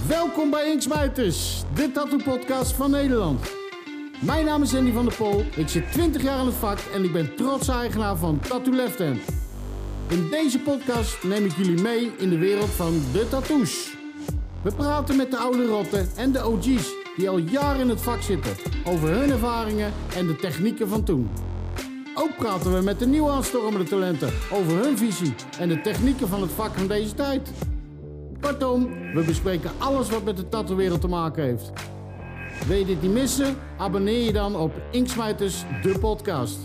Welkom bij Inksmijters, de tattoo-podcast van Nederland. Mijn naam is Andy van der Pol, ik zit 20 jaar in het vak en ik ben trots eigenaar van Tattoo Left Hand. In deze podcast neem ik jullie mee in de wereld van de tattoos. We praten met de oude rotten en de OG's die al jaren in het vak zitten over hun ervaringen en de technieken van toen. Ook praten we met de nieuw aanstormende talenten over hun visie en de technieken van het vak van deze tijd. Kortom, we bespreken alles wat met de tattoo-wereld te maken heeft. Wil je dit niet missen? Abonneer je dan op Inksmijters, de podcast.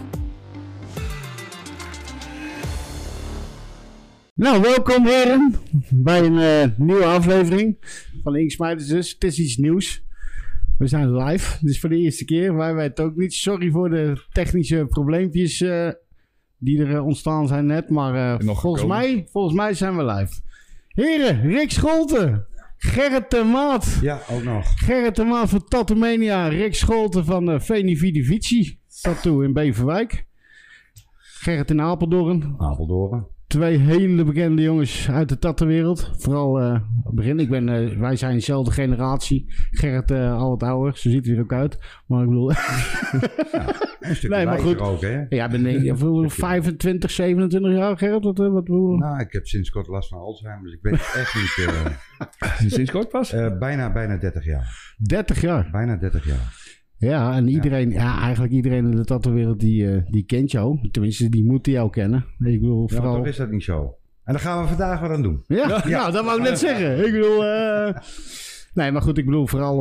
Nou, welkom heren bij een nieuwe aflevering van Inksmijters. Dus het is iets nieuws. We zijn live, dus voor de eerste keer. Wij weten ook niet. Sorry voor de technische probleempjes die er ontstaan zijn net. Maar volgens mij zijn we live. Heren, Rick Scholten. Gerrit de Maat. Ja, ook nog. Gerrit de Maat van Tattoo-mania. Rick Scholten van Veni Vidi Vici Tattoo in Beverwijk. Gerrit in Apeldoorn. Apeldoorn. Twee hele bekende jongens uit de tattoo-wereld. Vooral begin. Wij zijn dezelfde generatie. Gerrit al wat ouder. Zo ziet hij er ook uit. Maar ik bedoel... Een stukje maar goed. Ook, hè? Ja, ben ik 25, 27 jaar, Gerrit? Nou, ik heb sinds kort last van Alzheimer. Dus ik weet het echt niet. Sinds kort pas? Bijna 30 jaar. 30 jaar? Bijna 30 jaar. Ja, en iedereen, eigenlijk iedereen in de tattoo-wereld die kent jou. Tenminste, die moeten jou kennen. Ik bedoel, vooral... toch is dat niet zo. En dan gaan we vandaag wat aan doen. Ja, nou, dat wou ik net zeggen. Ik bedoel... Nee, maar goed, ik bedoel vooral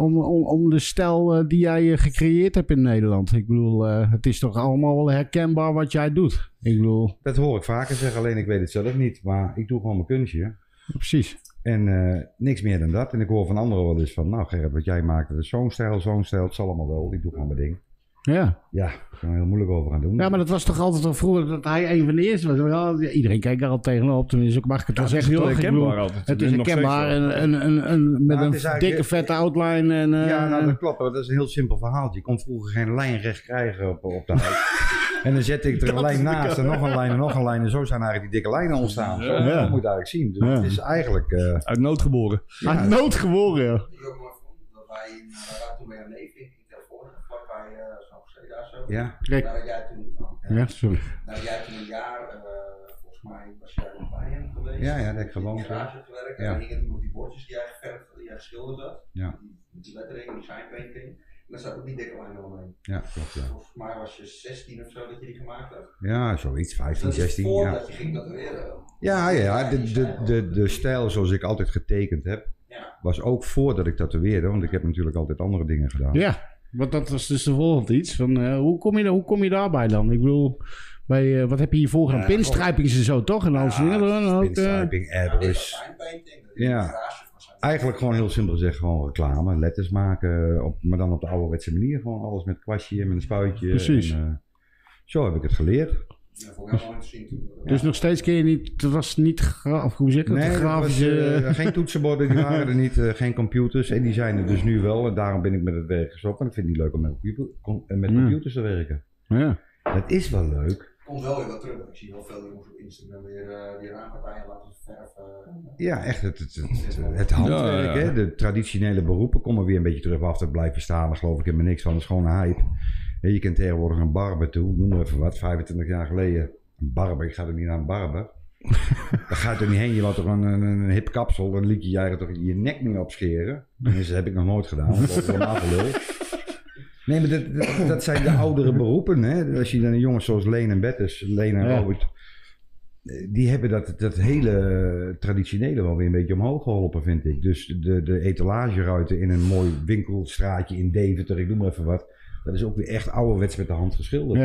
om de stijl die jij gecreëerd hebt in Nederland. Ik bedoel, het is toch allemaal wel herkenbaar wat jij doet. Ik bedoel... Dat hoor ik vaker zeggen, alleen ik weet het zelf niet. Maar ik doe gewoon mijn kunstje. Precies. En niks meer dan dat. En ik hoor van anderen wel eens van, nou Gerrit, wat jij maakt, dat is zo'n stijl, het zal allemaal wel. Ik doe gewoon mijn ding. Ja. Ja, ik kan er heel moeilijk over gaan doen. Ja, maar dat was toch altijd al vroeger dat hij een van de eerste was. Ja, iedereen keek er al tegenop. Tenminste, mag ik het wel zeggen. Het is heel herkenbaar altijd. Het is herkenbaar met een dikke vette outline. En, ja, nou dat klopt. Dat is een heel simpel verhaaltje. Je kon vroeger geen lijn recht krijgen op de huid. En dan zette ik er een lijn naast en nog een lijn en nog een lijn. En zo zijn eigenlijk die dikke lijnen ontstaan. Zo, dat moet je eigenlijk zien. Dus het is eigenlijk... uit nood geboren. Ja. Uit nood geboren, ja. Dat wij toen bij een neef in telefoon, vlakbij zo'n Mercedes daar zo. Ja. Kijk. Nou, jij toen... Ja, sorry. Nou, jij toen een jaar, volgens mij was jij nog bij hem geweest. Ja, dat heb ik gewoond. In de garage gewerkt. Ja. En dan gingen toen op die bordjes die jij geverfd had, die jij geschilderd had. Ja. Met die lettering, die signpainting. En daar zat ook die dikke lijn omheen. Ja, klopt, ja. Volgens mij was je 16 of zo dat je die gemaakt had. Ja, zoiets. 15, dat 16. Voordat je ging tatoeëren. Ja. De stijl zoals ik altijd getekend heb, was ook voordat ik tatoeëerde. Want ik heb natuurlijk altijd andere dingen gedaan. Ja, want dat was dus de volgende iets. Van, hoe kom je daarbij dan? Ik bedoel, wat heb je hiervoor gedaan? Pinstriping en zo, toch? En dan pinstriping, airbrush. Ja. Eigenlijk gewoon heel simpel gezegd, gewoon reclame, letters maken, maar dan op de ouderwetse manier. Gewoon alles met kwastje en met een spuitje. Precies. En, zo heb ik het geleerd. Ja, vond ik helemaal te zien. Dus nog steeds kun je niet, het was niet, of hoe zeg ik dat? Nee, grafische... was, geen toetsenborden, die waren er niet, geen computers. En die zijn er dus nu wel. En daarom ben ik met het werk gestopt. En ik vind het niet leuk om met computers te werken. Ja. Dat is wel leuk. Komt wel weer wat terug. Ik zie heel veel jongens op Instagram weer die raampartijen laten verven. Ja, echt het handwerk, hè? De traditionele beroepen komen weer een beetje terug af te blijven staan. Daar geloof ik helemaal niks van. Dat is gewoon een hype. Je kent tegenwoordig een barber toe. Noem maar even wat, 25 jaar geleden. Een barber, ik ga er niet naar een barber. Daar gaat er niet heen. Je laat toch een hip kapsel. Dan liet je je toch je nek niet opscheren. Dus dat heb ik nog nooit gedaan. Dat is helemaal gelul. Nee, maar dat zijn de oudere beroepen. Hè? Als je dan jongens zoals Leen en Bettes, Leen en Robert, die hebben dat hele traditionele wel weer een beetje omhoog geholpen, vind ik. Dus de etalageruiten in een mooi winkelstraatje in Deventer, ik noem maar even wat. Dat is ook weer echt ouderwets met de hand geschilderd.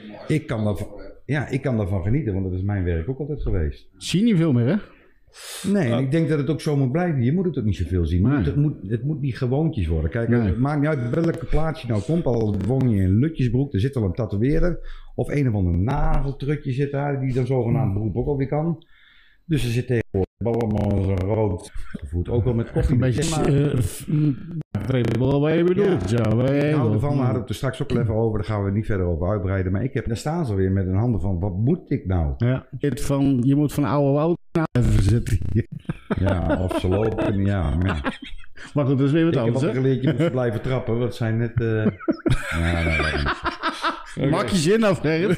Ja. Ik kan daarvan genieten, want dat is mijn werk ook altijd geweest. Zie je niet veel meer, hè? Nee, en ik denk dat het ook zo moet blijven. Je moet het ook niet zoveel zien. Het moet niet gewoontjes worden. Kijk, het maakt niet uit welke plaats je nou komt. Al woon je in Lutjesbroek, er zit al een tatoeëerder. Of een of ander nageltrukje zit daar, die dan zogenaamd beroep ook alweer kan. Dus er zit tegenwoordig allemaal zo'n rood gevoed. Ook wel met koffie. Een beetje... weet wel wat je bedoelt. Ja. Ik hou ervan, we hadden het er straks ook even over. Daar gaan we niet verder over uitbreiden. Maar daar staan ze weer met een handen van, wat moet ik nou? Ja, je moet van oude woud naar even zitten. Ja, of ze lopen, ja. Maar goed, dat is weer wat Ik heb anders, altijd hè? geleerd, je moet blijven trappen. Wat zijn net... Ja, nee. Maak je zin af, Gerrit.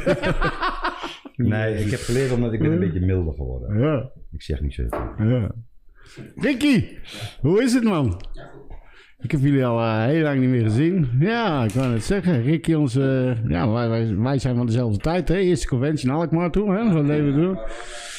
Nee, ik heb geleerd omdat ik ben een beetje milder geworden. Ja. Ik zeg niet zo. Ja. Ricky, hoe is het, man? Ik heb jullie al heel lang niet meer gezien. Ja, ik wou net zeggen. Ricky, wij zijn van dezelfde tijd, hè? Eerste conventie in Alkmaar toen, hè? Wat deden we toen?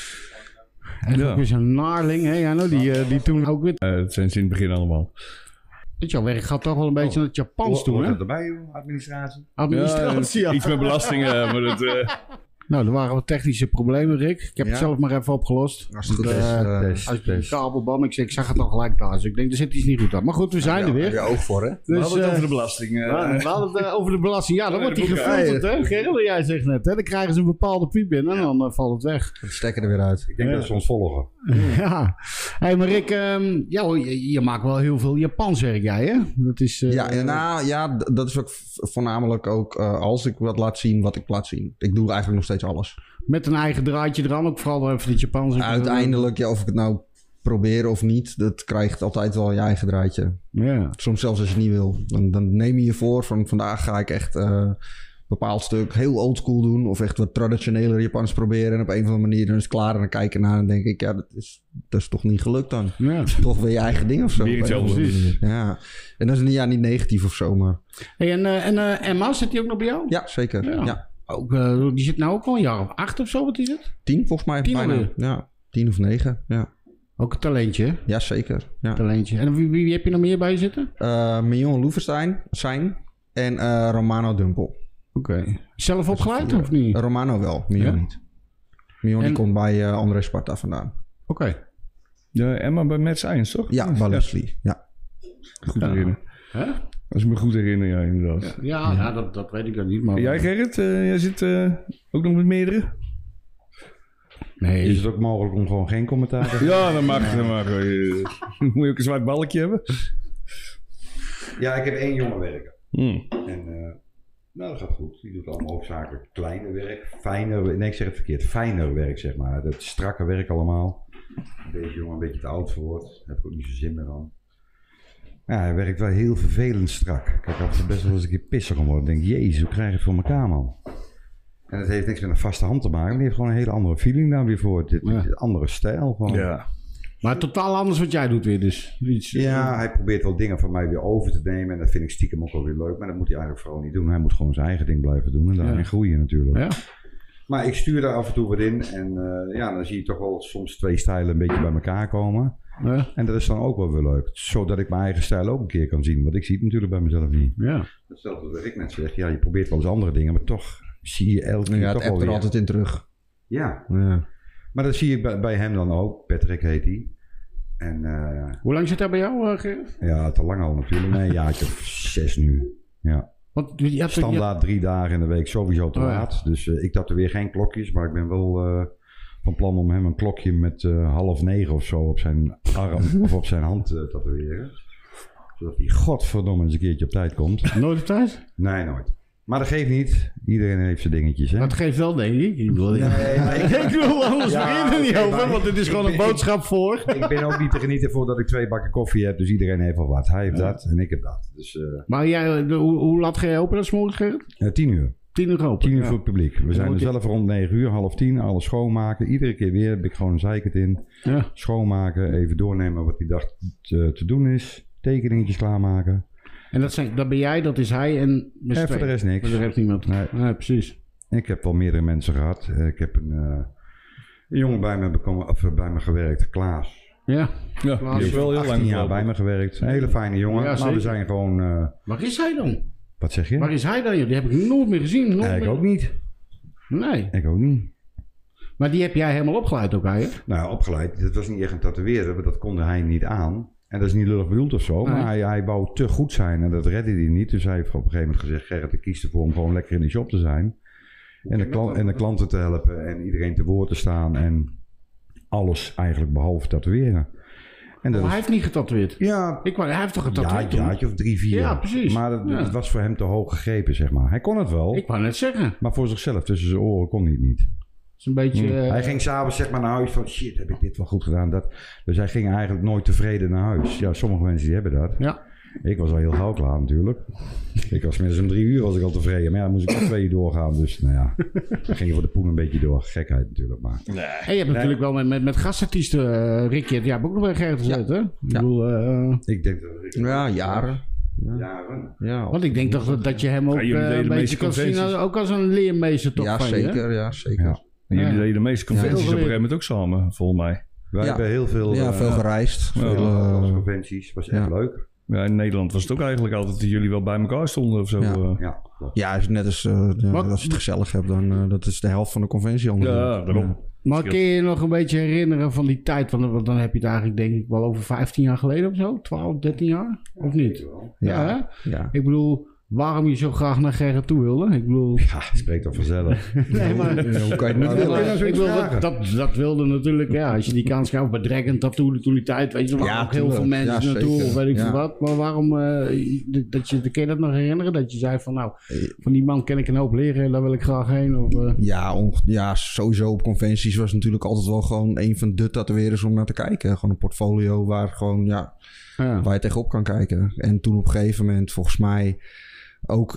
En ook weer zo'n Naarling, hè? Ja, nou, die toen ook weer... Dat zijn ze in het begin allemaal. Jouw werk gaat toch wel een beetje naar het Japans toe, Hoort hè? dat erbij, joh? Administratie? Administratie, ja. Iets met belastingen, maar dat... Nou, er waren wat technische problemen, Rick. Ik heb het zelf maar even opgelost. Als het goed is. Als je een kabelbam, ik zag het al gelijk daar. Dus ik denk, er zit iets niet goed aan. Maar goed, we zijn er Heb je weer. oog voor, hè? We Dus, hadden het over de belasting. we hadden het over de belasting. Ja, dan wordt die de boeken. gefilterd, hè? Gerrit, jij zegt net, hè? Dan krijgen ze een bepaalde piep in en dan valt het weg. We stekken er weer uit. Ik denk dat ze ons volgen. Ja. Hé, maar Rick, je maakt wel heel veel Japans werk, jij, hè? Dat is... Dat is ook voornamelijk ook als ik wat laat zien, wat ik laat zien. Ik doe eigenlijk nog steeds alles. Met een eigen draadje eraan, ook vooral even het Japans. Uiteindelijk, ja, of ik het nou probeer of niet, dat krijgt altijd wel je eigen draadje. Ja. Soms zelfs als je het niet wil. Dan neem je je voor van vandaag ga ik echt een bepaald stuk heel oldschool doen. Of echt wat traditioneler Japans proberen. En op een of andere manier dan is het klaar. En dan kijk ik naar en denk ik, ja, dat is toch niet gelukt dan. Ja. Toch weer je eigen ding of zo. Weer iets Op een of anders. andere manier. Ja. En dat is niet negatief of zo, maar... Hey, en Emma, zit die ook nog bij jou? Ja, zeker. Ja. Ja. Ook, die zit nou ook al een jaar of 8 of zo, wat is het? 10 volgens mij. 10 bijna. alweer? Ja, 10 of 9. Ja, Ook een talentje, hè? ja zeker. Ja. Talentje. En wie heb je nog meer bij je zitten? Mion Loevenstein en Romano Dumpel. Oké. Zelf opgeleid of niet? Romano wel, Mion Ja? niet. Mion die komt bij André Sparta vandaan. Oké. Ja, Emma bij Mad Science, toch? Ja, bij Leslie. Ja. Goed herinneren. Hè? Als ik me goed herinner, ja, inderdaad. Ja, dat weet ik dan niet. Maar... Jij, Gerrit? Jij zit ook nog met meerdere? Nee. Is het ook mogelijk om gewoon geen commentaar te geven? Ja, dan mag. Moet je ook een zwart balkje hebben? Ja, ik heb 1 jongen werken. Hmm. En dat gaat goed. Die doet allemaal hoofdzakelijk kleiner werk. Nee, ik zeg het verkeerd. Fijner werk, zeg maar. Het strakke werk allemaal. Deze jongen een beetje te oud voor wordt. Daar heb ik ook niet zo zin meer aan. Ja, hij werkt wel heel vervelend strak. Kijk, af en toe best wel eens een keer pissig om worden. Ik denk, jezus, hoe krijg je het voor elkaar, man? En het heeft niks met een vaste hand te maken. Maar die heeft gewoon een hele andere feeling daar weer voor. Dit andere stijl gewoon. Ja. Maar totaal anders wat jij doet weer dus. Iets, Ja, hij probeert wel dingen van mij weer over te nemen. En dat vind ik stiekem ook wel weer leuk. Maar dat moet hij eigenlijk vooral niet doen. Hij moet gewoon zijn eigen ding blijven doen. En daarin groeien natuurlijk. Ja. Maar ik stuur daar af en toe wat in. En dan zie je toch wel soms 2 stijlen een beetje bij elkaar komen. Ja. En dat is dan ook wel weer leuk. Zodat ik mijn eigen stijl ook een keer kan zien. Want ik zie het natuurlijk bij mezelf niet. Ja. Hetzelfde wat ik net zeg. Ja, je probeert wel eens andere dingen. Maar toch zie je elke keer Ja, toch het wel appt er weer. altijd in terug. Ja. Ja. Maar dat zie ik bij hem dan ook. Patrick heet hij. En Hoe lang zit hij bij jou, Gerrit? ja, te lang al natuurlijk. Nee, een jaartje of 6 nu. Ja. Want je hebt Standaard 3 dagen in de week sowieso te Oh, ja. laat. Dus ik tatoeëer geen klokjes. Maar ik ben wel van plan om hem een klokje met 8:30 of zo op zijn arm of op zijn hand te tatoeëren. Zodat hij godverdomme eens een keertje op tijd komt. nooit op tijd? Nee, nooit. Maar dat geeft niet. Iedereen heeft zijn dingetjes, hè? Dat geeft wel, denk ik. Ik bedoel, ik wil anders Ja, begin er niet oké, over, maar want dit is gewoon een ik- boodschap voor. Ik ben ook niet te genieten voordat ik 2 bakken koffie heb. Dus iedereen heeft wel wat. Hij heeft dat en ik heb dat. Dus Maar jij, hoe laat ga je open dat morgen, Gerrit? 10 uur. 10 uur open. 10 uur Ja. voor het publiek. We zijn er moet je- zelf rond 9 uur, 9:30, alles schoonmaken. Iedere keer weer heb ik gewoon een zeikert in. Ja. Schoonmaken, even doornemen wat die dag te doen is. Tekeningetjes klaarmaken. En dat ben jij, dat is hij en... En voor de rest niks. Voor de rest niemand. Nee. Ja, precies. Ik heb wel meerdere mensen gehad. Ik heb een jongen bij me gewerkt, Klaas. Ja. Ja, Klaas. die heeft wel heel 18 lang jaar bij me gewerkt. Een hele fijne jongen. Ja, maar we zeker. zijn gewoon... Waar is hij dan? wat zeg je? Waar is hij dan? joh? Die heb ik nooit meer gezien. Nooit Ik meer. ook niet. Nee. Ik ook niet. Maar die heb jij helemaal opgeleid ook, hè? Nou, opgeleid. Dat was niet echt een tatoeëerder, want dat konde hij niet aan. En dat is niet lullig bedoeld of zo, Nee. maar hij wou te goed zijn en dat redde hij niet. Dus hij heeft op een gegeven moment gezegd, Gerrit, ik kies ervoor om gewoon lekker in de shop te zijn. En de klanten te helpen en iedereen te woord te staan en alles eigenlijk behalve tatoeëren. En dat Maar is, hij heeft niet getatoeëerd. ja, Hij heeft toch ja, getatoeëerd? een toen? jaartje of 3, 4. Ja, precies. Maar Ja. het was voor hem te hoog gegrepen, zeg maar. Hij kon het wel, Ik wou net zeggen. maar voor zichzelf tussen zijn oren kon hij het niet. is een beetje... Hij ging s'avonds zeg maar naar huis van shit, heb ik dit wel goed gedaan? Dus hij ging eigenlijk nooit tevreden naar huis. Ja, sommige mensen die hebben dat. Ja. Ik was al heel gauw klaar natuurlijk. Ik was minstens om 3 uur was ik al tevreden. Maar ja, dan moest ik al 2 uur doorgaan. Dus nou ja, dan ging je voor de poen een beetje door. Gekheid natuurlijk, maar... En je hebt natuurlijk wel met gastartiesten, Ricky, die hebben ook nog bij Gerrit gezet, hè? Ik bedoel... Ik denk dat... Ja, jaren. Jaren. Ja, Want ik denk toch dat je hem ook een beetje kan zien ook als een leermeester toch ja, van zeker, je, ja, zeker. Ja. En jullie Ja. deden de meeste conventies Ja. op een gegeven moment ook samen, volgens mij. Wij hebben heel veel... Ja, veel gereisd. Ja. Veel, conventies. Was echt leuk. Ja, in Nederland was het ook eigenlijk altijd dat jullie wel bij elkaar stonden of zo. Ja. Ja, klopt. ja, is net als als je het gezellig hebt, dan dat is de helft van de conventie. Ja, daarom. Maar kun je je nog een beetje herinneren van die tijd? Want dan heb je het eigenlijk denk ik wel over 15 jaar geleden of zo? 12, 13 jaar? Of niet? Ja, hè? Ja. Ik bedoel, waarom je zo graag naar Gerrit toe wilde? Ik bedoel... Ja, spreekt toch vanzelf. Nee, maar... Hoe kan je het niet willen? Ik bedoel, dat wilde natuurlijk, ja, als je die kans gaf bij Dragon Tattoo toen die tijd, weet je, er waren Ja, ook heel veel tuurlijk. mensen Ja, naartoe, zeker. of weet ik Ja. veel wat. Maar waarom, kun je dat nog herinneren? Dat je zei van, nou, van die man kan ik een hoop leren, daar wil ik graag heen. Of, Ja, sowieso op conventies was natuurlijk altijd wel gewoon een van de tatoeëerders om naar te kijken. Gewoon een portfolio waar gewoon, ja. waar je tegenop kan kijken. En toen op een gegeven moment, volgens mij ook,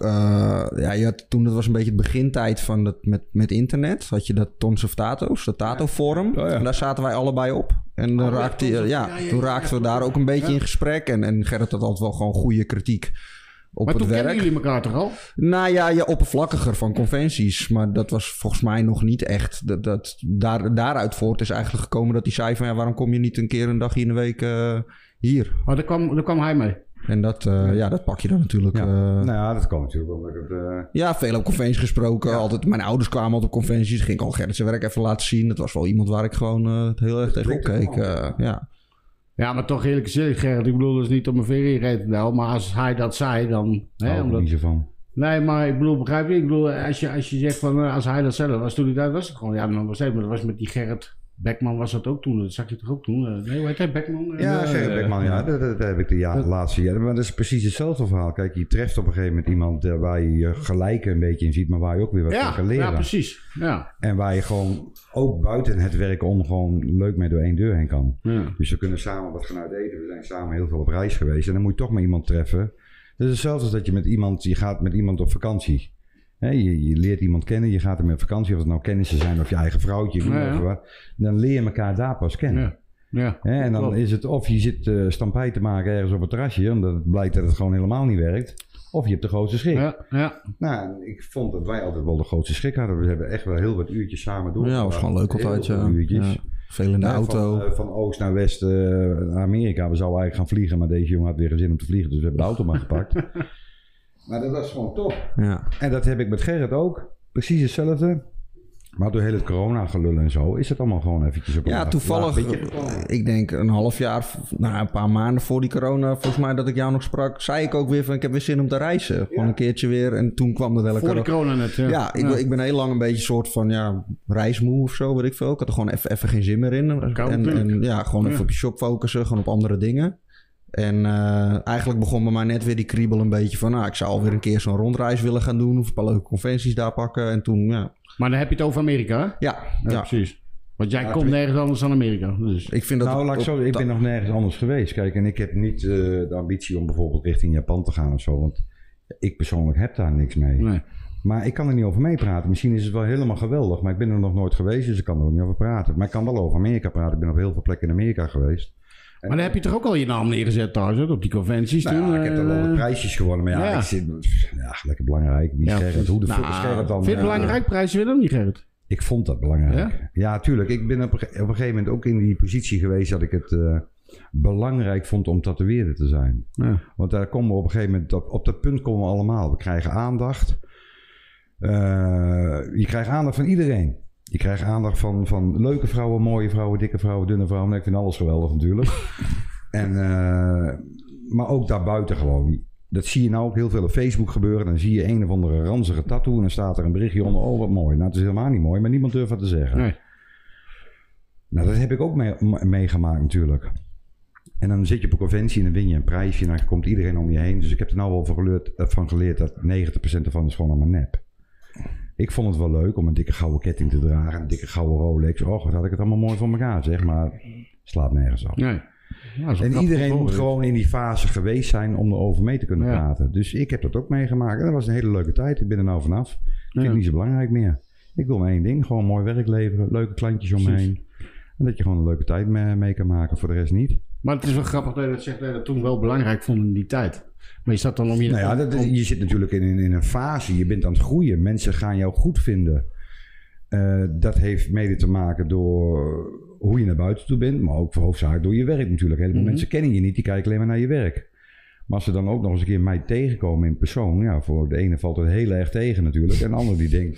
je had, toen dat was een beetje het begintijd van dat met internet, had je dat Tons of Tato's, dat Tato Forum. Oh, ja. En daar zaten wij allebei op. En dan toen raakten we daar ook een beetje in gesprek. En Gerrit had altijd wel gewoon goede kritiek op maar het toen werk. kennen jullie elkaar toch al? Nou ja, oppervlakkiger van conventies. Maar dat was volgens mij nog niet echt. Daaruit voort is eigenlijk gekomen dat hij zei van... ja, waarom kom je niet een keer een dag in de week hier? Oh, daar kwam hij mee. En dat pak je dan natuurlijk. Ja. Nou ja, dat kan natuurlijk omdat het... Ja, veel op conventies gesproken. Altijd, mijn ouders kwamen altijd op conventies. Ging ik al Gerrit zijn werk even laten zien. Dat was wel iemand waar ik gewoon heel erg tegenop keek. Ja. Ja, maar toch eerlijk gezegd, Gerrit, ik bedoel dus niet om een verreden te nou, maar als hij dat zei, dan... Hou ik er niet zo van. Nee, maar ik bedoel, begrijp je? Ik bedoel, als je zegt van, als hij dat zelf was, toen hij daar was het gewoon, ja, dan was het, maar dat was met die Gerrit Beckman was dat ook toen, dat zag je toch ook toen? Nee, hoe heet hij, Beckman? Ja, Gerrit Beckman, ja, dat heb ik de laatste jaren. Maar dat is precies hetzelfde verhaal. Kijk, je treft op een gegeven moment iemand waar je je gelijken een beetje in ziet, maar waar je ook weer wat van kan leren. Ja, precies. Ja. En waar je gewoon ook buiten het werk om gewoon leuk mee door 1 deur heen kan. Ja. Dus we kunnen samen wat gaan uit eten. We zijn samen heel veel op reis geweest. En dan moet je toch maar iemand treffen. Dat is hetzelfde als dat je gaat met iemand op vakantie. Je leert iemand kennen, je gaat ermee op vakantie. Of het nou kennissen zijn of je eigen vrouwtje. Of wat, dan leer je elkaar daar pas kennen. Ja. En dan is het of je zit stampij te maken ergens op het terrasje. Omdat het blijkt dat het gewoon helemaal niet werkt. Of je hebt de grootste schrik. Ja. Nou, ik vond dat wij altijd wel de grootste schrik hadden. We hebben echt wel heel wat uurtjes samen door. Ja, was gewoon leuk altijd. Heel veel uurtjes. Ja. Veel in de auto. Van oost naar west naar Amerika. We zouden eigenlijk gaan vliegen, maar deze jongen had weer geen zin om te vliegen. Dus we hebben de auto maar gepakt. Maar dat was gewoon top. Ja. En dat heb ik met Gerrit ook. Precies hetzelfde. Maar door heel het corona-gelul en zo is het allemaal gewoon eventjes op. Ja, toevallig. Ik denk een half jaar, een paar maanden voor die corona, volgens mij dat ik jou nog sprak, zei ik ook weer van ik heb weer zin om te reizen. Gewoon een keertje weer. En toen kwam dat hele Voor de corona net. Ja, ik ben heel lang een beetje een soort van reismoe of zo, weet ik veel. Ik had er gewoon even geen zin meer in. En gewoon even op je shop focussen, gewoon op andere dingen. En eigenlijk begon bij mij net weer die kriebel een beetje van... ik zou alweer een keer zo'n rondreis willen gaan doen... of een paar leuke conventies daar pakken. En toen, Maar dan heb je het over Amerika, hè? Ja, precies. Want jij komt nergens anders dan Amerika. Dus. Ik vind dat ik ben nog nergens anders geweest. Kijk, en ik heb niet de ambitie om bijvoorbeeld richting Japan te gaan of zo. Want ik persoonlijk heb daar niks mee. Nee. Maar ik kan er niet over meepraten. Misschien is het wel helemaal geweldig. Maar ik ben er nog nooit geweest, dus ik kan er ook niet over praten. Maar ik kan wel over Amerika praten. Ik ben op heel veel plekken in Amerika geweest. Maar dan heb je toch ook al je naam neergezet thuis, hè, op die conventies toen? Ik heb er wel de prijsjes gewonnen. Maar ik zit... lekker belangrijk. Wie is Gerrit? Hoe de fuck is Gerrit dan? Vind je het belangrijk? Prijs je dan niet, Gerrit? Ik vond dat belangrijk. Ja, tuurlijk. Ik ben op een gegeven moment ook in die positie geweest dat ik het belangrijk vond om tatoeëerder te zijn. Ja. Want daar komen we op een gegeven moment... Op dat punt komen we allemaal. We krijgen aandacht. Je krijgt aandacht van iedereen. Je krijgt aandacht van leuke vrouwen, mooie vrouwen, dikke vrouwen, dunne vrouwen. Nee, ik vind alles geweldig natuurlijk. Maar ook daarbuiten gewoon. Dat zie je nou ook heel veel op Facebook gebeuren. Dan zie je een of andere ranzige tattoo en dan staat er een berichtje onder. Oh, wat mooi. Nou, het is helemaal niet mooi, maar niemand durft wat te zeggen. Nee. Nou, dat heb ik ook meegemaakt natuurlijk. En dan zit je op een conventie en dan win je een prijsje en dan komt iedereen om je heen. Dus ik heb er nou wel van geleerd dat 90% ervan is gewoon allemaal nep. Ik vond het wel leuk om een dikke gouden ketting te dragen. Een dikke gouden Rolex. Oh, wat had ik het allemaal mooi voor elkaar, zeg. Maar slaat nergens op. Nee. Ja, en iedereen moet gewoon in die fase geweest zijn om erover mee te kunnen praten. Dus ik heb dat ook meegemaakt. En dat was een hele leuke tijd. Ik ben er nou vanaf. Ik vind het niet zo belangrijk meer. Ik wil maar één ding. Gewoon mooi werk leveren. Leuke klantjes om me heen. En dat je gewoon een leuke tijd mee kan maken. Voor de rest niet. Maar het is wel grappig dat je dat zegt. Dat je dat toen wel belangrijk vond in die tijd. Maar je zat dan om je... Nou ja, je zit natuurlijk in een fase. Je bent aan het groeien. Mensen gaan jou goed vinden. Dat heeft mede te maken door hoe je naar buiten toe bent. Maar ook hoofdzakelijk door je werk natuurlijk. Heel veel mensen kennen je niet. Die kijken alleen maar naar je werk. Maar als ze dan ook nog eens een keer mij tegenkomen in persoon. Ja, voor de ene valt het heel erg tegen natuurlijk. En de ander die denkt...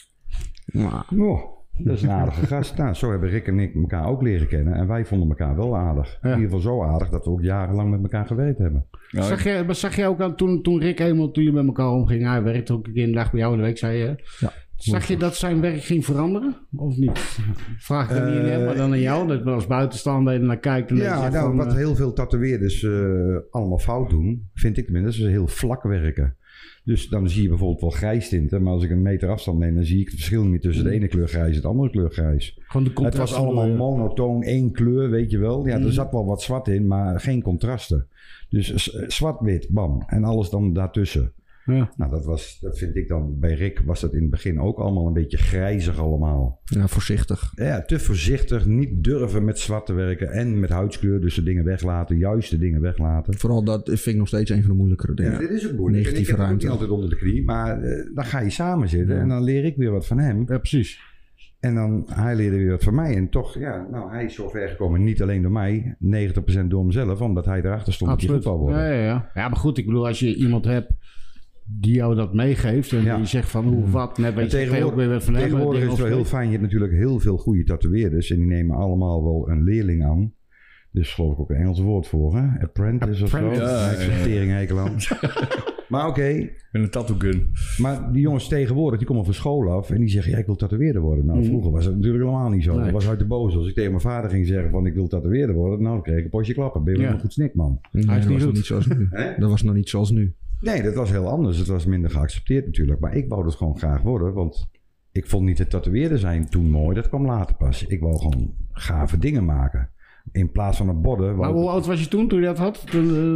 dat is een aardige gast. Nou, zo hebben Rick en ik elkaar ook leren kennen. En wij vonden elkaar wel aardig. In ieder geval zo aardig dat we ook jarenlang met elkaar gewerkt hebben. Ja, zag jij ook aan toen Rick eenmaal, toen je met elkaar omging, hij werkte ook een keer een dag bij jou in de week, zei je. Ja. Zag je dat zijn werk ging veranderen? Of niet? Vraag ik dan niet aan hem, maar dan aan jou. Dat we als buitenstaander er naar kijkt. En wat heel veel tatoeëerders allemaal fout doen, vind ik tenminste, is heel vlak werken. Dus dan zie je bijvoorbeeld wel grijs tinten. Maar als ik een meter afstand neem, dan zie ik het verschil niet tussen de ene kleur grijs en de andere kleur grijs. Het was allemaal monotoon, één kleur, weet je wel. Ja, er zat wel wat zwart in, maar geen contrasten. Dus zwart-wit, bam. En alles dan daartussen. Ja. Nou, dat vind ik dan... Bij Rick was dat in het begin ook allemaal een beetje grijzig allemaal. Ja, voorzichtig. Ja, te voorzichtig. Niet durven met zwart te werken en met huidskleur. Dus de dingen weglaten, juist de dingen weglaten. Vooral dat vind ik nog steeds een van de moeilijkere dingen. Ja, dit is ook moeilijk. Negatieve en ik heb ruimte. het ook niet altijd onder de knie. Maar dan ga je samen zitten en dan leer ik weer wat van hem. Ja, precies. En dan hij leerde weer wat van mij. En toch, hij is zo ver gekomen. Niet alleen door mij, 90% door hemzelf. Omdat hij erachter stond dat hij goed wou worden. Ja, maar goed, ik bedoel, als je iemand hebt die jou dat meegeeft en die zegt van hoe wat, net weet je ook weer van hem. Tegenwoordig is het wel heel fijn. Je hebt natuurlijk heel veel goede tatoeëerders. En die nemen allemaal wel een leerling aan. Dus geloof ik ook een Engels woord voor, hè? Apprentice of zo. Ja, tering-heikeland. Maar oké. Met een tattoo gun. Maar die jongens tegenwoordig, die komen van school af en die zeggen, ik wil tatoeëerder worden. Nou, vroeger was dat natuurlijk helemaal niet zo. Nee. Dat was uit de boos. Als ik tegen mijn vader ging zeggen van, ik wil tatoeëerder worden, nou, dan kreeg ik een potje klappen. Ben je wel een goed snik, man. Nee, dat was nog niet zoals nu. Dat was nog niet zoals nu. Nee, dat was heel anders. Het was minder geaccepteerd natuurlijk. Maar ik wou dat gewoon graag worden, want ik vond niet het tatoeëerder zijn toen mooi. Dat kwam later pas. Ik wou gewoon gave dingen maken. In plaats van een bodden. Maar hoe oud was je toen je dat had?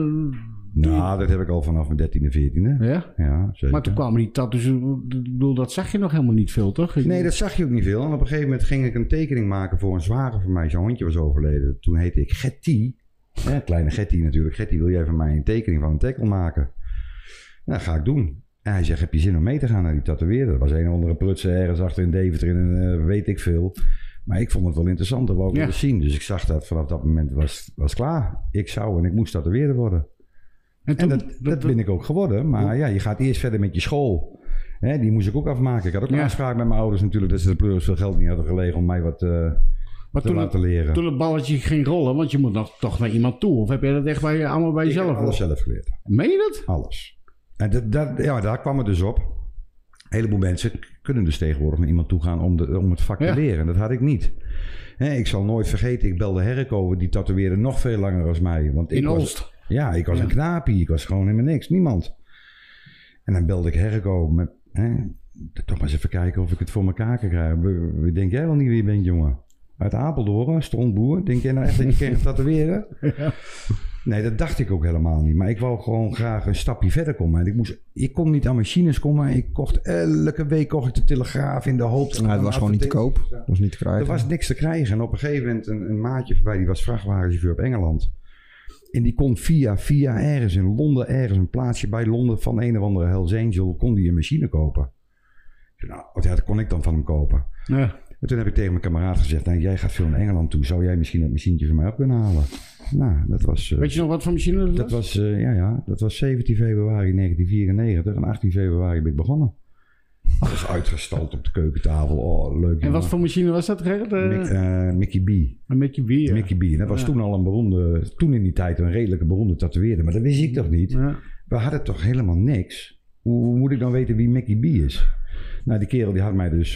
Nou, dat heb ik al vanaf mijn 13e, 14e. Ja? Ja, zeker. Maar toen kwamen die tattoos, ik bedoel, dat zag je nog helemaal niet veel, toch? Nee, dat zag je ook niet veel. En op een gegeven moment ging ik een tekening maken voor een zwager van mij. Zijn hondje was overleden. Toen heette ik Getty. Ja, kleine Getty natuurlijk. Getty, wil jij van mij een tekening van een tackle maken? Nou, dat ga ik doen. En hij zegt, heb je zin om mee te gaan naar die tatoeëerder? Dat was een of andere prutsen ergens achter in Deventer en weet ik veel. Maar ik vond het wel interessant, dat wou ik willen zien. Dus ik zag dat vanaf dat moment was klaar. Ik moest tatoeëerder worden. En dat ben ik ook geworden. Maar ja, je gaat eerst verder met je school. Hè, die moest ik ook afmaken. Ik had ook een afspraak met mijn ouders natuurlijk, dat ze de pleuris veel geld niet hadden gelegen om mij wat te laten leren. Toen het balletje ging rollen, want je moet toch naar iemand toe. Of heb je dat echt allemaal bij jezelf? Ik heb alles zelf geleerd. Meen je dat? Alles. En daar kwam het dus op. Een heleboel mensen kunnen dus tegenwoordig naar iemand toe gaan om het vak te leren. Dat had ik niet. Ik zal nooit vergeten, ik belde Herk over. Die tatoeëerde nog veel langer als mij. Want in Oost? Ik was een knaapie. Ik was gewoon helemaal niks. Niemand. En dan belde ik Herk over. Toch maar eens even kijken of ik het voor elkaar kan krijgen. Denk jij wel niet wie je bent, jongen? Uit Apeldoorn, strontboer. Denk jij nou echt dat je kan tatoeëren? Ja. Nee, dat dacht ik ook helemaal niet. Maar ik wou gewoon graag een stapje verder komen. En ik kon niet aan machines komen. Elke week kocht ik de Telegraaf in de hoop. Het was gewoon niet te koop. Het was niet te krijgen. Er was niks te krijgen. En op een gegeven moment een maatje voorbij. Die was vrachtwagenchauffeur op Engeland. En die kon via ergens in Londen, ergens een plaatsje bij Londen van een of andere Hells Angel, kon die een machine kopen. Nou, dat kon ik dan van hem kopen. Ja. En toen heb ik tegen mijn kameraad gezegd, jij gaat veel naar Engeland toe. Zou jij misschien dat machientje van mij op kunnen halen? Nou, dat was... Weet je nog wat voor machine dat was? Dat was 17 februari 1994 en 18 februari ben ik begonnen. Alles uitgestald op de keukentafel. Oh, leuk. En wat voor machine was dat, Gerrit? Mickey B. Een Mickey B, ja. Mickey B. En dat was toen al toen in die tijd een redelijke beroemde tatoeëerder. Maar dat wist ik toch niet? Ja. We hadden toch helemaal niks? Hoe moet ik dan weten wie Mickey B is? Nou, die kerel die had mij dus...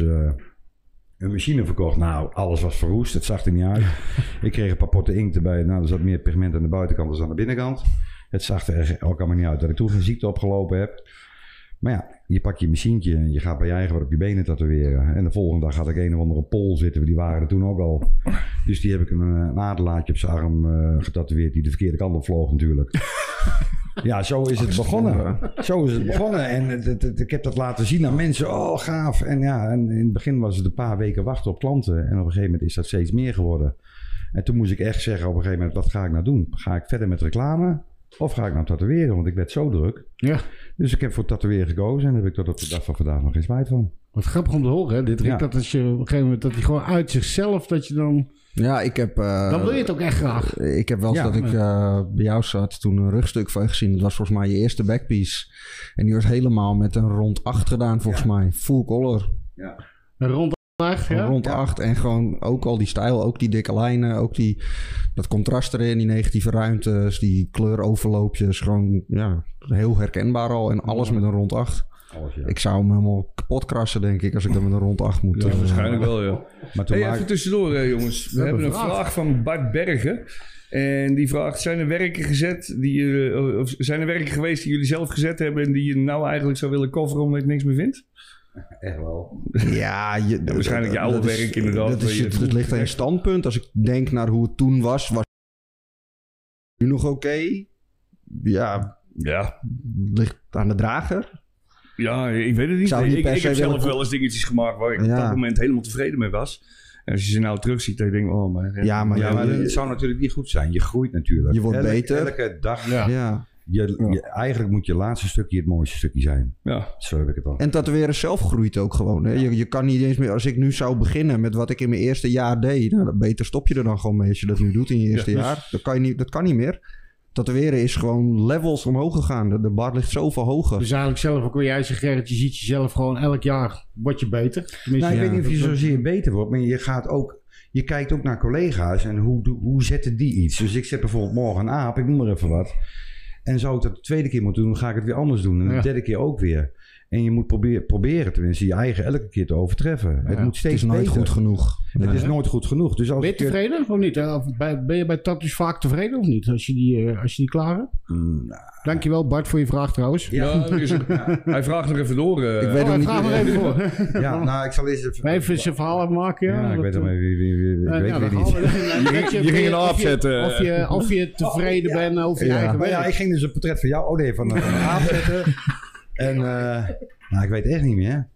een machine verkocht. Nou, alles was verroest. Het zag er niet uit. Ik kreeg een paar potten inkt erbij. Nou, er zat meer pigment aan de buitenkant dan aan de binnenkant. Het zag er ook allemaal niet uit dat ik toen geen ziekte opgelopen heb. Maar ja, je pakt je machientje en je gaat bij je eigen wat op je benen tatoeëren. En de volgende dag had ik een of andere Pool zitten. Die waren er toen ook al. Dus die heb ik een adelaartje op zijn arm getatoeëerd die de verkeerde kant op vloog natuurlijk. Ja, zo is het begonnen. En ik heb dat laten zien aan mensen. Oh, gaaf. En ja, en in het begin was het een paar weken wachten op klanten. En op een gegeven moment is dat steeds meer geworden. En toen moest ik echt zeggen op een gegeven moment, wat ga ik nou doen? Ga ik verder met reclame? Of ga ik nou tatoeëren? Want ik werd zo druk. Ja. Dus ik heb voor tatoeëren gekozen. En daar heb ik tot op de dag van vandaag nog geen spijt van. Wat grappig om te horen, hè? Dit Rick, dat als je op een gegeven moment, dat hij gewoon uit zichzelf, dat je dan... Ja, ik heb... dan wil je het ook echt graag. Ik heb wel eens dat ik bij jou zat, toen een rugstuk van je gezien. Dat was volgens mij je eerste backpiece. En die was helemaal met een rond 8 gedaan, volgens mij. Full color. Ja. Een rond 8, ja? Rond 8 en gewoon ook al die stijl, ook die dikke lijnen, ook dat contrast erin, die negatieve ruimtes, die kleuroverloopjes. Gewoon, ja, heel herkenbaar al. En alles met een rond 8. Ik zou hem helemaal kapot krassen, denk ik, als ik dat met een rond 8 moet. Ja, waarschijnlijk wel, ja. Maar Even tussendoor, jongens. We hebben een vraag van Bart Bergen. En die vraagt, zijn er werken geweest die jullie zelf gezet hebben en die je nou eigenlijk zou willen coveren omdat je niks meer vindt? Echt wel. Ja, waarschijnlijk je oude werk inderdaad. Dat ligt aan je standpunt. Als ik denk naar hoe het toen was het nu nog oké? Ja, ligt aan de drager. Ja, ik weet het niet. Ik heb zelf wel eens dingetjes gemaakt waar ik op dat moment helemaal tevreden mee was. En als je ze nou terugziet, dan denk ik, oh maar... maar het zou natuurlijk niet goed zijn. Je groeit natuurlijk. Je wordt beter. Elke dag. Ja. Eigenlijk moet je laatste stukje het mooiste stukje zijn. Ja. Zo heb ik het al. En tatoeëren zelf groeit ook gewoon. Hè? Je kan niet eens meer... Als ik nu zou beginnen met wat ik in mijn eerste jaar deed... Nou, beter stop je er dan gewoon mee als je dat nu doet in je eerste jaar. Dat kan niet meer. Tatoeëren is gewoon levels omhoog gegaan. De bar ligt zoveel hoger. Dus eigenlijk zelf, ook wat jij zegt, Gerrit, je ziet jezelf gewoon elk jaar word je beter. Nou, ik weet niet of je zozeer beter wordt, maar je kijkt ook naar collega's en hoe zetten die iets. Dus ik zet bijvoorbeeld morgen een aap, ik noem maar even wat. En zou ik dat de tweede keer moeten doen, dan ga ik het weer anders doen. En de derde keer ook weer. En je moet proberen tenminste je eigen elke keer te overtreffen. Het moet steeds beter. Het is nooit goed genoeg. Het is nooit goed genoeg. Dus als ben je tevreden of niet? Ben je bij tattoos vaak tevreden of niet? Als je die klaar hebt? Dankjewel Bart voor je vraag trouwens. Hij vraagt nog even door. Ik weet nog niet. Vraag nog even voor. Ja, nou ik zal eens even zijn verhaal afmaken. Ja, ik weet het maar niet. Je ging een afzetten. Of je tevreden bent over je eigen werk. Ja, ik ging dus een portret van jou. Oh nee, van een aap zetten. En ik weet het echt niet meer.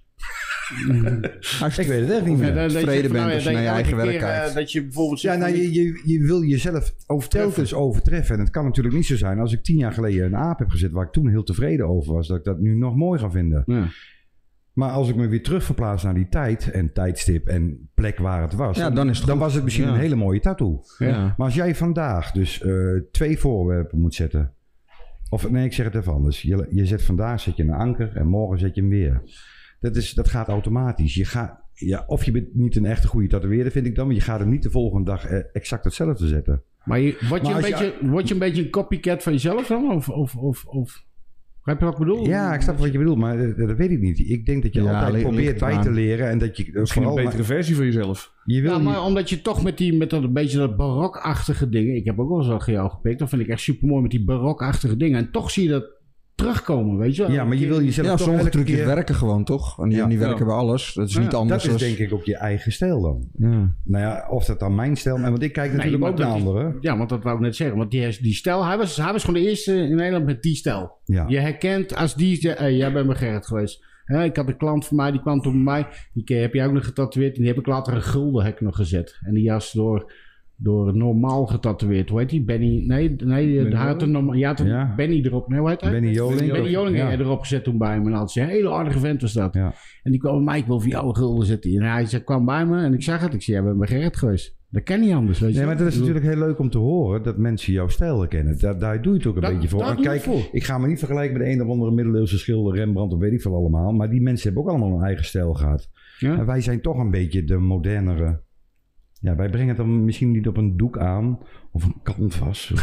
Ik weet het echt niet meer. Tevreden bent als je naar je eigen werk kijkt. Dat je bijvoorbeeld je wil jezelf telkens overtreffen. En het kan natuurlijk niet zo zijn als ik 10 jaar geleden een aap heb gezet waar ik toen heel tevreden over was, dat ik dat nu nog mooi ga vinden. Ja. Maar als ik me weer terug verplaats naar die tijd en tijdstip en plek waar het was, dan was het misschien een hele mooie tattoo. Ja. Maar als jij vandaag dus 2 voorwerpen moet zetten. Of nee, ik zeg het even anders. Je zet vandaag zet je een anker en morgen zet je hem weer. Dat gaat automatisch. Of je bent niet een echte goede tatoeëerder, vind ik dan. Maar je gaat hem niet de volgende dag exact hetzelfde zetten. Maar word je een beetje een copycat van jezelf dan? Of begrijp je wat ik bedoel? Ja, ik snap wat je bedoelt, maar dat weet ik niet. Ik denk dat je altijd probeert bij te leren. En dat je misschien een betere versie van jezelf. Maar omdat je toch met dat een beetje dat barokachtige dingen... Ik heb ook wel eens wat jou gepikt. Dat vind ik echt super mooi met die barokachtige dingen. En toch zie je dat terugkomen, weet je? Ja, maar je wil jezelf toch sommige trucjes werken gewoon, toch? En die werken bij alles. Dat is niet anders. Dat is denk ik ook je eigen stijl dan. Ja. Nou ja, of dat dan mijn stijl... Want ik kijk natuurlijk ook naar anderen. Ja, want dat wou ik net zeggen. Want die stijl... Hij was gewoon de eerste in Nederland met die stijl. Ja. Je herkent als die... jij bent bij Gerrit geweest. Ik had een klant van mij, die kwam toen bij mij. Die heb jij ook nog getatoeëerd. En die heb ik later een gulden hek nog gezet. En die jas door normaal getatoeëerd. Hoe heet die? Benny? Nee, hij had een Benny erop. Nee, hoe heet hij? Benny Joling. Benny Joling erop gezet toen bij me. En had een hele aardige vent was dat. Ja. En die kwam bij mij, ik wil voor jou een gulden zetten. En hij kwam bij me en ik zag het. Ik zei, jij bent bij Gerrit geweest. Dat kan niet anders, weet je. Nee, maar dat is natuurlijk heel leuk om te horen dat mensen jouw stijl herkennen. Daar doe je het ook een beetje voor. En kijk, ik ga me niet vergelijken met een of andere middeleeuwse schilder, Rembrandt of weet ik veel allemaal. Maar die mensen hebben ook allemaal een eigen stijl gehad. Ja. En wij zijn toch een beetje de modernere... Ja, wij brengen het dan misschien niet op een doek aan. Of een canvas.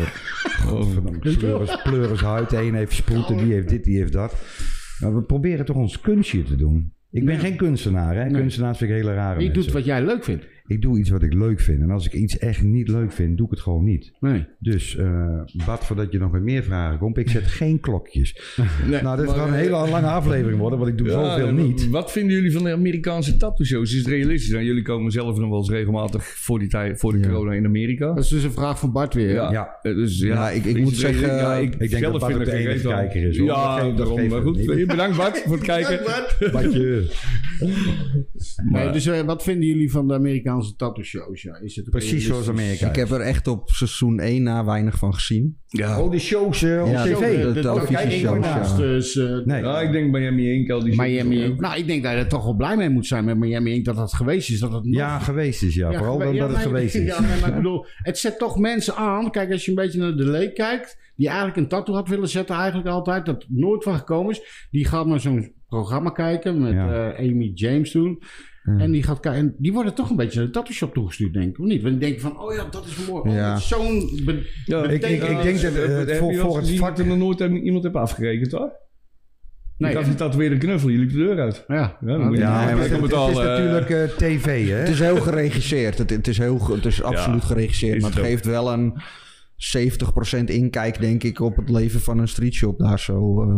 Pleuris huid. De een heeft sproet en die heeft dit, die heeft dat. Maar we proberen toch ons kunstje te doen. Ik ben geen kunstenaar. Hè? Kunstenaars vind ik hele rare mensen. Je doet wat jij leuk vindt. Ik doe iets wat ik leuk vind. En als ik iets echt niet leuk vind, doe ik het gewoon niet. Nee. Dus wat voordat je nog met meer vragen komt. Ik zet geen klokjes. Nee, Nou, dit gaat een hele lange aflevering worden, want ik doe zoveel niet. Wat vinden jullie van de Amerikaanse tattoo-shows? Is het realistisch? Nou, jullie komen zelf nog wel eens regelmatig voor de corona in Amerika. Dat is dus een vraag van Bart weer. Ja. Dus, ik moet zeggen... ik denk dat Bart ook de enige kijker is. Hoor. Ja, daarom. Maar goed, bedankt Bart voor het kijken. Bartje. Nee, dus wat vinden jullie van de Amerikaanse tattoo-shows? Ja, is het Precies zoals Amerika. Ik heb er echt op seizoen 1 na weinig van gezien. Ja. Oh, die shows op tv. De televisieshows. Dus, nee. Ja, ik denk Miami Ink al die Miami Ink. Nou, ik denk dat je er toch wel blij mee moet zijn met Miami Ink dat het geweest is. Dat het geweest is, ja. Vooral omdat het geweest is. Ja, maar ik bedoel, het zet toch mensen aan. Kijk, als je een beetje naar de leek kijkt, die eigenlijk een tattoo had willen zetten eigenlijk altijd, dat nooit van gekomen is. Die gaat naar zo'n programma kijken met Amy James toen. En die gaat kijken. En die worden toch een beetje naar de tattoo shop toegestuurd, denk ik. Of niet? Want die denken van, oh ja, dat is mooi. Ja. Zo'n... ik denk dat voor het vak er nog nooit iemand heeft afgerekend, hoor. Nee, ik had die tatoeëerde knuffel, je liep de deur uit. Ja, het is natuurlijk tv, hè? Het is heel geregisseerd. Het is absoluut geregisseerd. Maar het geeft wel een 70% inkijk, denk ik, op het leven van een streetshop daar zo.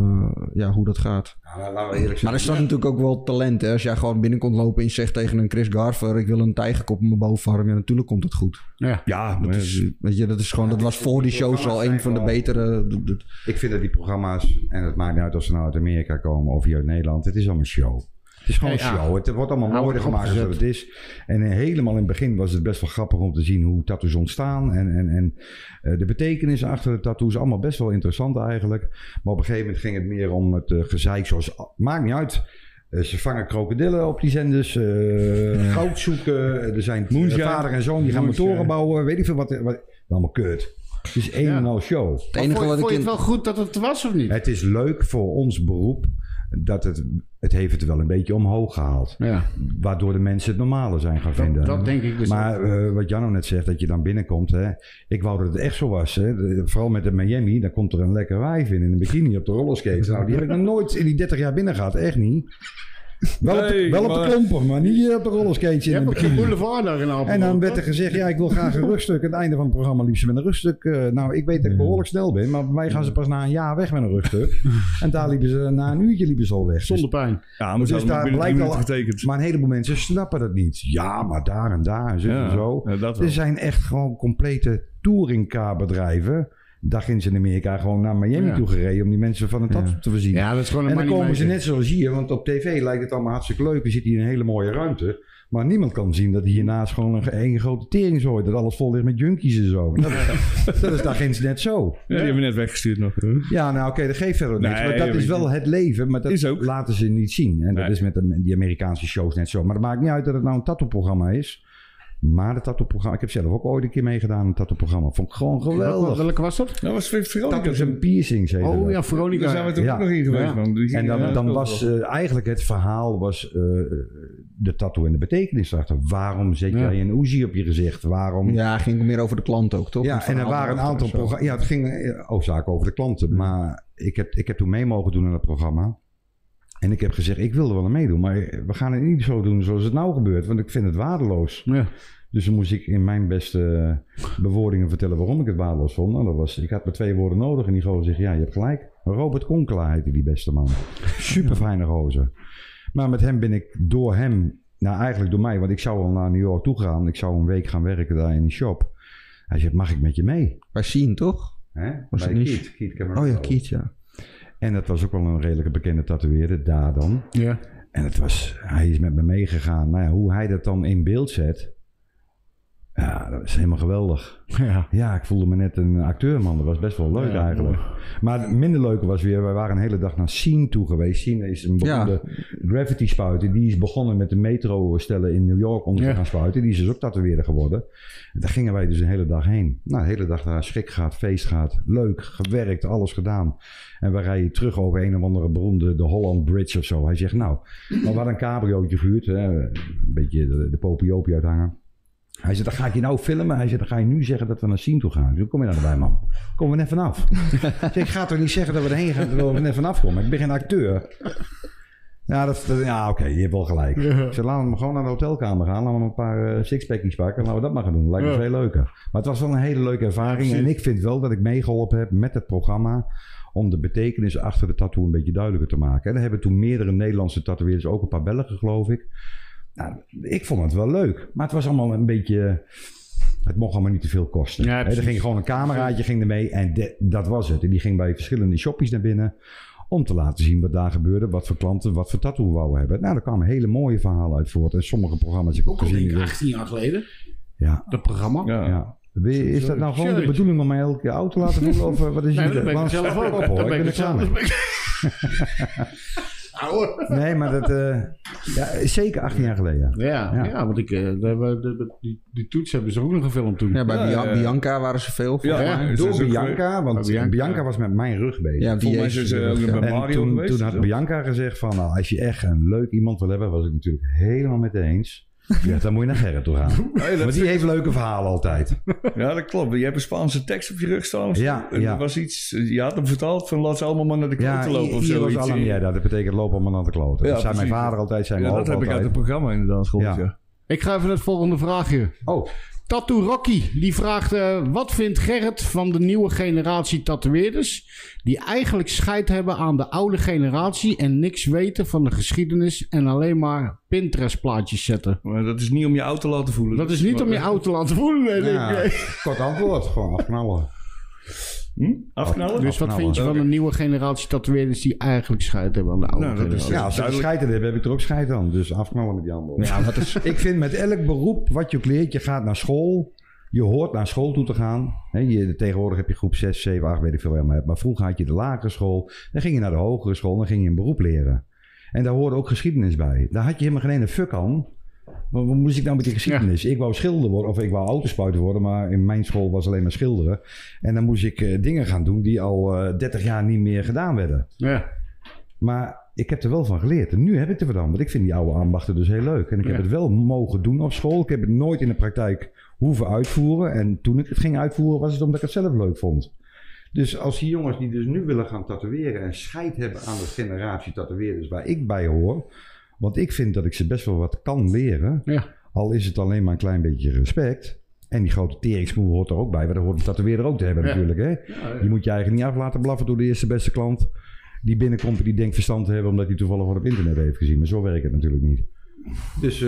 Hoe dat gaat. Ja, laten we eerlijk zijn. Maar er staat natuurlijk ook wel talent, hè. Als jij gewoon binnenkomt lopen en je zegt tegen een Chris Garver, ik wil een tijgerkop op mijn bovenarm. Ja, natuurlijk komt het goed. Ja, dat is gewoon, dat was voor die shows al een van de betere. Ik vind dat die programma's, en het maakt niet uit of ze nou uit Amerika komen of hier uit Nederland, het is allemaal show. Het is gewoon een show. Het wordt allemaal mooier gemaakt dan het is. En helemaal in het begin was het best wel grappig om te zien hoe tattoos ontstaan. En de betekenis achter de tattoos. Allemaal best wel interessant eigenlijk. Maar op een gegeven moment ging het meer om het gezeik. Maakt niet uit. Ze vangen krokodillen op die zenders. Goud zoeken. Er zijn vader en zoon die gaan motoren bouwen. Weet ik veel wat. Allemaal kut. Het is een en al show. Vond je het wel goed dat het was of niet? Het is leuk voor ons beroep. Dat het heeft het wel een beetje omhoog gehaald. Ja. Waardoor de mensen het normale zijn gaan vinden. Dat denk ik dus. Maar wat Janno net zegt, dat je dan binnenkomt. Hè, ik wou dat het echt zo was. Hè. Vooral met de Miami, dan komt er een lekker wijf in een bikini op de rollerskates. Nou, die heb ik nog nooit in die 30 jaar binnen gehad. Echt niet. Wel op de klompen, maar niet op de rollerskates in een bikini. En dan werd er gezegd, ik wil graag een rugstuk. Aan het einde van het programma liep ze met een rugstuk. Nou, ik weet dat ik behoorlijk snel ben, maar bij mij gaan ze pas na een jaar weg met een rugstuk. En daar liepen ze, na een uurtje al weg. Zonder pijn. Ja, maar dus daar blijkt al getekend. Maar een heleboel mensen snappen dat niet. Ja, maar daar en daar en zo. Ja, er zijn echt gewoon complete touringcar-bedrijven. Daar gingen ze in Amerika gewoon naar Miami toe gereden om die mensen van een tattoo te voorzien. Ja, dat is gewoon en dan komen ze net zoals hier, want op tv lijkt het allemaal hartstikke leuk. Je zit hier in een hele mooie ruimte. Maar niemand kan zien dat hiernaast gewoon een grote teringzooi, dat alles vol ligt met junkies en zo. Dat is daar ginds net zo. Ja, die hebben we net weggestuurd nog. Ja, nou oké, dat geeft verder niks. Maar dat is wel het leven, maar dat laten ze niet zien. En dat is met die Amerikaanse shows net zo. Maar dat maakt niet uit dat het nou een tattoo-programma is. Maar het tattoo-programma, ik heb zelf ook ooit een keer meegedaan in het tattoo-programma. Vond ik gewoon geweldig. Welke was dat? Dat was Veronica. Tattoos en piercings. Ja, Veronica. Daar zijn we toch ook nog in geweest, man. En dan was eigenlijk het verhaal de tattoo en de betekenis erachter. Waarom zet jij een Uzi op je gezicht? Waarom? Ja, het ging meer over de klant ook, toch? Ja, en er waren een aantal programma's. Ja, het ging hoofdzakelijk over de klanten. Maar ik heb toen mee mogen doen aan het programma. En ik heb gezegd, ik wilde wel aan meedoen. Maar we gaan het niet zo doen zoals het nou gebeurt. Want ik vind het waardeloos. Ja. Dus dan moest ik in mijn beste bewoordingen vertellen waarom ik het waardeloos vond. Nou, ik had maar 2 woorden nodig. En die gozer zegt, ja, je hebt gelijk. Robert Konkelaar heette die beste man. Super fijne gozer. Maar met hem ben ik door hem, nou eigenlijk door mij. Want ik zou al naar New York toe gaan. Ik zou een week gaan werken daar in die shop. Hij zegt, mag ik met je mee? Bij Sien, toch? Was bij Keith Cameron. Oh ja, Keith, ja. En dat was ook wel een redelijke bekende tatoeëerder, daar dan. Ja. En hij is met me meegegaan. Nou ja, hoe hij dat dan in beeld zet. Ja, dat is helemaal geweldig. Ja, ik voelde me net een acteur, man. Dat was best wel leuk eigenlijk. Mooi. Maar het minder leuke was weer, wij waren een hele dag naar Scene toe geweest. Scene is een beroemde gravity spuiter. Die is begonnen met de metrostellen in New York om te gaan spuiten. Die is dus ook tatoeëerder geworden. En daar gingen wij dus een hele dag heen. Nou, de hele dag daar schrik gaat, feest gaat. Leuk, gewerkt, alles gedaan. En we rijden terug over een of andere beroemde, de Holland Bridge of zo. Hij zegt, nou, we hadden een cabriootje gehuurd. Een beetje de popiopie uithangen. Hij zegt, dan ga ik je nou filmen. Hij zegt, dan ga je nu zeggen dat we naar Scene toe gaan. Ik zeg, kom je nou erbij, man? Kom we net vanaf. Ik zeg, ik ga toch niet zeggen dat we erheen gaan, dat we net vanaf komen. Ik ben geen acteur. Ja, oké, je hebt wel gelijk. Ik zei, laten we gewoon naar de hotelkamer gaan. Laten we een paar sixpackies pakken. Laten we dat maar gaan doen. Dat lijkt me veel leuker. Maar het was wel een hele leuke ervaring. En ik vind wel dat ik meegeholpen heb met het programma om de betekenis achter de tattoo een beetje duidelijker te maken. En daar hebben toen meerdere Nederlandse tatoeëerders, ook een paar Belgen geloof ik. Nou, ik vond het wel leuk. Maar het was allemaal een beetje... Het mocht allemaal niet te veel kosten. Ja, er ging gewoon een cameraatje ermee en dat was het. En die ging bij verschillende shoppies naar binnen om te laten zien wat daar gebeurde, wat voor klanten, wat voor tattoo wouden hebben. Nou, daar kwamen hele mooie verhalen uit voort. En sommige programma's... Ook al denk ik 18 jaar geleden. Ja. Dat programma. Ja. Is dat nou gewoon de bedoeling om mij elke keer oud te laten voelen? Of wat is dat ben ik zelf ook. Ik ben er klaar mee. Nee, maar dat is zeker 18 jaar geleden. Ja, want die toets hebben ze ook nog gefilmd toen. Ja, bij Bianca waren ze veel. Door Bianca, want Bianca was met mijn rug bezig. Ja, toen had Bianca gezegd van, nou, als je echt een leuk iemand wil hebben, was ik natuurlijk helemaal met haar eens. Ja, dan moet je naar Gerrit toe gaan. Maar die heeft leuke verhalen altijd. Ja, dat klopt. Je hebt een Spaanse tekst op je rug staan. Ja. Er was iets, je had hem vertaald van laat ze allemaal maar naar de kloten lopen of zoiets. Dat betekent lopen allemaal naar de kloten. Dat zei mijn vader altijd. Dat heb ik uit het programma inderdaad gehoord, ja. Ik ga even naar het volgende vraagje. Tattoo Rocky, die vraagt... wat vindt Gerrit van de nieuwe generatie tatoeëerders... die eigenlijk scheid hebben aan de oude generatie... en niks weten van de geschiedenis... en alleen maar Pinterest-plaatjes zetten? Maar dat is niet om je oud te laten voelen. Dat is niet om je oud te laten voelen, nee. Kort antwoord, gewoon afknallen. Afknallen? Dus wat vind je van de nieuwe generatie tatoeëerders... die eigenlijk scheid hebben aan de oude generatie? Ja, als ze scheid hebben, heb ik er ook scheid aan. Dus afknallen met die antwoord. Ja, ik vind met elk beroep wat je ook leert... je gaat naar school... Je hoort naar school toe te gaan. Tegenwoordig heb je groep 6, 7, 8, weet ik veel waar je maar hebt. Maar vroeger had je de lagere school. Dan ging je naar de hogere school. Dan ging je een beroep leren. En daar hoorde ook geschiedenis bij. Daar had je helemaal geen ene fuck aan. Wat moest ik nou met die geschiedenis? Ja. Ik wou schilder worden. Of ik wou autospuiter worden. Maar in mijn school was alleen maar schilderen. En dan moest ik dingen gaan doen die al 30 jaar niet meer gedaan werden. Ja. Maar ik heb er wel van geleerd. En nu heb ik er wat aan. Want ik vind die oude ambachten dus heel leuk. En ik heb het wel mogen doen op school. Ik heb het nooit in de praktijk hoeven uitvoeren. En toen ik het ging uitvoeren, was het omdat ik het zelf leuk vond. Dus als die jongens die dus nu willen gaan tatoeëren en scheid hebben aan de generatie tatoeëerders waar ik bij hoor. Want ik vind dat ik ze best wel wat kan leren. Ja. Al is het alleen maar een klein beetje respect. En die grote teringsmoer hoort er ook bij. Maar daar hoort een tatoeëerder ook te hebben natuurlijk. Hè? Ja. Je moet je eigenlijk niet af laten blaffen door de eerste beste klant. Die binnenkomt en die denkt verstand te hebben omdat hij toevallig wat op internet heeft gezien. Maar zo werkt het natuurlijk niet. Dus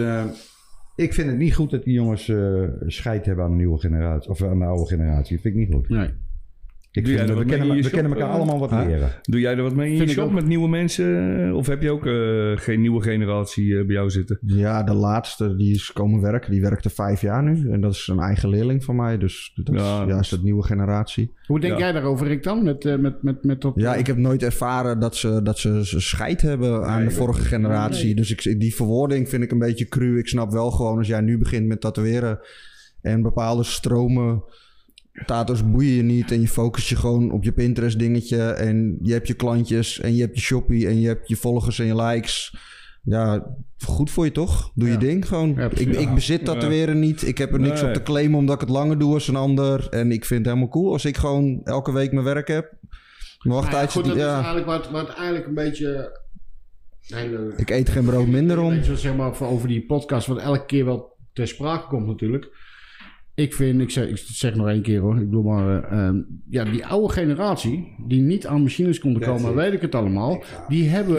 ik vind het niet goed dat die jongens scheid hebben aan de nieuwe generatie. Of aan de oude generatie. Dat vind ik niet goed. Nee. We kennen elkaar allemaal wat leren. Doe jij er wat mee in je shop met nieuwe mensen? Of heb je ook geen nieuwe generatie bij jou zitten? Ja, de laatste die is komen werken. Die werkte 5 jaar nu. En dat is een eigen leerling van mij. Dus dat is de nieuwe generatie. Hoe denk jij daarover, Rick, dan? Met dat, ja, ik heb nooit ervaren dat ze scheid hebben aan de vorige generatie. Nee. Dus die verwoording vind ik een beetje cru. Ik snap wel gewoon als jij nu begint met tatoeëren en bepaalde stromen... Tato's boeien je niet en je focust je gewoon op je Pinterest dingetje en je hebt je klantjes en je hebt je shoppie en je hebt je volgers en je likes. Ja, goed voor je toch? Doe je ding gewoon. Ja, ik bezit tatoeëren niet. Ik heb er niks op te claimen omdat ik het langer doe als een ander. En ik vind het helemaal cool als ik gewoon elke week mijn werk heb. Goed, dat is eigenlijk wat eigenlijk een beetje... Ik eet geen brood minder om. Zeg maar over die podcast wat elke keer wel ter sprake komt natuurlijk. Ik zeg nog 1 keer hoor. Ik bedoel maar, die oude generatie die niet aan machines konden komen, weet ik het allemaal. Die hebben,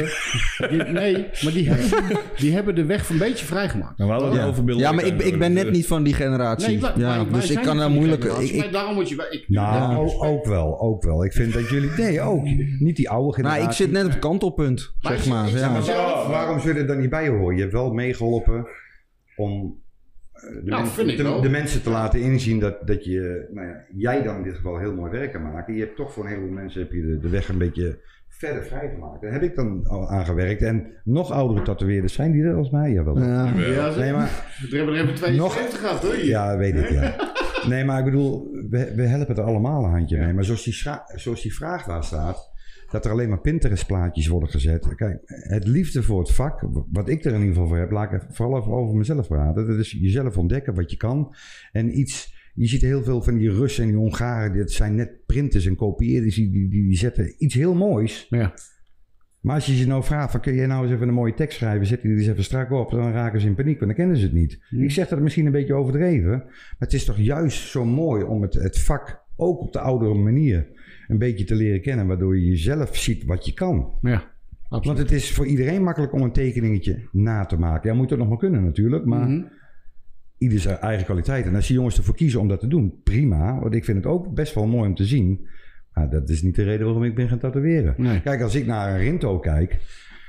die hebben de weg een beetje vrijgemaakt. Nou, maar ik ben net niet van die generatie. Nee, dus ik kan daar moeilijk. Daarom moet je. Ook wel. Ik vind dat jullie. Nee, ook niet die oude generatie. Nou, ik zit net op het kantelpunt, zeg maar. Waarom zou je er dan niet bij horen? Je hebt wel meegeholpen om. De mensen te laten inzien dat jij dan in dit geval heel mooi werk kan maken. Je hebt toch voor een heleboel mensen de weg een beetje verder vrijgemaakt. Daar heb ik dan al aan gewerkt. En nog oudere tatoeëerders zijn die er als mij? Jawel. Ja, nee, maar we hebben er even 72 gehad hoor. Ja, weet ik ja. Nee, maar ik bedoel, we helpen er allemaal een handje mee. Maar zoals die vraag daar staat, dat er alleen maar Pinterest-plaatjes worden gezet. Kijk, het liefde voor het vak, wat ik er in ieder geval voor heb, laat ik vooral even over mezelf praten. Dat is jezelf ontdekken wat je kan. En je ziet heel veel van die Russen en die Hongaren, dat zijn net printers en kopieerders, die zetten iets heel moois. Ja. Maar als je nou vraagt, van, kun je nou eens even een mooie tekst schrijven, zet die eens even strak op, dan raken ze in paniek, want dan kennen ze het niet. Ik zeg dat misschien een beetje overdreven, maar het is toch juist zo mooi om het vak ook op de oudere manier een beetje te leren kennen, waardoor je jezelf ziet wat je kan. Ja, absoluut. Want het is voor iedereen makkelijk om een tekeningetje na te maken. Ja, moet het nog maar kunnen natuurlijk, maar ieder zijn eigen kwaliteit. En als je jongens ervoor kiezen om dat te doen, prima. Want ik vind het ook best wel mooi om te zien. Maar dat is niet de reden waarom ik ben gaan tatoeëren. Nee. Kijk, als ik naar Rinto kijk,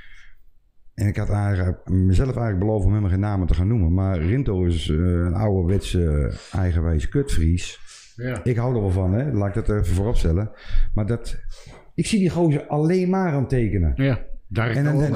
en ik had mezelf eigenlijk beloofd om helemaal geen namen te gaan noemen, maar Rinto is een ouderwetse eigenwijze kutvries. Ja. Ik hou er wel van, hè? Laat ik dat even voorop stellen. Maar ik zie die gozer alleen maar aan tekenen. Ja, daar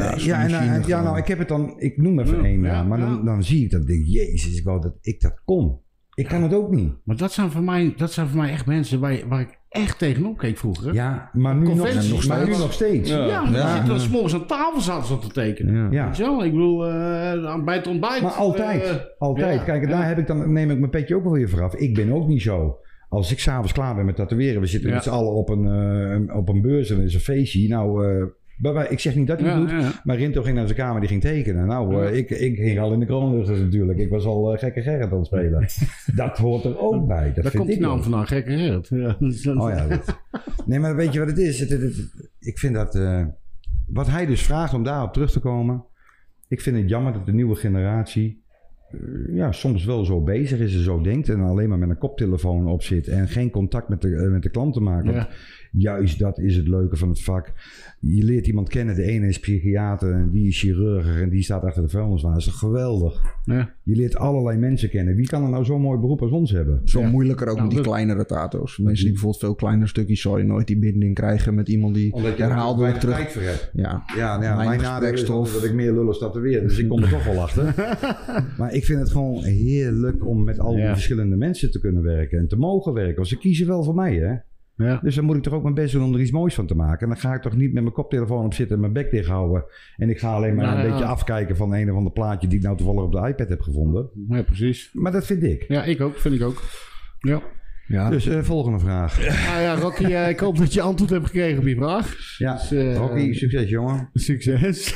ik heb het dan, ik noem even één naam, maar dan zie ik dat, denk ik, jezus, ik wou dat ik dat kon. Ik kan het ook niet. Maar dat zijn voor mij echt mensen waar ik echt tegenop keek vroeger. Ja, maar nu nog steeds. Ja, je zit dan 's morgens aan tafel zaten te tekenen. Ja. Weet je wel? Ik bedoel, bij het ontbijt. Maar altijd. Ja, kijk, daar neem ik mijn petje ook wel weer vooraf. Ik ben ook niet zo. Als ik s'avonds klaar ben met tatoeëren, we zitten met z'n allen op een beurs en er is een feestje. Nou, ik zeg niet dat hij het doet, maar Rinto ging naar zijn kamer, die ging tekenen. Nou, ik ging al in de kroonluchters natuurlijk. Ik was al Gekke Gerrit aan het spelen. Dat hoort er ook bij. Dat komt die naam vandaan, Gekke Gerrit. Ja. Nee, maar weet je wat het is? Ik vind dat, wat hij dus vraagt om daarop terug te komen, ik vind het jammer dat de nieuwe generatie soms wel zo bezig is en zo denkt en alleen maar met een koptelefoon op zit en geen contact met de klant te maken. Ja. Juist dat is het leuke van het vak. Je leert iemand kennen. De ene is psychiater en die is chirurg en die staat achter de vuilniswagen. Dat is toch geweldig. Ja. Je leert allerlei mensen kennen. Wie kan er nou zo'n mooi beroep als ons hebben? Zo moeilijker ook met die kleinere tato's. Mensen die bijvoorbeeld veel kleinere stukjes zal je nooit die binding krijgen met iemand die herhaaldelijk terug. Tijd voor hebt. Mijn nadeel is dat ik meer lullen tatoeëer. Dus ik kom er toch wel achter. Maar ik vind het gewoon heerlijk om met al die verschillende mensen te kunnen werken en te mogen werken. Want ze kiezen wel voor mij, hè. Ja. Dus dan moet ik toch ook mijn best doen om er iets moois van te maken. En dan ga ik toch niet met mijn koptelefoon op zitten en mijn bek dicht houden. En ik ga alleen maar een beetje afkijken van een of ander plaatje die ik nou toevallig op de iPad heb gevonden. Ja, precies. Maar dat vind ik. Ja, vind ik ook. Ja. Dus volgende vraag. Rocky, ik hoop dat je antwoord hebt gekregen op je vraag. Ja, dus, Rocky, succes jongen. Succes.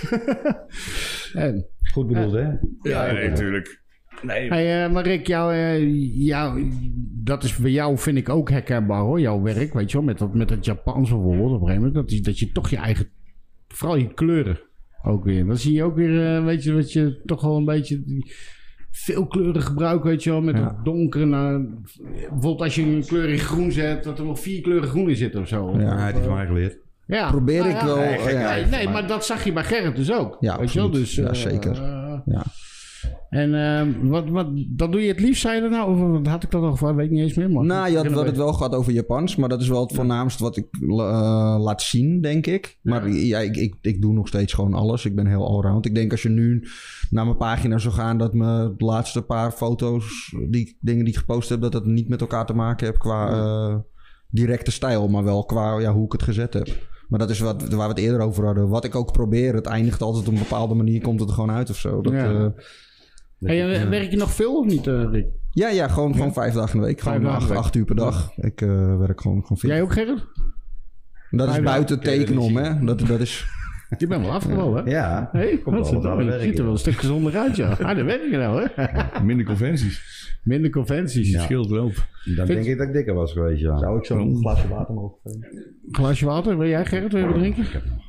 Goed bedoeld, hè? Ja, natuurlijk. Nee. Hey, maar Rick, dat is voor jou, vind ik ook herkenbaar hoor, jouw werk, weet je wel, met het Japans bijvoorbeeld, op een gegeven moment, dat je toch je eigen, vooral je kleuren ook weer, dan zie je ook weer, weet je, dat je toch wel een beetje veel kleuren gebruikt, weet je wel, met het donkere, bijvoorbeeld als je een kleur in groen zet, dat er wel 4 kleuren groen in zitten of zo. Ja, het is van mij geleerd. Ja. Probeer ik wel. Nee, maar dat zag je bij Gerrit dus ook. Ja, weet je wel, dus, zeker. En dat doe je het liefst, zei je er nou? Of had ik dat al weet ik niet eens meer. Maar nou, je had het wel gehad over Japans, maar dat is wel het voornaamste wat ik laat zien, denk ik. Maar ik doe nog steeds gewoon alles. Ik ben heel allround. Ik denk als je nu naar mijn pagina zou gaan, dat mijn laatste paar foto's, dingen die ik gepost heb, dat het niet met elkaar te maken heeft qua directe stijl, maar wel qua hoe ik het gezet heb. Maar dat is waar we het eerder over hadden. Wat ik ook probeer, het eindigt altijd op een bepaalde manier, komt het er gewoon uit of zo. Werk je nog veel of niet, Rick? Ja, gewoon 5 dagen in de week. Gewoon 8 uur per dag. Ik werk gewoon veel. Jij ook, Gerrit? Dat is buiten tekenen om, hè? Dat is... Je bent wel afgevallen, hè? Ja. Hey, je ziet er wel een stuk gezonder uit, ja. Daar werk je nou, hè? Minder conventies. Ja. Scheelt wel. Dan denk ik dat ik dikker was geweest, ja. Zou ik zo'n glaasje water mogen geven? Een glaasje water? Wil jij, Gerrit, wil je wat drinken? Ik heb nog.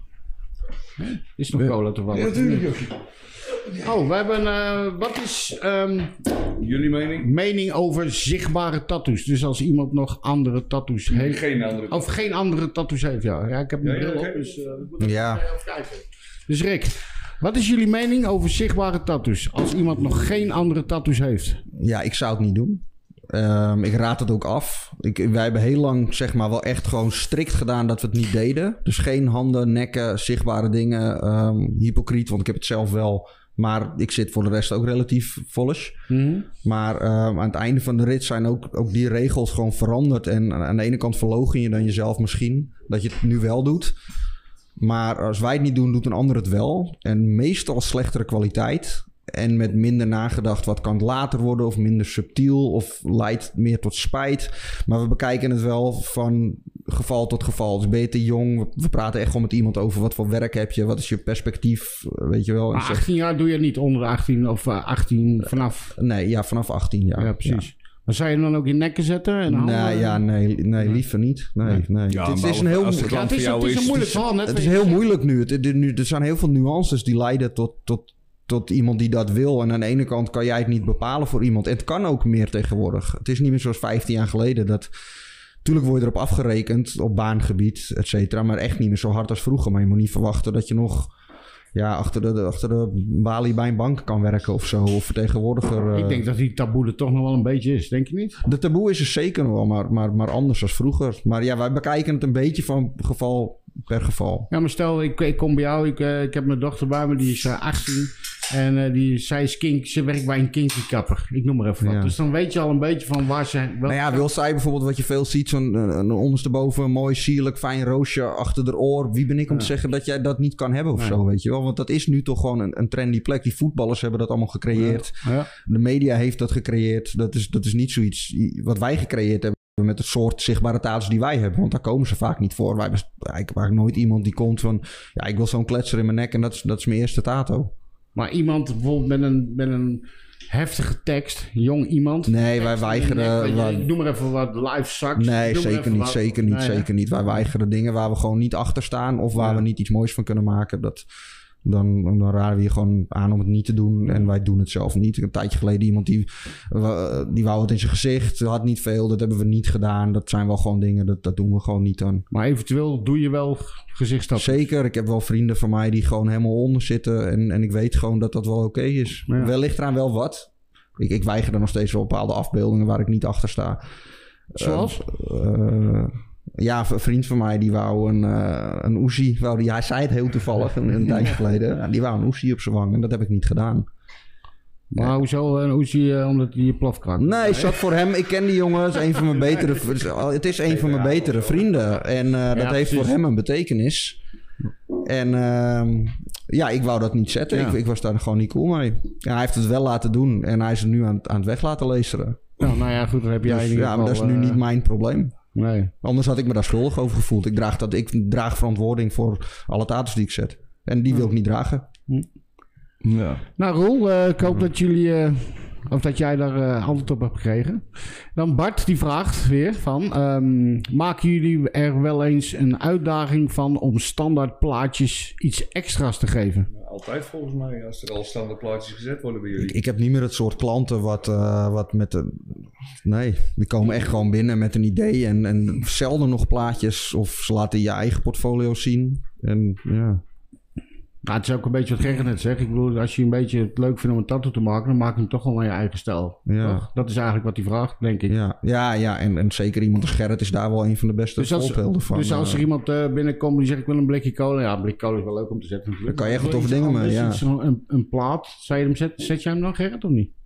Is nog cola toevallig? Ja, natuurlijk, Josje. Oh, we hebben... wat is... jullie mening? Mening over zichtbare tattoos. Dus als iemand nog andere tattoos heeft... Geen andere tattoos heeft, ja. Ik heb mijn bril op, dus... even kijken. Dus Rick, wat is jullie mening over zichtbare tattoos? Als iemand nog geen andere tattoos heeft? Ja, ik zou het niet doen. Ik raad het ook af. Wij hebben heel lang zeg maar wel echt gewoon strikt gedaan dat we het niet deden. Dus geen handen, nekken, zichtbare dingen. Hypocriet, want ik heb het zelf wel. Maar ik zit voor de rest ook relatief volles. Mm-hmm. Maar aan het einde van de rit zijn ook die regels gewoon veranderd. En aan de ene kant verloochen je dan jezelf misschien dat je het nu wel doet. Maar als wij het niet doen, doet een ander het wel. En meestal slechtere kwaliteit. En met minder nagedacht, wat kan het later worden? Of minder subtiel? Of leidt meer tot spijt? Maar we bekijken het wel van geval tot geval. Dus ben je te jong? We praten echt gewoon met iemand over wat voor werk heb je? Wat is je perspectief? Weet je wel? Maar 18 jaar doe je niet onder de 18 of 18 vanaf? Nee, ja, vanaf 18 jaar. Ja, precies. Ja. Maar zou je hem dan ook in nekken zetten? En nee, liever niet. Nee. Ja, het is een heel moeilijk verhaal. Het is heel moeilijk nu. Er zijn heel veel nuances die leiden tot iemand die dat wil. En aan de ene kant kan jij het niet bepalen voor iemand. En het kan ook meer tegenwoordig. Het is niet meer zoals 15 jaar geleden. Tuurlijk word je erop afgerekend op baangebied, et cetera. Maar echt niet meer zo hard als vroeger. Maar je moet niet verwachten dat je nog achter de balie bij een bank kan werken of zo. Of vertegenwoordiger. Ik denk dat die taboe er toch nog wel een beetje is, denk je niet? De taboe is er zeker nog wel, maar anders dan vroeger. Maar ja, wij bekijken het een beetje van geval per geval. Ja, maar stel, ik kom bij jou. Ik heb mijn dochter bij me, die is 18. En zij is ze werkt bij een kinky-kapper. Ik noem maar even wat. Ja. Dus dan weet je al een beetje van waar ze... Nou ja, wil zij bijvoorbeeld wat je veel ziet... zo'n ondersteboven een mooi, sierlijk, fijn roosje achter de oor. Wie ben ik om te zeggen dat jij dat niet kan hebben of zo, weet je wel? Want dat is nu toch gewoon een trendy plek. Die voetballers hebben dat allemaal gecreëerd. Ja. De media heeft dat gecreëerd. Dat is niet zoiets wat wij gecreëerd hebben... met het soort zichtbare tato's die wij hebben. Want daar komen ze vaak niet voor. Wij hebben eigenlijk nooit iemand die komt van... ja, ik wil zo'n kletser in mijn nek en dat is mijn eerste tato. Maar iemand bijvoorbeeld met een heftige tekst, jong iemand. Nee, wij weigeren... Ik noem maar even wat live sucks. Nee, zeker niet. Wij weigeren dingen waar we gewoon niet achter staan... of waar we niet iets moois van kunnen maken. Dan raden we je gewoon aan om het niet te doen. En wij doen het zelf niet. Een tijdje geleden iemand die wou het in zijn gezicht. Had niet veel. Dat hebben we niet gedaan. Dat zijn wel gewoon dingen. Dat doen we gewoon niet aan. Maar eventueel doe je wel gezichtstappen? Zeker. Ik heb wel vrienden van mij die gewoon helemaal onder zitten. En ik weet gewoon dat wel oké is. Ja. Wel ligt eraan wel wat. Ik weiger er nog steeds wel bepaalde afbeeldingen waar ik niet achter sta. Zoals? Ja, een vriend van mij die wou een Uzi. Hij zei het heel toevallig een tijdje geleden. Ja, die wou een Uzi op zijn wang en dat heb ik niet gedaan. Maar hoezo een Uzi omdat hij je plafkraakt? Nee, zat voor hem. Ik ken die jongen. Het is een van mijn betere vrienden. En dat heeft voor hem een betekenis. En ik wou dat niet zetten. Ja. Ik was daar gewoon niet cool mee. Ja, hij heeft het wel laten doen en hij is het nu aan het weg laten laseren. Nou ja, goed, dan heb jij dus, maar dat is nu niet mijn probleem. Nee. Anders had ik me daar schuldig over gevoeld. Ik draag verantwoording voor alle tato's die ik zet. En die wil ik niet dragen. Ja. Nou Roel, ik hoop dat jullie... of dat jij daar antwoord op hebt gekregen. Dan Bart, die vraagt weer van... maken jullie er wel eens een uitdaging van... om standaard plaatjes iets extra's te geven? Altijd volgens mij, als er al standaard plaatjes gezet worden bij jullie. Ik heb niet meer het soort klanten wat met de... Nee, die komen echt gewoon binnen met een idee... en zelden nog plaatjes... of ze laten je eigen portfolio zien. En ja... Nou, het is ook een beetje wat Gerrit net zegt. Ik bedoel, als je een beetje het leuk vindt om een tattoo te maken... dan maak je hem toch wel naar je eigen stijl. Ja. Toch? Dat is eigenlijk wat hij vraagt, denk ik. Ja. En zeker iemand als Gerrit is daar wel een van de beste voorbeelden van. Dus als er iemand binnenkomt die zegt... ik wil een blikje cola. Ja, een blikje cola is wel leuk om te zetten natuurlijk. Daar kan je echt wat over dingen mee, ja. Een plaat. Zet jij hem dan, Gerrit, of niet?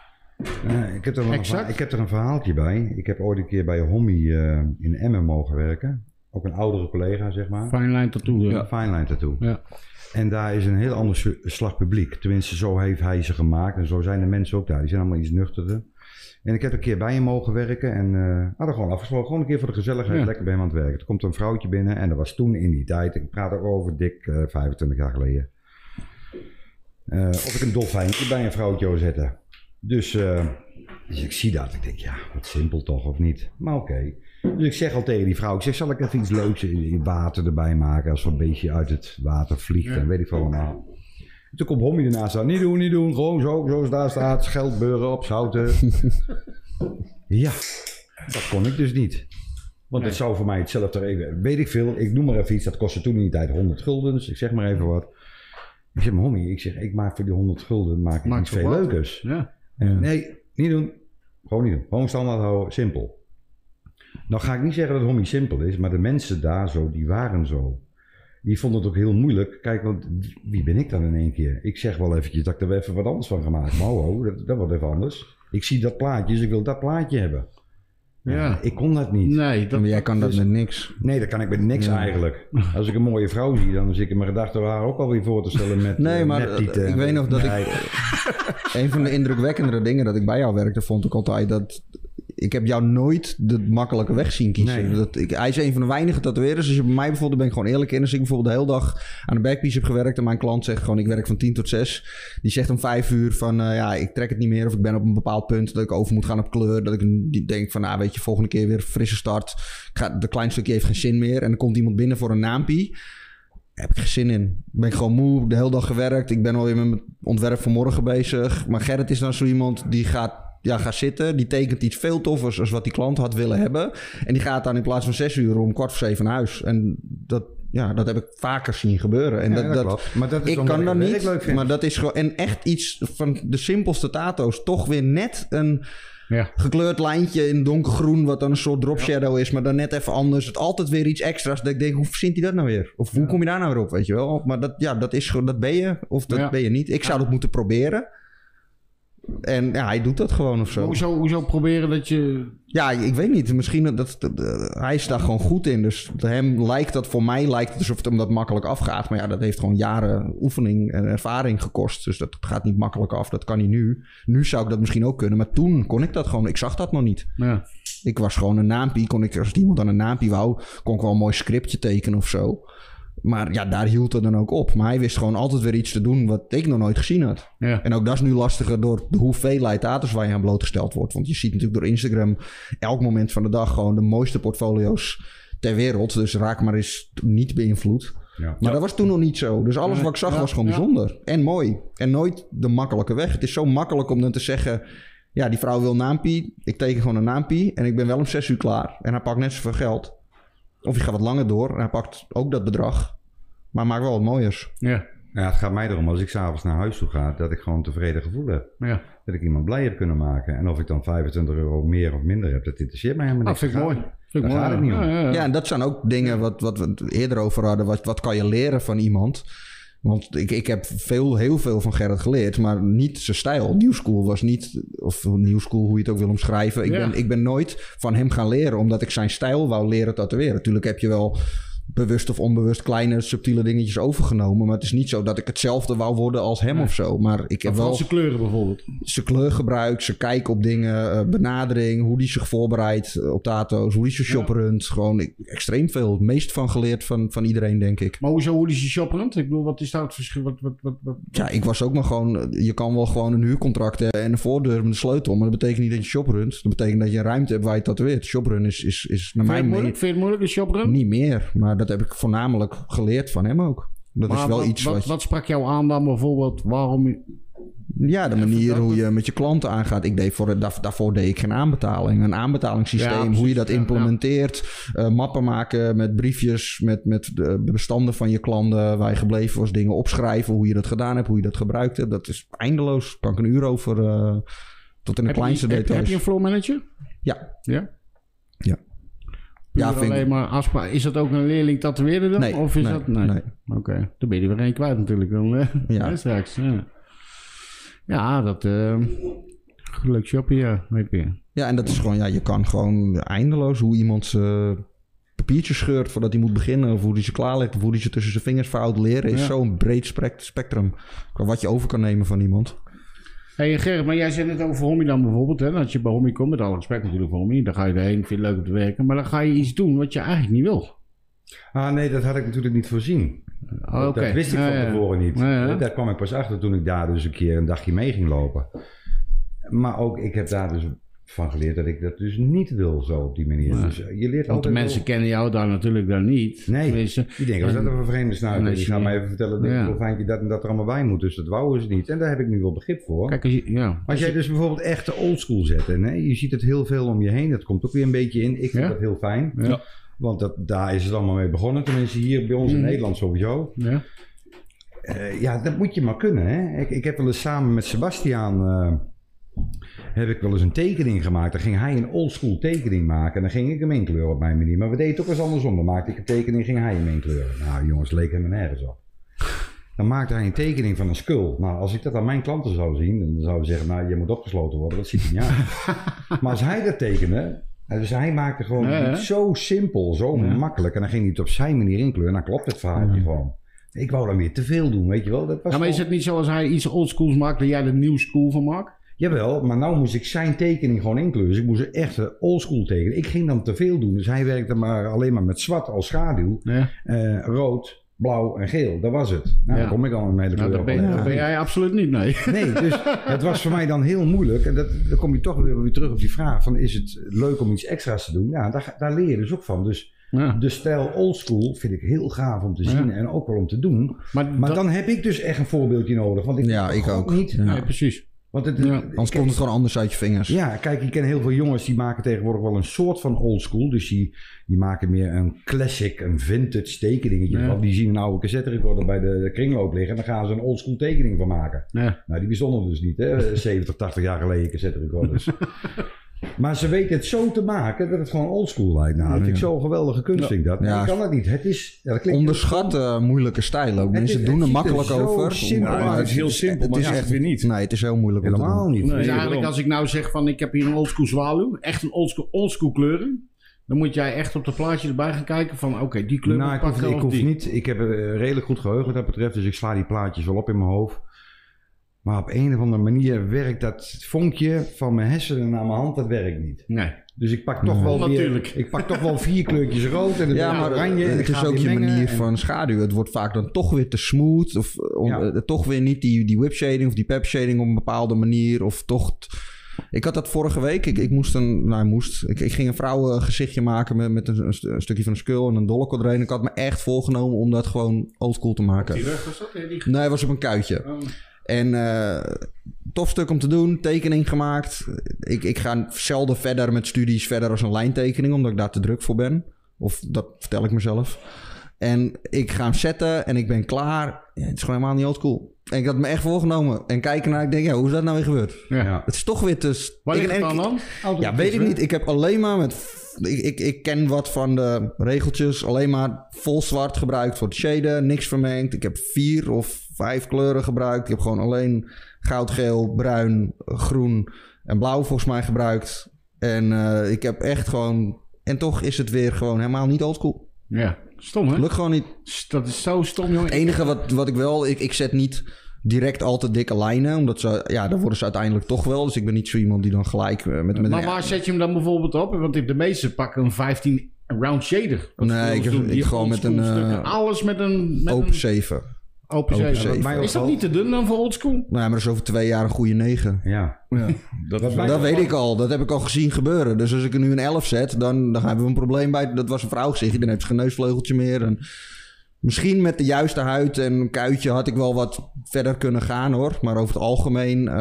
Ik heb er een verhaaltje bij. Ik heb ooit een keer bij Hommy in Emmen mogen werken. Ook een oudere collega, zeg maar. Fine Line Tattoo. Ja, Fine Line Tattoo. Ja. En daar is een heel ander slag publiek. Tenminste, zo heeft hij ze gemaakt. En zo zijn de mensen ook daar. Die zijn allemaal iets nuchterder. En ik heb een keer bij hem mogen werken. En hadden gewoon afgesproken. Gewoon een keer voor de gezelligheid lekker bij hem aan het werken. Er komt een vrouwtje binnen. En dat was toen in die tijd. Ik praat ook over dik 25 jaar geleden. Of ik een dolfijntje bij een vrouwtje wil zetten. Dus ik zie dat. Ik denk, ja, wat simpel toch, of niet? Maar oké. Dus ik zeg al tegen die vrouw, zal ik even iets leuks in water erbij maken als zo'n beestje uit het water vliegt en weet ik veel allemaal. Toen komt Hommy ernaast staan, niet doen, gewoon zoals daar staat, scheldbeuren op, zouten. Ja, dat kon ik dus niet. Want het zou voor mij hetzelfde even, weet ik veel, ik noem maar even iets, dat kostte toen in die tijd 100 gulden, dus ik zeg maar even wat. Ik zeg, maar Hommy, ik maak voor die 100 gulden iets veel leukers. Ja. Nee, niet doen. Gewoon niet doen. Gewoon standaard houden, simpel. Nou ga ik niet zeggen dat Hommy simpel is, maar de mensen daar zo, die waren zo. Die vonden het ook heel moeilijk. Kijk, want wie ben ik dan in één keer? Ik zeg wel eventjes dat ik er even wat anders van ga maken. Maar dat wordt even anders. Ik zie dat plaatje, dus ik wil dat plaatje hebben. Ja. Ik kon dat niet. Nee, maar jij kan dat met niks. Nee, dat kan ik met niks eigenlijk. Als ik een mooie vrouw zie, dan zit ik in mijn gedachten haar ook alweer voor te stellen met nee, maar ik weet nog dat ik... Een van de indrukwekkendere dingen dat ik bij jou werkte, vond ik altijd dat... ik heb jou nooit de makkelijke weg zien kiezen. Nee. Hij is een van de weinige tatoeëerders. Dus bij mij bijvoorbeeld, ben ik gewoon eerlijk in. Als ik bijvoorbeeld de hele dag aan de backpiece heb gewerkt en mijn klant zegt gewoon, ik werk van 10 tot 6. Die zegt om 5 uur van, ik trek het niet meer. Of ik ben op een bepaald punt dat ik over moet gaan op kleur. Dat ik denk van, weet je, volgende keer weer een frisse start. De klein stukje heeft geen zin meer. En dan komt iemand binnen voor een naampie. Daar heb ik geen zin in. Ben ik gewoon moe, de hele dag gewerkt. Ik ben alweer met mijn ontwerp van morgen bezig. Maar Gerrit is dan zo iemand die gaat zitten. Die tekent iets veel toffers als wat die klant had willen hebben. En die gaat dan in plaats van 6 uur om 6:15 naar huis. En dat heb ik vaker zien gebeuren. En dat klopt. Maar dat is ik kan dat niet. Maar dat is gewoon... En echt iets van de simpelste tato's. Toch weer net een... gekleurd lijntje in donkergroen, wat dan een soort drop shadow is, maar dan net even anders. Het altijd weer iets extra's. Dat ik denk, hoe verzint hij dat nou weer? Of hoe kom je daar nou weer op, weet je wel? Maar dat is gewoon, dat ben je, of dat ben je niet. Ik zou dat moeten proberen. En hij doet dat gewoon of zo. Hoezo proberen dat je... Ja, ik weet niet. Misschien hij is daar gewoon goed in. Dus voor mij lijkt het alsof het hem dat makkelijk afgaat. Maar dat heeft gewoon jaren oefening en ervaring gekost. Dus dat gaat niet makkelijk af. Dat kan hij nu. Nu zou ik dat misschien ook kunnen. Maar toen kon ik dat gewoon. Ik zag dat nog niet. Ja. Ik was gewoon een naampie. Als iemand dan een naampie wou, kon ik wel een mooi scriptje tekenen of zo. Maar daar hield het dan ook op. Maar hij wist gewoon altijd weer iets te doen wat ik nog nooit gezien had. Ja. En ook dat is nu lastiger door de hoeveelheid tato's waar je aan blootgesteld wordt. Want je ziet natuurlijk door Instagram elk moment van de dag gewoon de mooiste portfolio's ter wereld. Dus raak maar eens niet beïnvloed. Ja. Maar dat was toen nog niet zo. Dus alles wat ik zag was gewoon bijzonder. En mooi. En nooit de makkelijke weg. Het is zo makkelijk om dan te zeggen... Ja, die vrouw wil naampie. Ik teken gewoon een naampie. En ik ben wel om 6 uur klaar. En hij pakt net zoveel geld. Of je gaat wat langer door en hij pakt ook dat bedrag. Maar maakt wel wat mooiers. Ja, het gaat mij erom als ik s'avonds naar huis toe ga, dat ik gewoon een tevreden gevoel heb. Ja. Dat ik iemand blij heb kunnen maken. En of ik dan €25 meer of minder heb, dat interesseert mij helemaal niks. Dat vind ik mooi. Daar gaat het niet om. Ja, en dat zijn ook dingen wat we het eerder over hadden. Wat kan je leren van iemand? Want ik heb heel veel van Gerrit geleerd, maar niet zijn stijl. New School was niet, of New School, hoe je het ook wil omschrijven. Ik ben nooit van hem gaan leren, omdat ik zijn stijl wou leren tatoeëren. Natuurlijk heb je wel bewust of onbewust kleine subtiele dingetjes overgenomen, maar het is niet zo dat ik hetzelfde wou worden als hem of zo. Maar ik heb wel zijn kleuren bijvoorbeeld. Zijn kleurgebruik, zijn kijk op dingen, benadering, hoe die zich voorbereidt op tato's, hoe die zijn shoprunt. Gewoon extreem veel. Het meest van geleerd van iedereen, denk ik. Maar hoezo hoe die zijn shoprunt? Ik bedoel, wat is daar het verschil? Wat? Ja, ik was ook maar gewoon... Je kan wel gewoon een huurcontract hebben en een voordeur met een sleutel, maar dat betekent niet dat je shoprunt. Dat betekent dat je een ruimte hebt waar je tatoeëert. Shoprun is naar mij moeilijk. Vind je het moeilijk, een shoprun? Niet meer, maar dat heb ik voornamelijk geleerd van hem ook. Dat is wel iets wat sprak jou aan dan bijvoorbeeld? Waarom... Ja, de manier hoe je met je klanten aangaat. Daarvoor deed ik geen aanbetaling. Een aanbetalingssysteem, hoe je dat implementeert. Mappen maken met briefjes, met de bestanden van je klanten, waar je gebleven was, dingen opschrijven, hoe je dat gedaan hebt, hoe je dat gebruikt hebt. Dat is eindeloos. Daar kan ik een uur over tot in de kleinste details. Heb je een flow manager? Ja. Ja? Ja. Ja, alleen maar afspraak. Is dat ook een leerling tatoeëren dan? Nee. Of is dat... Nee. Oké. Dan ben je er weer één kwijt natuurlijk. Dan, straks. Ja, dat... Leuk shoppen, ja. Ja, en dat is gewoon... je kan gewoon eindeloos hoe iemand papiertjes scheurt voordat hij moet beginnen. Of hoe hij ze klaarlegt. Of hoe hij ze tussen zijn vingers vouwt. Leren is zo'n breed spectrum. Wat je over kan nemen van iemand. Hey Gerrit, maar jij zei het over Hommy dan bijvoorbeeld. Hè? Als je bij Hommy komt, met alle respect natuurlijk voor Hommy. Dan ga je erheen, vind je het leuk om te werken. Maar dan ga je iets doen wat je eigenlijk niet wil. Nee, dat had ik natuurlijk niet voorzien. Dat wist ik van tevoren niet. Daar kwam ik pas achter toen ik daar dus een keer een dagje mee ging lopen. Maar ook, ik heb daar dus van geleerd dat ik dat dus niet wil zo op die manier. Dus je leert want de mensen kennen jou daar natuurlijk dan niet. Nee, die denken, was dat een vreemde snuiter? Die gaan mij even vertellen hoe fijn je dat en dat er allemaal bij moet. Dus dat wouden ze niet. En daar heb ik nu wel begrip voor. Kijk, als jij dus bijvoorbeeld echt de oldschool zet en je ziet het heel veel om je heen. Dat komt ook weer een beetje in. Ik vind dat heel fijn. Ja. Want daar is het allemaal mee begonnen. Tenminste hier bij ons in Nederland sowieso. Ja. Dat moet je maar kunnen. Hè? Ik heb wel eens samen met Sebastiaan... heb ik wel eens een tekening gemaakt. Dan ging hij een oldschool tekening maken. En dan ging ik hem inkleuren op mijn manier. Maar we deden het ook eens andersom. Dan maakte ik een tekening, ging hij hem inkleuren. Nou jongens, leek hem nergens op. Dan maakte hij een tekening van een skull. Nou, als ik dat aan mijn klanten zou zien, dan zouden ze zeggen, nou, je moet opgesloten worden. Dat ziet hij niet uit. Maar als hij dat tekende, dus hij maakte gewoon zo simpel, zo makkelijk. En dan ging hij het op zijn manier inkleuren. Dan klopt het verhaaltje gewoon. Ik wou dan weer te veel doen, weet je wel. Dat was maar is het niet zo als hij iets oldschools maakt, dat jij er nieuw school van maakt? Jawel, maar nou moest ik zijn tekening gewoon inkleuren. Dus ik moest een echte oldschool tekenen. Ik ging dan te veel doen. Dus hij werkte alleen maar met zwart als schaduw. Ja. Rood, blauw en geel. Dat was het. Nou, dan kom ik al een hele kleur. Dat ben jij absoluut niet, nee. Nee, dus het was voor mij dan heel moeilijk. En dan kom je toch weer terug op die vraag van... is het leuk om iets extra's te doen? Ja, daar leer je dus ook van. Dus de stijl oldschool vind ik heel gaaf om te zien en ook wel om te doen. Maar dan heb ik dus echt een voorbeeldje nodig. Want ik ook niet. Ja. Nee, precies. Want anders komt het gewoon anders uit je vingers. Ja, kijk, ik ken heel veel jongens die maken tegenwoordig wel een soort van oldschool. Dus die maken meer een classic, een vintage tekeningetje. Ja. Die zien een oude cassette recorder bij de kringloop liggen. En dan gaan ze een oldschool tekening van maken. Ja. Nou, die bestonden dus niet, hè. 70, 80 jaar geleden cassette recorders. Maar ze weten het zo te maken dat het gewoon oldschool lijkt. Nou, dat vind ik zo'n geweldige kunst, vind ik dat. Maar ik kan het niet. Het is... Onderschat moeilijke stijl ook. Mensen doen er makkelijk over. Simpel, het is heel simpel, maar het is echt weer niet. Nee, het is heel moeilijk. Helemaal niet. Dus eigenlijk als ik nou zeg van ik heb hier een oldschool zwaluw. Echt een oldschool kleuren. Dan moet jij echt op de plaatje erbij gaan kijken van oké, die kleur ik hoef niet. Ik heb een redelijk goed geheugen wat dat betreft. Dus ik sla die plaatjes wel op in mijn hoofd. Maar op een of andere manier werkt dat vonkje van mijn hersenen naar mijn hand, dat werkt niet. Nee. Dus ik pak toch wel ik pak toch wel 4 kleurtjes rood en maar oranje. Het is ook je manier van schaduw. Het wordt vaak dan toch weer te smooth. Of toch weer niet die whip shading of die pep shading op een bepaalde manier. Of toch... Ik had dat vorige week. Ik ging een vrouwengezichtje maken met een stukje van een skull en een dolk erin. Ik had me echt voorgenomen om dat gewoon oldschool te maken. Die rug was dat? Nee, het was op een kuitje. Oh. En tof stuk om te doen, tekening gemaakt. Ik ga zelden verder met studies verder als een lijntekening, omdat ik daar te druk voor ben. Of dat vertel ik mezelf. En ik ga hem zetten en ik ben klaar. Ja, het is gewoon helemaal niet oldschool. En ik had me echt voorgenomen. En kijken naar, ik denk, hoe is dat nou weer gebeurd? Ja. Het is toch weer te... Waar ligt het dan? Ja, weet ik niet. Ik heb alleen maar met... Ik ken wat van de regeltjes. Alleen maar vol zwart gebruikt voor het shaden. Niks vermengd. Ik heb 4 of 5 kleuren gebruikt. Ik heb gewoon alleen goud, geel, bruin, groen en blauw volgens mij gebruikt. En ik heb echt gewoon... En toch is het weer gewoon helemaal niet oldschool. Ja, stom hè? Lukt gewoon niet. Dat is zo stom, jongen. Het enige wat ik wel... Ik zet niet direct altijd dikke lijnen. Omdat dan worden ze uiteindelijk toch wel. Dus ik ben niet zo iemand die dan gelijk... Maar waar zet je hem dan bijvoorbeeld op? Want de meeste pakken een 15 round shader. Nee, ik gewoon met een... Alles met een... Open 7. Open 7. Is dat niet te dun dan voor oldschool? Nou, maar dat is over 2 jaar een goede 9. Ja. Dat weet ik al. Dat heb ik al gezien gebeuren. Dus als ik er nu een 11 zet, dan hebben we een probleem bij. Dat was een vrouwgezichtje. Dan heb je geen neusvleugeltje meer. En misschien met de juiste huid en een kuitje had ik wel wat verder kunnen gaan hoor. Maar over het algemeen,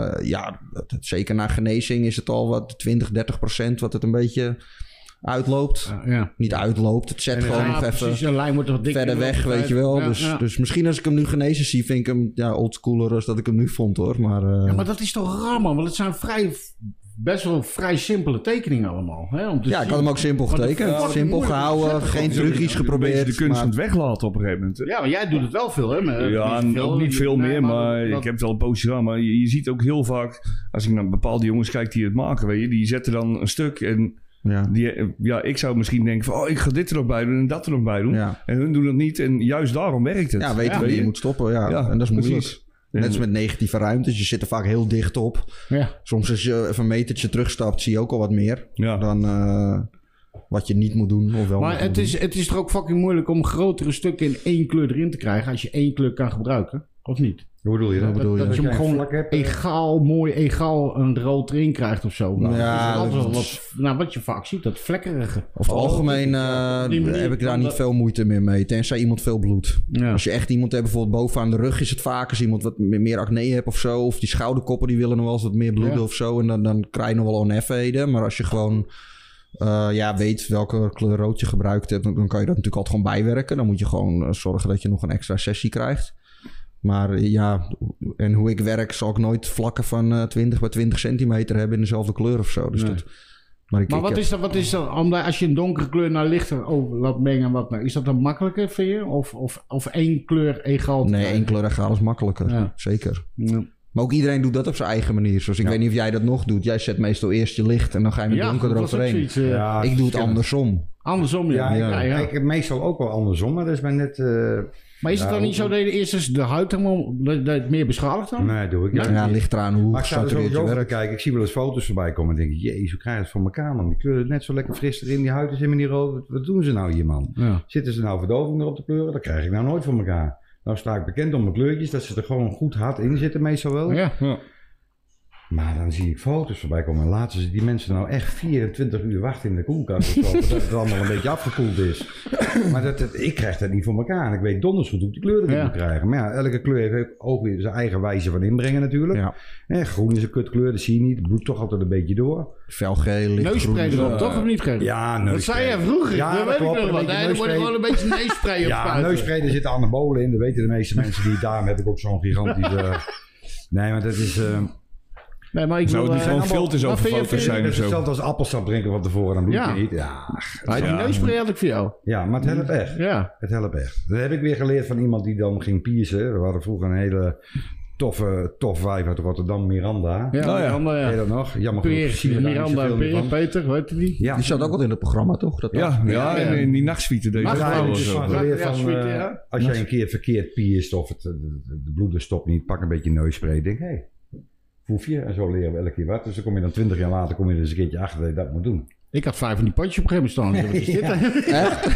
zeker na genezing is het al wat 20-30% wat het een beetje... uitloopt. Niet uitloopt. Het zet gewoon nog even een lijn wordt toch verder weg, weet je wel. Dus misschien als ik hem nu genezen zie, vind ik hem oldschooler als dat ik hem nu vond hoor. Maar, maar dat is toch raar man, want het zijn best wel vrij simpele tekeningen allemaal. Hè? Ik had hem ook simpel getekend. Simpel gehouden, geen trucjes geprobeerd. De kunst aan het weglaten op een gegeven moment. Ja, maar jij doet het wel veel hè? Ook niet veel meer, maar ik heb het al een poosje gedaan. Maar je ziet ook heel vaak, als ik naar bepaalde jongens kijk die het maken, weet je, die zetten dan een stuk en... ik zou misschien denken van... ik ga dit er nog bij doen en dat er nog bij doen. Ja. En hun doen dat niet en juist daarom werkt het. Ja, weet je moet stoppen. Ja. En dat is moeilijk. Net als met negatieve ruimtes. Je zit er vaak heel dicht op. Ja. Soms als je even een metertje terugstapt... zie je ook al wat meer dan wat je niet moet doen. Of wel maar het is toch ook fucking moeilijk... om grotere stukken in 1 kleur erin te krijgen... als je 1 kleur kan gebruiken. Of niet? Hoe bedoel je dat? Dat je hem gewoon egaal een rood erin krijgt of zo. Wat je vaak ziet, dat vlekkerige. Over het algemeen heb ik daar niet veel moeite meer mee. Tenzij iemand veel bloedt. Ja. Als je echt iemand hebt, bijvoorbeeld bovenaan de rug is het vaak. Als iemand wat meer acne hebt of zo. Of die schouderkoppen die willen nog wel eens wat meer bloeden of zo. En dan krijg je nog wel oneffenheden. Maar als je gewoon... weet welke kleur rood je gebruikt hebt... dan kan je dat natuurlijk altijd gewoon bijwerken. Dan moet je gewoon zorgen dat je nog een extra sessie krijgt. Maar en hoe ik werk zal ik nooit vlakken van 20 bij 20 centimeter hebben in dezelfde kleur of zo. Dus nee. Wat is dat? Omdat als je een donkere kleur naar lichter laat mengen, is dat dan makkelijker vind je? Of 1 kleur egaal? Nee, 1 kleur egaal is makkelijker. Zeker. Ja. Maar ook iedereen doet dat op zijn eigen manier. Zoals ik weet niet of jij dat nog doet. Jij zet meestal eerst je licht en dan ga je met donker eroverheen. Ik doe het andersom. Andersom, ja. Ik heb meestal ook wel andersom, maar dat is maar net... maar is het dan niet zo dat je eerst de huid dat het meer beschadigt dan? Nee, doe ik niet. Ja, ligt eraan hoe maar ik sta er sowieso werkt. te kijken. Ik zie wel eens foto's voorbij komen en denk ik, jezus, hoe krijg je het voor elkaar, man? Die kleuren net zo lekker fris erin, die huid is helemaal niet rood. Wat doen ze nou hier, man? Ja. Zitten ze nou verdoving erop te kleuren? Dat krijg ik nou nooit voor elkaar. Nou sta ik bekend om mijn kleurtjes, dat ze er gewoon goed hard in zitten meestal wel. Ja. Maar dan zie ik foto's voorbij komen en laten ze die mensen nou echt 24 uur wachten in de koelkast of zo, dat het allemaal een beetje afgekoeld is. Maar ik krijg dat niet voor elkaar en ik weet donders goed hoe ik die kleur erin moet krijgen. Maar ja, elke kleur heeft ook weer zijn eigen wijze van inbrengen natuurlijk. Ja. Groen is een kutkleur, dat zie je niet. Het bloedt toch altijd een beetje door. Felgeel, Neusspray erop, toch? Of niet, Gerrit? Ja, neusspray. Dat zei je vroeger. Ja, dat weet ik nog wel. Nee, dan moet je gewoon een beetje neusspray op Ja, neusspray, er zitten anabolen in. Dat weten de meeste mensen. Daarom heb ik ook zo'n gigantische... Nee, maar dat is... Nee, maar ik zou het niet gewoon filters over foto's zijn of zo? Hetzelfde als appelsap drinken van tevoren, dan doe ik het niet. Die neusspray had ik voor jou. Ja, maar het helpt echt. Ja. Het helpt echt. Dat heb ik weer geleerd van iemand die dan ging piercen. We hadden vroeger een hele tof wijf uit Rotterdam, Miranda. Miranda, Weet je dat nog? Jammer genoeg. Miranda en Peter, weet je die? Ja. Die zat ook al in het programma, toch? En in die nachtsuite deze als jij een keer verkeerd pierst of de bloed stopt niet, pak een beetje neusspray. Denk, hé, voef je? En zo leren we elke keer wat. Dus dan kom je dan 20 jaar later er eens een keertje achter dat je dat moet doen. Ik had 5 van die potjes op een gegeven moment staan. Echt?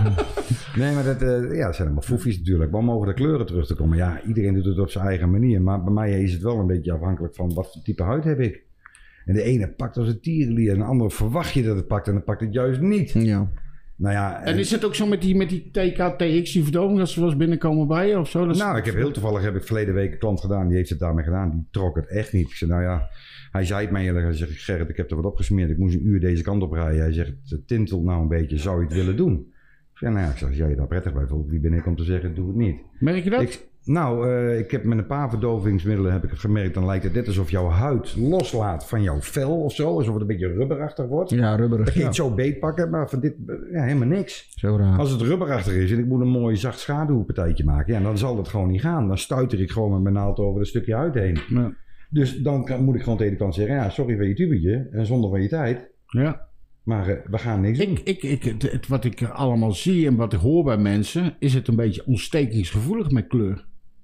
Nee, maar dat zijn allemaal foefjes natuurlijk. Maar om over de kleuren terug te komen. Ja, iedereen doet het op zijn eigen manier. Maar bij mij is het wel een beetje afhankelijk van wat voor type huid heb ik. En de ene pakt als een tierenlier. En de andere verwacht je dat het pakt. En dan pakt het juist niet. Ja. Nou ja, en is het ook zo met die TK-TX, die verdoving, dat ze wel eens binnenkomen bij je of zo? Nou, heb ik verleden week een klant gedaan, die heeft het daarmee gedaan. Die trok het echt niet. Ik zei, nou ja, hij zei het mij eerlijk. Hij zegt, Gerrit, ik heb er wat opgesmeerd. Ik moest een uur deze kant op rijden. Hij zegt, het tintelt nou een beetje, zou je het willen doen? Ik zei, nou ja, als jij je daar prettig bij voelt, wie ben ik om te zeggen, doe het niet. Merk je dat? Ik heb met een paar verdovingsmiddelen heb ik het gemerkt. Dan lijkt het net alsof jouw huid loslaat van jouw vel of zo. Alsof het een beetje rubberachtig wordt. Ja, rubberig. Dan kun je het zo beetpakken, maar van dit helemaal niks. Zo raar. Als het rubberachtig is en ik moet een mooi zacht schaduwpartijtje maken. Dan zal dat gewoon niet gaan. Dan stuiter ik gewoon met mijn naald over een stukje huid heen. Ja. Dus dan moet ik gewoon tegen de kant zeggen. Ja, sorry voor je tubetje en zonder van je tijd. Ja. Maar we gaan niks doen. Wat ik allemaal zie en wat ik hoor bij mensen, is het een beetje ontstekingsgevoelig met kleur.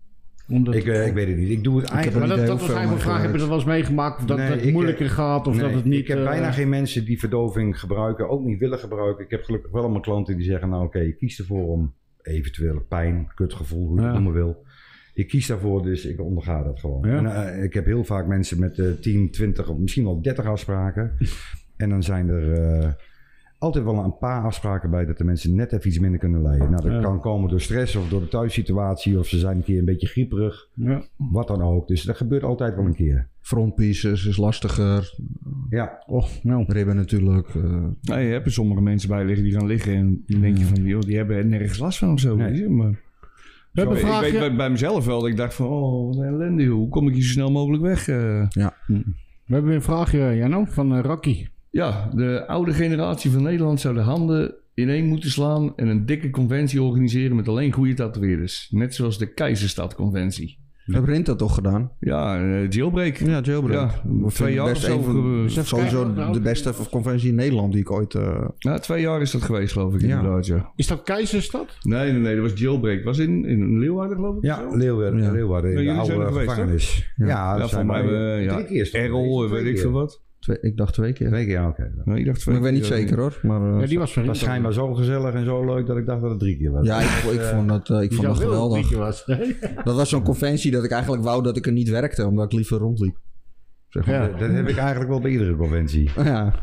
Ik weet het niet. Ik doe het eigenlijk niet. Maar dat was eigenlijk een vraag. Heb je dat wel eens meegemaakt? Of dat het moeilijker gaat? Of dat het niet... Ik heb bijna geen mensen die verdoving gebruiken. Ook niet willen gebruiken. Ik heb gelukkig wel allemaal klanten die zeggen... Nou oké, ik kies ervoor om eventuele pijn, kutgevoel, hoe je het noemen wil. Ik kies daarvoor, dus ik onderga dat gewoon. Ja. En, ik heb heel vaak mensen met 10, 20 of misschien wel 30 afspraken. En dan zijn er... altijd wel een paar afspraken bij dat de mensen net even iets minder kunnen lijden. Nou, dat kan komen door stress of door de thuissituatie of ze zijn een keer een beetje grieperig. Ja. Wat dan ook. Dus dat gebeurt altijd wel een keer. Frontpieces is lastiger. Ja. Ribben natuurlijk. Je hebt er sommige mensen bij liggen die gaan liggen en dan denk je van, joh, die hebben nergens last van of zo. Nee. Maar... Ik weet bij mezelf wel dat ik dacht van, wat een ellende. Hoe kom ik hier zo snel mogelijk weg? Ja. We hebben weer een vraagje, Janno, van Rocky. Ja, de oude generatie van Nederland zou de handen ineen moeten slaan en een dikke conventie organiseren met alleen goede tatoeëerders. Net zoals de Keizerstad-conventie. Heb Rint dat toch gedaan? Ja, Jailbreak. Ja, Jailbreak. Ja, 2 jaar of zo. Sowieso de beste conventie in Nederland die ik ooit... Ja, 2 jaar is dat geweest, geloof ik, inderdaad, ja. Is dat Keizerstad? Nee, dat was Jailbreak. Was in Leeuwarden, geloof ik? Ja, Leeuwarden. In de oude gevangenis. Ja, dat zijn wij 3 keer. Errol, weet ik veel wat. Ik dacht 2 keer. 2 keer, oké. Nee, ik dacht 2 keer. Ik weet niet zeker hoor. Maar, die was schijnbaar zo gezellig en zo leuk dat ik dacht dat het 3 keer was. Ja, ik vond dat geweldig. Dat was zo'n conventie dat ik eigenlijk wou dat ik er niet werkte, omdat ik liever rondliep. Zeg maar. Dat heb ik eigenlijk wel bij iedere conventie. Ja.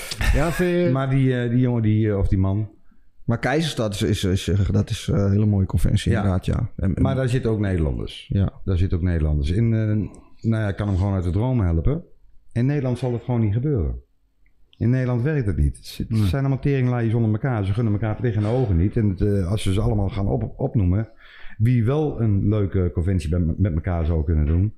Maar die jongen, of die man... Maar Keizerstad dat is een hele mooie conventie, inderdaad, ja. Maar daar zitten ook Nederlanders. Ja. Daar zitten ook Nederlanders. Ik kan hem gewoon uit de droom helpen. In Nederland zal het gewoon niet gebeuren. In Nederland werkt het niet. Het zijn allemaal teringlaaiers onder elkaar. Ze gunnen elkaar het licht in de ogen niet. En als ze allemaal gaan opnoemen... wie wel een leuke conventie met elkaar zou kunnen doen...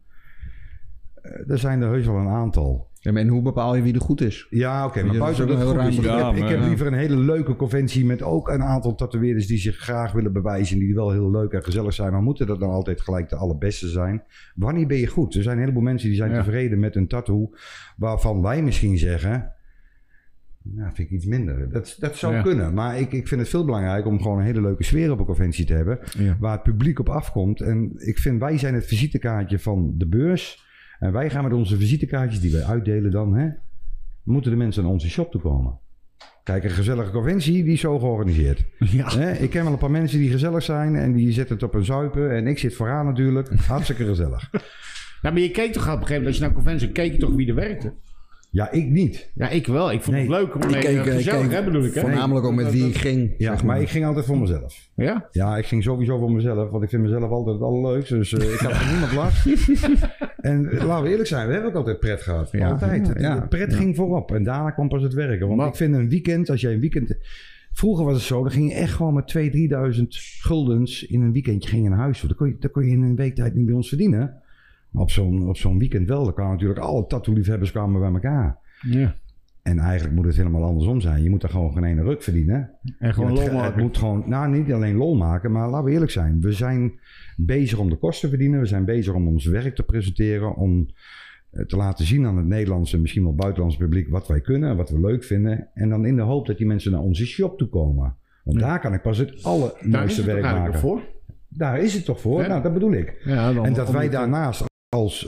er zijn er heus wel een aantal. Ja, en hoe bepaal je wie er goed is? Ja, oké. Maar buiten dat goed is... Ik heb liever een hele leuke conventie... met ook een aantal tatoeëerders... die zich graag willen bewijzen... en die wel heel leuk en gezellig zijn. Maar moeten dat dan altijd gelijk de allerbeste zijn? Wanneer ben je goed? Er zijn een heleboel mensen die zijn tevreden met een tattoo... waarvan wij misschien zeggen... Nou, vind ik iets minder. Dat zou kunnen. Maar ik vind het veel belangrijker om gewoon een hele leuke sfeer op een conventie te hebben. Ja. Waar het publiek op afkomt. En ik vind, wij zijn het visitekaartje van de beurs. En wij gaan met onze visitekaartjes die wij uitdelen dan, moeten de mensen naar onze shop toe komen. Kijk, een gezellige conventie, die is zo georganiseerd. Ja. Ik ken wel een paar mensen die gezellig zijn en die zetten het op een zuipen. En ik zit vooraan natuurlijk. Hartstikke gezellig. Nou, maar je keek toch op een gegeven moment, als je naar een conventie keek je toch wie er werkte? Ja, ik niet. Ja, ik wel. Ik vond het leuk om gezellig, bedoel ik. Hè? Voornamelijk ook met wie ik ging. Ja, maar ik ging altijd voor mezelf. Ja? Ja, ik ging sowieso voor mezelf, want ik vind mezelf altijd het allerleukste. Dus ik had van niemand last. En laten we eerlijk zijn, we hebben ook altijd pret gehad. Ja. Altijd. Ja. Pret ging voorop en daarna kwam pas het werken. Want ik vind een weekend, als jij een weekend... Vroeger was het zo, dan ging je echt gewoon met 2.000, 3.000 guldens in een weekendje ging je naar huis. Dat kon je in een week tijd niet bij ons verdienen. Maar op zo'n weekend wel. Dan kwamen natuurlijk alle tattoo-liefhebbers kwamen bij elkaar. Ja. En eigenlijk moet het helemaal andersom zijn. Je moet er gewoon geen ene ruk verdienen. En gewoon lol maken. Het moet gewoon, nou, niet alleen lol maken, maar laten we eerlijk zijn. We zijn bezig om de kosten te verdienen. We zijn bezig om ons werk te presenteren. Om te laten zien aan het Nederlandse en misschien wel buitenlandse publiek wat wij kunnen en wat we leuk vinden. En dan in de hoop dat die mensen naar onze shop toe komen. Want daar kan ik pas het allermooiste werk maken. Voor? Daar is het toch voor? Ja. Nou, dat bedoel ik. Ja, en dat wij daarnaast als,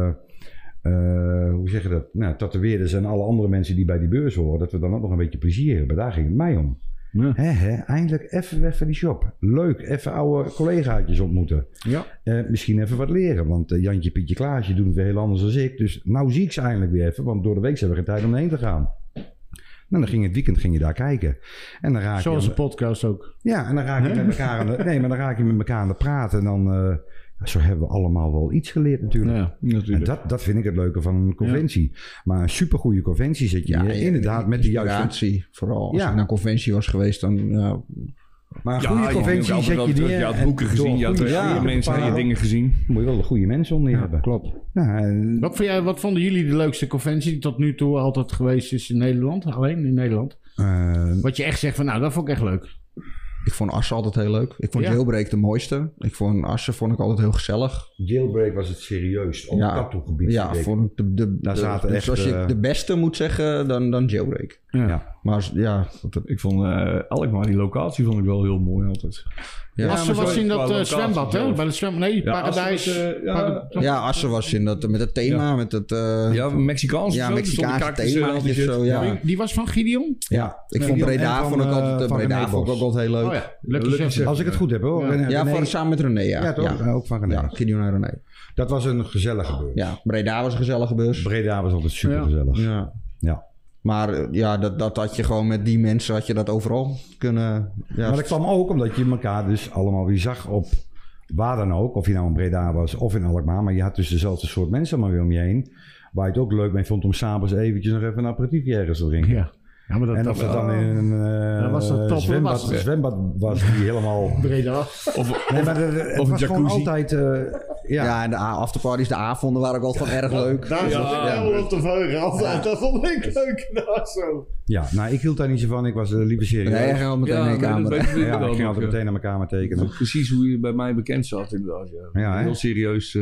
hoe zeg je dat? Nou, tatoeëerders en alle andere mensen die bij die beurs horen, dat we dan ook nog een beetje plezier hebben. Daar ging het mij om. Ja. Eindelijk even die shop. Leuk, even oude collegaatjes ontmoeten. Ja. Misschien even wat leren, want Jantje, Pietje, Klaasje doen het weer heel anders dan ik. Dus nou zie ik ze eindelijk weer even, want door de week hebben we geen tijd om heen te gaan. Nou, dan ging het weekend daar kijken. En dan raak zoals een podcast ook. Ja, en dan raak je met elkaar maar dan raak je met elkaar aan het praten en dan... zo hebben we allemaal wel iets geleerd natuurlijk. Ja, natuurlijk. En dat vind ik het leuke van een conventie. Ja. Maar een supergoeie conventie zit je inderdaad met de juiste... Vooral als ik naar een conventie was geweest, dan... Maar een goede conventie zet je neer. Je had boeken gezien, je had mensen, je dingen gezien. Moet je wel de goede mensen onder je hebben. Klopt. Wat vonden jullie de leukste conventie die tot nu toe altijd geweest is in Nederland? Alleen in Nederland? Wat je echt zegt van, nou, dat vond ik echt leuk. Ik vond Assen altijd heel leuk. Ik vond Jailbreak de mooiste. Assen vond ik altijd heel gezellig. Jailbreak was het serieus op het tattoo-gebied. Ja, vond ik dus als je de beste moet zeggen, dan Jailbreak. Ja. Maar ik vond Alkmaar, die locatie vond ik wel heel mooi altijd. Ja, Assen was in dat zwembad, hè? Bij de zwembad, nee, Paradijs. Assen was in dat met het thema, met het... Mexicaanse themaatjes zo, ja. Die was van Gideon? Ja, ik vond Breda vond ik ook altijd heel leuk. Als ik het goed heb, hoor. Ja, samen met René, ja. Ja, toch? Ook van René. Ja, Gideon en René. Dat was een gezellige beurs. Ja, Breda was een gezellige beurs. Breda was altijd super gezellig. Ja. Maar dat had je gewoon met die mensen, had je dat overal kunnen... Ja. Maar dat kwam ook omdat je elkaar dus allemaal weer zag op waar dan ook. Of je nou in Breda was of in Alkmaar. Maar je had dus dezelfde soort mensen maar weer om je heen. Waar je het ook leuk mee vond om s'avonds eventjes nog even een aperitiefje ergens te drinken. Ja. Ja, maar dat het dan in een zwembad was die helemaal... Breda. Of een jacuzzi. Altijd... en de afterparties, de avonden waren ook altijd van erg leuk. Daar zat ik wel op te veugen altijd. Dat vond ik leuk. Zo. Ja, nou, ik hield daar niet zo van. Ik was liever serieus. Nee, je ging altijd meteen naar je kamer. Ik ging altijd meteen naar mijn kamer tekenen. Precies hoe je bij mij bekend zat inderdaad. Ja, heel serieus...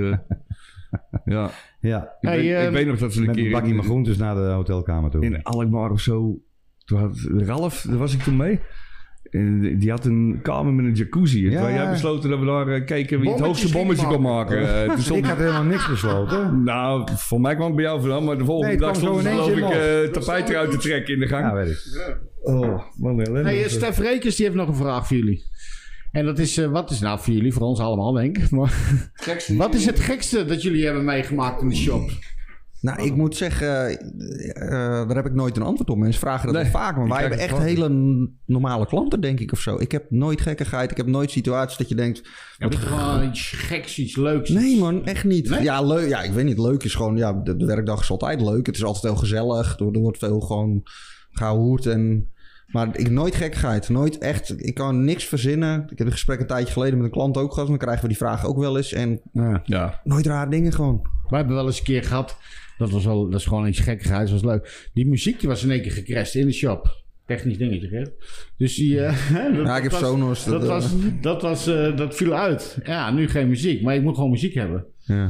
Ja. Ik weet nog dat ze een keer... Met bakkie mijn groentes naar de hotelkamer toe. In Alkmaar of zo... Toen had Ralf, daar was ik toen mee. Die had een kamer met een jacuzzi. En toen jij besloten dat we daar keken wie het hoogste bommetje kon maken. Ik had helemaal niks besloten. Nou, voor mij kwam het bij jou vandaan. Maar de volgende dag stond geloof ik tapijt eruit te trekken in de gang. Ja, weet ik. Oh, man. Stef Rekers die heeft nog een vraag voor jullie. En dat is, wat is nou voor jullie, voor ons allemaal denk ik. Maar wat is het gekste dat jullie hebben meegemaakt in de shop? Nou, ik moet zeggen, daar heb ik nooit een antwoord op. Mensen vragen dat vaak, maar wij hebben echt hele normale klanten, denk ik, of zo. Ik heb nooit gekkigheid, ik heb nooit situaties dat je denkt... Heb je gewoon iets geks, iets leuks? Nee man, echt niet. Nee? Ja, leuk. Ja, ik weet niet, leuk is gewoon, de werkdag is altijd leuk. Het is altijd heel gezellig, er wordt veel gewoon gehoord en... Maar nooit gekkigheid, nooit echt. Ik kan niks verzinnen. Ik heb een gesprek een tijdje geleden met een klant ook gehad. Dan krijgen we die vraag ook wel eens. En nooit rare dingen gewoon. We hebben wel eens een keer gehad. Dat is gewoon iets gekkigheid. Dat was leuk. Die muziek die was in één keer gecrashed in de shop. Technisch dingetje, hè? Dus die... ik heb Sonos. Dat viel uit. Ja, nu geen muziek. Maar ik moet gewoon muziek hebben. Ja.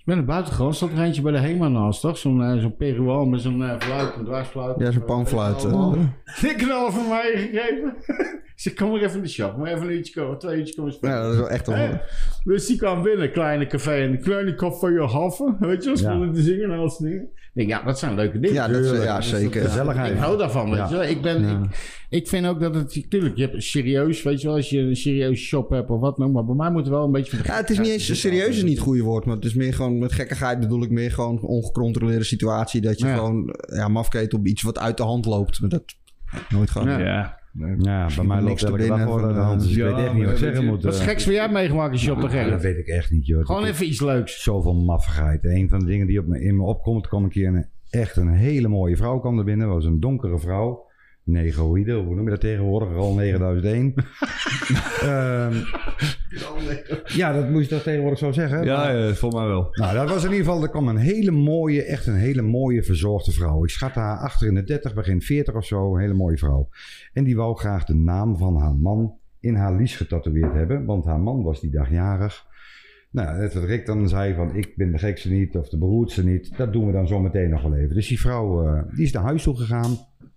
ben naar buiten gegaan. Stond er eentje bij de HEMA naast, toch? Zo'n Peruaan met zo'n fluit, een dwarsfluit. Ja, zo'n panfluit. Ik knal van mij gegeven. Ze kom maar even in de shop. Maar even een uurtje komen, 2 uurtjes komen spelen. Ja, dat is wel echt wel... Dus die kwam binnen, kleine café. En een kleine café haffen. Weet je, stonden te zingen en al die dingen. Ik denk, dat zijn leuke dingen. Ja, dat is zeker. Gezelligheid. Ik hou daarvan, weet je wel. Ik vind ook dat het... Tuurlijk, je hebt serieus, weet je wel. Als je een serieuze shop hebt of wat dan ook. Maar bij mij moet er wel een beetje... Ja, het is niet eens... Serieus is niet het goede woord. Maar het is meer gewoon... Met gekkigheid bedoel ik meer gewoon ongecontroleerde situatie. Dat je gewoon mafkeet op iets wat uit de hand loopt. Maar dat nooit gaan. Ja, bij mij loopt elke dag gewoon uit de hand. Dus ik weet echt niet wat ik zeggen moet. Wat is geks wat jij meegemaakt als je op de Gerrit? Dat weet ik echt niet, joh. Gewoon even iets leuks. Zoveel maffigheid. Een van de dingen die in me opkomt, kwam een keer echt een hele mooie vrouw kwam er binnen. Dat was een donkere vrouw. Negroïde, hoe noem je dat tegenwoordig? Al 9001. Ja, dat moet je dat tegenwoordig zo zeggen. Ja, volgens mij wel. Nou, dat was in ieder geval, er kwam een hele mooie verzorgde vrouw. Ik schat haar achter in de 30, begin 40 of zo. Een hele mooie vrouw. En die wou graag de naam van haar man in haar lies getatoeëerd hebben. Want haar man was die dag jarig. Nou, net wat Rick dan zei van, ik ben de gekste niet of de beroerdste niet. Dat doen we dan zo meteen nog wel even. Dus die vrouw, die is naar huis toe gegaan.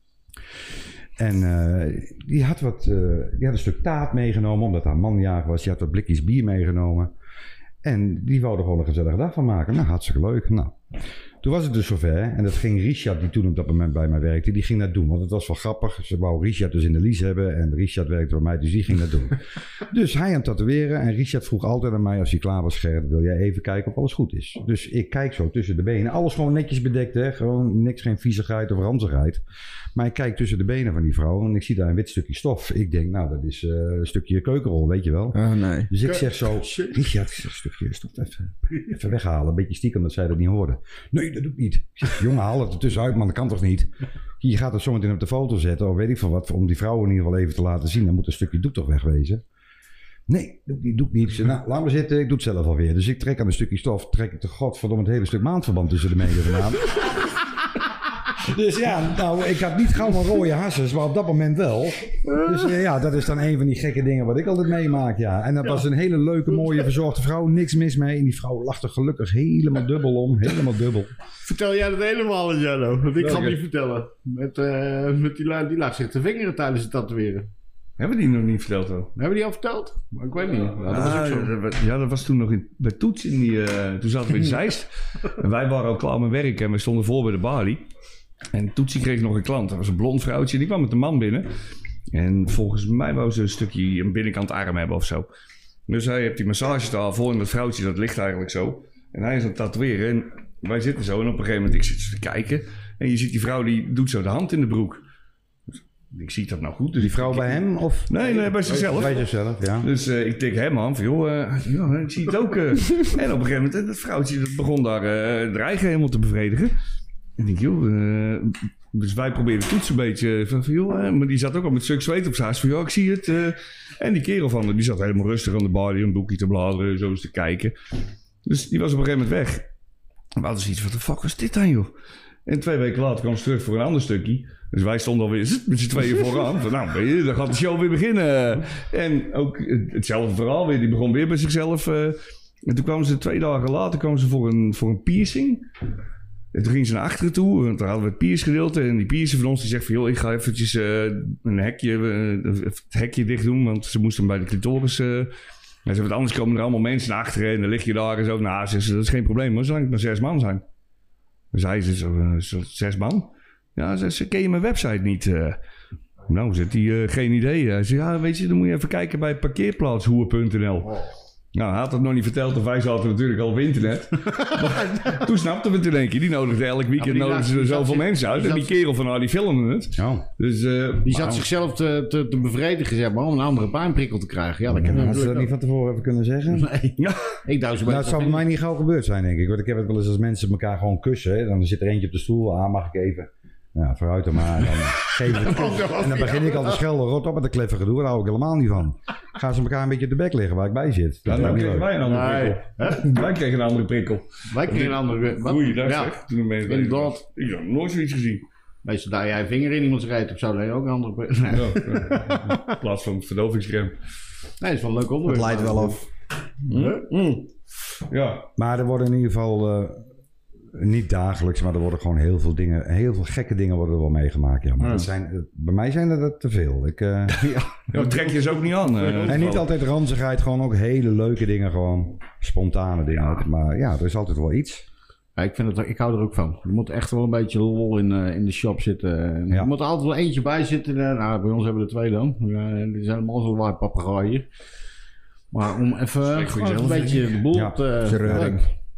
En die had een stuk taart meegenomen, omdat haar man jarig was. Die had wat blikjes bier meegenomen. En die wou er gewoon een gezellige dag van maken. Nou, hartstikke leuk. Nou, toen was het dus zover. En dat ging Richard, die toen op dat moment bij mij werkte, die ging dat doen. Want het was wel grappig. Ze wou Richard dus in de lies hebben. En Richard werkte bij mij, dus die ging dat doen. Dus hij aan het tatoeëren. En Richard vroeg altijd aan mij, als hij klaar was, Gerrit, wil jij even kijken of alles goed is? Dus ik kijk zo tussen de benen. Alles gewoon netjes bedekt, hè. Gewoon niks, geen viezigheid of ranzigheid. Maar ik kijk tussen de benen van die vrouw en ik zie daar een wit stukje stof. Ik denk, nou, dat is een stukje keukenrol, weet je wel. Oh, nee. Dus ik zeg zo, Richard, een stukje stof even weghalen. Een beetje stiekem dat zij dat niet hoorde. Nee, dat doe ik niet. Ik zeg, jongen, haal het er tussenuit, man, dat kan toch niet? Je gaat het zometeen op de foto zetten of weet ik veel wat, om die vrouw in ieder geval even te laten zien. Dan moet een stukje doek toch wegwezen. Nee, doe ik niet. Ik zeg, nou, laat me zitten, ik doe het zelf alweer. Dus ik trek aan een stukje stof, trek ik de godverdomme het hele stuk maandverband tussen de benen vandaan. Dus ja, nou, ik had niet gauw een rode hassers, maar op dat moment wel. Dus ja, dat is dan een van die gekke dingen wat ik altijd meemaak, ja. En dat was een hele leuke, mooie, verzorgde vrouw. Niks mis mee. En die vrouw lachte gelukkig helemaal dubbel om. Helemaal dubbel. Vertel jij dat helemaal, Jello? Want ik ga het niet vertellen. Met die lag zich te vingeren tijdens het tatoeëren. Hebben we die nog niet verteld hoor? Hebben we die al verteld? Maar ik weet niet. Dat was toen nog bij Toets. Toen zaten we in Zeist. En wij waren al klaar met werk en we stonden voor bij de balie. En Toetsie kreeg nog een klant. Dat was een blond vrouwtje. Die kwam met een man binnen. En volgens mij wou ze een binnenkant arm hebben of zo. Dus hij heeft die massagetafel en dat vrouwtje dat ligt eigenlijk zo. En hij is aan het tatoeëren. En wij zitten zo. En op een gegeven moment, ik zit zo te kijken. En je ziet die vrouw die doet zo de hand in de broek. Ik zie dat nou goed. Dus die vrouw bij hem? Of? Nee, bij zichzelf. Bij zichzelf, ja. Dus ik tik hem aan van, joh, ik zie het ook. En op een gegeven moment, dat vrouwtje dat begon daar de eigen helemaal te bevredigen. En ik denk, dus wij probeerden Toets een beetje van maar die zat ook al met stuk zweet op zijn huis van, ik zie het. En die kerel van die zat helemaal rustig aan de bar, een boekje te bladeren, zo eens te kijken. Dus die was op een gegeven moment weg. We hadden zoiets van, wat de fuck was dit dan, joh? En 2 weken later kwam ze terug voor een ander stukje. Dus wij stonden alweer met z'n tweeën vooraan. Van, nou, dan gaat de show weer beginnen. En ook hetzelfde verhaal weer. Die begon weer bij zichzelf. En toen kwamen ze 2 dagen later voor een piercing. En toen gingen ze naar achteren toe. Want daar hadden we het piersgedeelte. En die piercer van ons die zegt van, ik ga eventjes het hekje dicht doen. Want ze moesten bij de clitoris. En ze zeggen, anders komen er allemaal mensen naar achteren. En dan lig je daar en zo. Nou, dat is geen probleem. Maar zolang het maar 6 man zijn. Dus hij zei, 6 man? Ja, ze ken je mijn website niet? Nou, zit hij, geen idee. Hij zei, weet je, dan moet je even kijken bij parkeerplaatshoer.nl. Nou, hij had het nog niet verteld, of wij zaten natuurlijk al op internet. Toen snapten we het in één keer. Die nodigde elk weekend zoveel mensen uit. En die kerel van die filmden het. Ja. Dus, die zat zichzelf te bevredigen, zeg maar, om een andere pijnprikkel te krijgen. Ja, dat had ze dat niet van tevoren even kunnen zeggen? Nee. Ja. Dat zou bij mij niet gauw gebeurd zijn, denk ik. Want ik heb het wel eens als mensen elkaar gewoon kussen. Hè. Dan zit er eentje op de stoel. Mag ik even? Ja, vooruit dan maar. Dan geef ik het. En dan begin ik al te schelden. Rot op met de kleffe gedoe. Daar hou ik helemaal niet van. Gaan ze elkaar een beetje op de bek liggen waar ik bij zit. Ja, dan kregen wij een andere prikkel. Wij kregen een andere prikkel. Wij kregen een andere prikkel. Goeie dag zeg. Toen ben je ik heb nog nooit zoiets gezien. Meestal daar jij vinger in iemands reet of zo. Dan ook een andere prikkel. In plaats van verdovingsrem. Nee, dat is wel een leuk onderwerp. Het leidt wel af. Ja. Maar er worden in ieder geval, niet dagelijks, maar er worden gewoon heel veel gekke dingen worden er wel meegemaakt. Ja. Maar bij mij zijn er te veel. Trek je ze ook niet aan. En niet altijd ranzigheid, gewoon ook hele leuke dingen, gewoon spontane dingen. Ja. Maar ja, er is altijd wel iets. Ja, ik hou er ook van. Er moet echt wel een beetje lol in de shop zitten. Er moet er altijd wel eentje bij zitten. Nou, bij ons hebben we er 2 dan. Ja, die zijn allemaal zo waar papegaaien. Maar om even een beetje de boel te...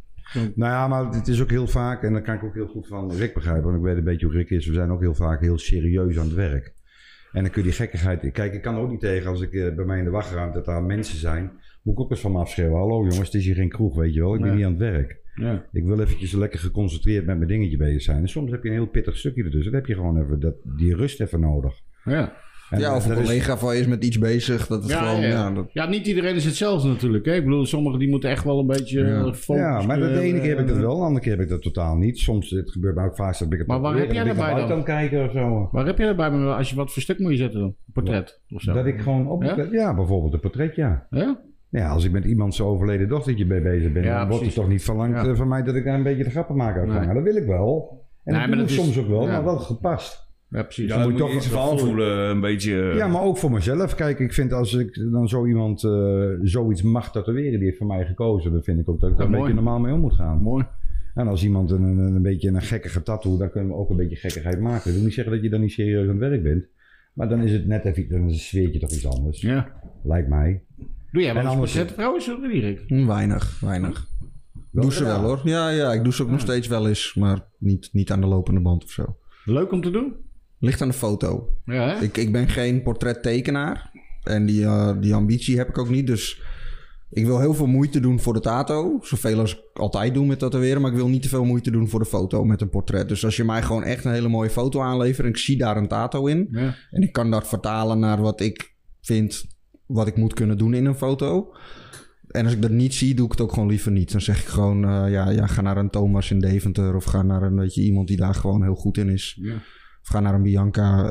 Nou ja, maar het is ook heel vaak, en daar kan ik ook heel goed van Rick begrijpen, want ik weet een beetje hoe Rick is. We zijn ook heel vaak heel serieus aan het werk. En dan kun je die gekkigheid... Kijk, ik kan er ook niet tegen als ik bij mij in de wachtruimte dat daar mensen zijn. Moet ik ook eens van me afschreeuwen. Hallo jongens, het is hier geen kroeg, weet je wel. Ik ben niet aan het werk. Ja. Ik wil eventjes lekker geconcentreerd met mijn dingetje bezig zijn. En soms heb je een heel pittig stukje ertussen. Dan heb je gewoon even die rust even nodig. Ja. Of een collega van je is met iets bezig. Dat is gewoon, ja, niet iedereen is hetzelfde natuurlijk. Hè? Ik bedoel, sommigen die moeten echt wel een beetje focussen. Ja, maar de ene keer heb ik dat wel, de andere keer heb ik dat totaal niet. Soms, het gebeurt mij ook vaak dat ik het maar waar heb jij erbij dan? Kan kijken of zo. Waar heb jij erbij als je wat voor stuk moet je zetten dan? Portret of zo? Dat ik gewoon op bijvoorbeeld een portret, ja. Ja, als ik met iemand zijn overleden dochtertje mee bezig ben, dan wordt het toch niet verlangd van mij dat ik daar een beetje de grappen maak uit. Nee. Dat wil ik wel. En dat doe ik soms ook wel, maar wel gepast. Ja, precies. Ja, dan moet je toch iets van voelen, een beetje... Ja, maar ook voor mezelf. Kijk, ik vind als ik dan zo iemand zoiets mag tatoeëren, die heeft voor mij gekozen, dan vind ik ook dat ik daar een beetje normaal mee om moet gaan. Mooi. En als iemand een beetje een gekkige tattoo, dan kunnen we ook een beetje gekkigheid maken. Dat wil niet zeggen dat je dan niet serieus aan het werk bent. Maar dan is het net even, dan is het sfeertje toch iets anders. Ja. Lijkt mij. Doe jij wel eens portretten trouwens, Rick? Weinig. Doe ze wel hoor. Ja, ik doe ze ook nog steeds wel eens, maar niet aan de lopende band of zo. Leuk om te doen? Ligt aan de foto. Ja, ik ben geen portrettekenaar. En die ambitie heb ik ook niet. Dus ik wil heel veel moeite doen voor de tato. Zoveel als ik altijd doe met tatoeëren. Maar ik wil niet te veel moeite doen voor de foto met een portret. Dus als je mij gewoon echt een hele mooie foto aanlevert. En ik zie daar een tato in. Ja. En ik kan dat vertalen naar wat ik vind wat ik moet kunnen doen in een foto. En als ik dat niet zie, doe ik het ook gewoon liever niet. Dan zeg ik gewoon, ga naar een Thomas in Deventer. Of ga naar iemand die daar gewoon heel goed in is. Ja. Of ga naar een Bianca.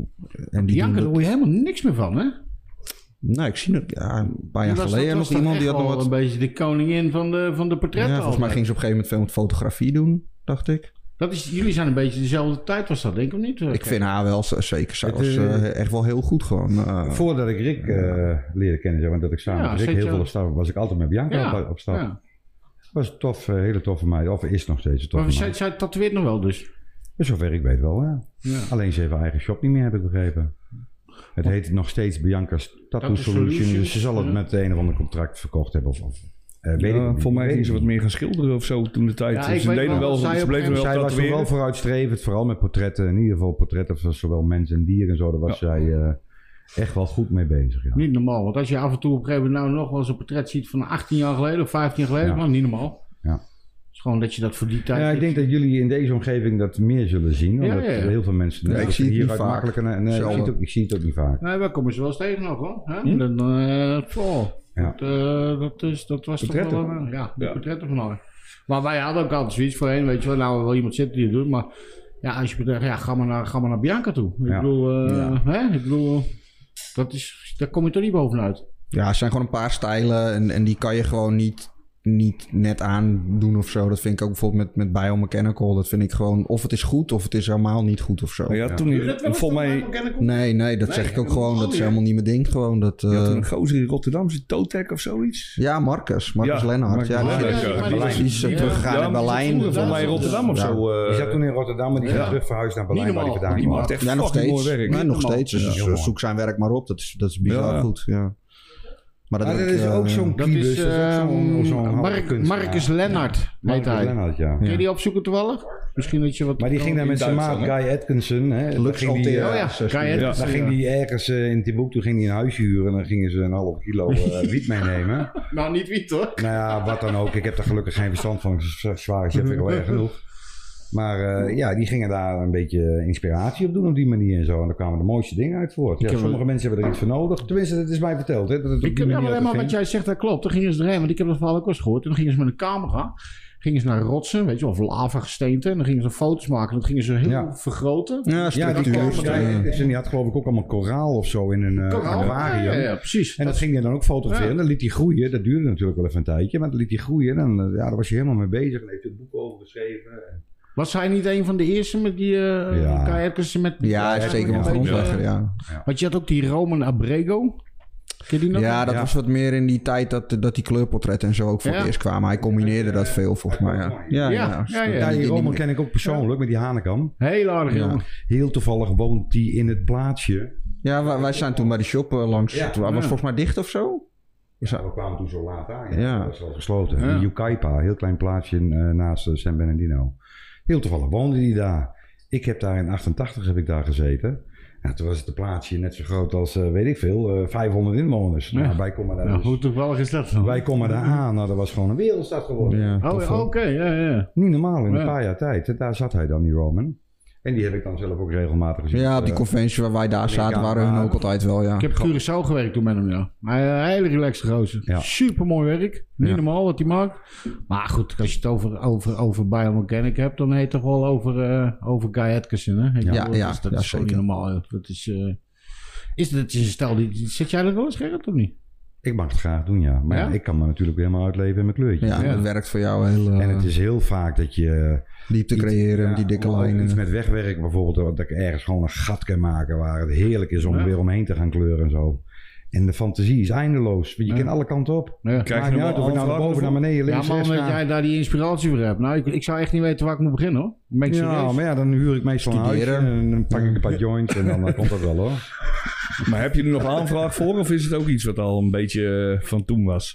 Bianca, daar hoor je helemaal niks meer van, hè? Nee, ik zie het een paar jaar geleden nog iemand die had nog wat... een beetje de koningin van de portretten. Ja, volgens mij ging ze op een gegeven moment veel met fotografie doen, dacht ik. Jullie zijn een beetje dezelfde tijd, was dat denk ik of niet? Ik vind haar wel zeker. Zij was echt wel heel goed gewoon. Voordat ik Rick leerde kennen, want dat ik samen met Rick heel veel op stap was, ik altijd met Bianca op stap. Ja. Was een tof, hele toffe meid, of is nog steeds een toffe meid. Maar zij tatoeëert nog wel dus? Zover ik weet wel, ja. Alleen ze heeft haar eigen shop niet meer, heb ik begrepen. Het heet nog steeds Bianca's Tattoo Solution. Dus ze zal het met een of ander contract verkocht hebben. Voor mij ging ze wat meer gaan schilderen of zo toen de tijd. Ja, ze bleven wel zij was wel vooruitstrevend, vooral met portretten. In ieder geval portretten van zowel mensen en dieren en zo. Daar was zij echt wel goed mee bezig. Ja. Niet normaal, want als je af en toe op een gegeven moment nog wel eens een portret ziet van 18 jaar geleden of 15 jaar geleden, niet normaal. Ja. Het is gewoon dat je dat voor die tijd... Ja, ik denk dat jullie in deze omgeving dat meer zullen zien. Omdat heel veel mensen... ik zie het niet vaak. Ik zie het ook niet vaak. Nee, wij komen ze wel eens tegen nog hoor. Dat was toch wel... de portretten van haar. Maar wij hadden ook altijd zoiets voorheen, weet je wel. Nou, wel iemand zitten die het doet, maar... Ja, als je betreft, ga maar naar Bianca toe. Ik bedoel, daar kom je toch niet bovenuit. Ja, er zijn gewoon een paar stijlen en die kan je gewoon niet net aandoen of zo. Dat vind ik ook bijvoorbeeld met Biomechanical. Dat vind ik gewoon, of het is goed of het is helemaal niet goed of zo. Ja, toen volgens mij... Nee, dat zeg ik ook gewoon. Dat is helemaal niet mijn ding gewoon. Dat, toen een gozer in Rotterdam, Totec of zoiets? Ja, Marcus Lennart. Precies teruggegaan naar Berlijn. Volgens mij in Rotterdam of zo. Die zat toen in Rotterdam, maar die is terug verhuisd naar Berlijn waar hij vandaan kwam. Die maakt echt nog steeds. Nog steeds. Dus zoek zijn werk maar op. Dat is bizar goed, ja. Maar dat is ook zo'n kiebus. Marcus Lennart heet hij. Lennart, ja. Kun je die opzoeken toevallig? Misschien dat je wat... Maar die ging daar met zijn maat Guy Atkinson. Dan ging die ergens in Timbuktu ging die een huisje huren. En dan gingen ze een half kilo wiet meenemen. Nou, niet wiet hoor. Nou ja, wat dan ook. Ik heb daar gelukkig geen verstand van. Zware chef vind ik wel erg genoeg. Maar die gingen daar een beetje inspiratie op doen op die manier en zo. En daar kwamen de mooiste dingen uit voort. Ja, sommige mensen hebben er iets voor nodig. Tenminste, dat is mij verteld. Hè, maar wat jij zegt, dat klopt. Dan gingen ze erheen, want ik heb dat verhaal ook eens gehoord. En dan gingen ze met een camera. gingen ze naar rotsen, weet je, of lavagesteenten. En dan gingen ze foto's maken. Dat gingen ze heel vergroten. Ja, die had geloof ik ook allemaal koraal of zo in een aquarium. Ja, precies. En dat ging hij dan ook fotograferen. Ja. Dan liet hij groeien. Dat duurde natuurlijk wel even een tijdje. Maar dan liet hij groeien. En daar was hij helemaal mee bezig. En heeft hij een boek over geschreven. Was hij niet een van de eerste met die kajakkers? Ja, zeker een grondlegger, Want je had ook die Roman Abrego. Ken je die nog? Ja, dat was wat meer in die tijd dat die kleurportretten en zo ook voor het eerst kwamen. Hij combineerde dat veel volgens mij. Ja, die Roman ken ik ook persoonlijk met die Hanekam. Heel aardig, jongen. Heel toevallig woont die in het plaatsje. Ja, wij zijn toen bij die shop langs. Hij was volgens mij dicht of zo. Ja, we kwamen toen zo laat aan. Dat was al gesloten. In Yucaipa, heel klein plaatsje naast San Bernardino. Heel toevallig woonde hij daar. Ik heb daar in 88 heb ik daar gezeten. Ja, toen was het een plaatsje net zo groot als, weet ik veel, 500 inwoners. Ja. Nou, wij komen daar hoe toevallig is dat dan? Wij komen daar aan. Nou, dat was gewoon een wereldstad geworden. Ja, oké. Niet normaal in een paar jaar tijd. Daar zat hij dan, die Roman. En die heb ik dan zelf ook regelmatig gezien. Ja, op die conventie waar wij daar zaten waren hun ook altijd wel, Ik heb Curaçao gewerkt toen met hem, Hele relaxed gozer. Ja. Super mooi werk. Niet normaal wat hij maakt. Maar goed, als je het over Bijl Mechanic hebt, dan heet het toch wel over Guy Atkinson, hè? Dat is gewoon niet normaal. Dat is dat je stel, zit jij er wel eens, Gerrit, of niet? Ik mag het graag doen, ja. Maar ik kan me natuurlijk weer helemaal uitleven in mijn kleurtje. Ja, dat werkt voor jou heel... En het is heel vaak dat je... Diepte creëren met die dikke lijnen. Iets met wegwerk bijvoorbeeld. Dat ik ergens gewoon een gat kan maken waar het heerlijk is om weer omheen te gaan kleuren en zo. En de fantasie is eindeloos. Je kan alle kanten op. Krijg je niet uit of ik nou naar boven, naar beneden, links, rechts ga. Ja, maar omdat jij daar die inspiratie voor hebt. Nou, ik zou echt niet weten waar ik moet beginnen, hoor. Maar dan huur ik meestal een huisje en dan pak ik een paar joints en dan komt dat wel, hoor. Maar heb je er nog aanvraag voor of is het ook iets wat al een beetje van toen was?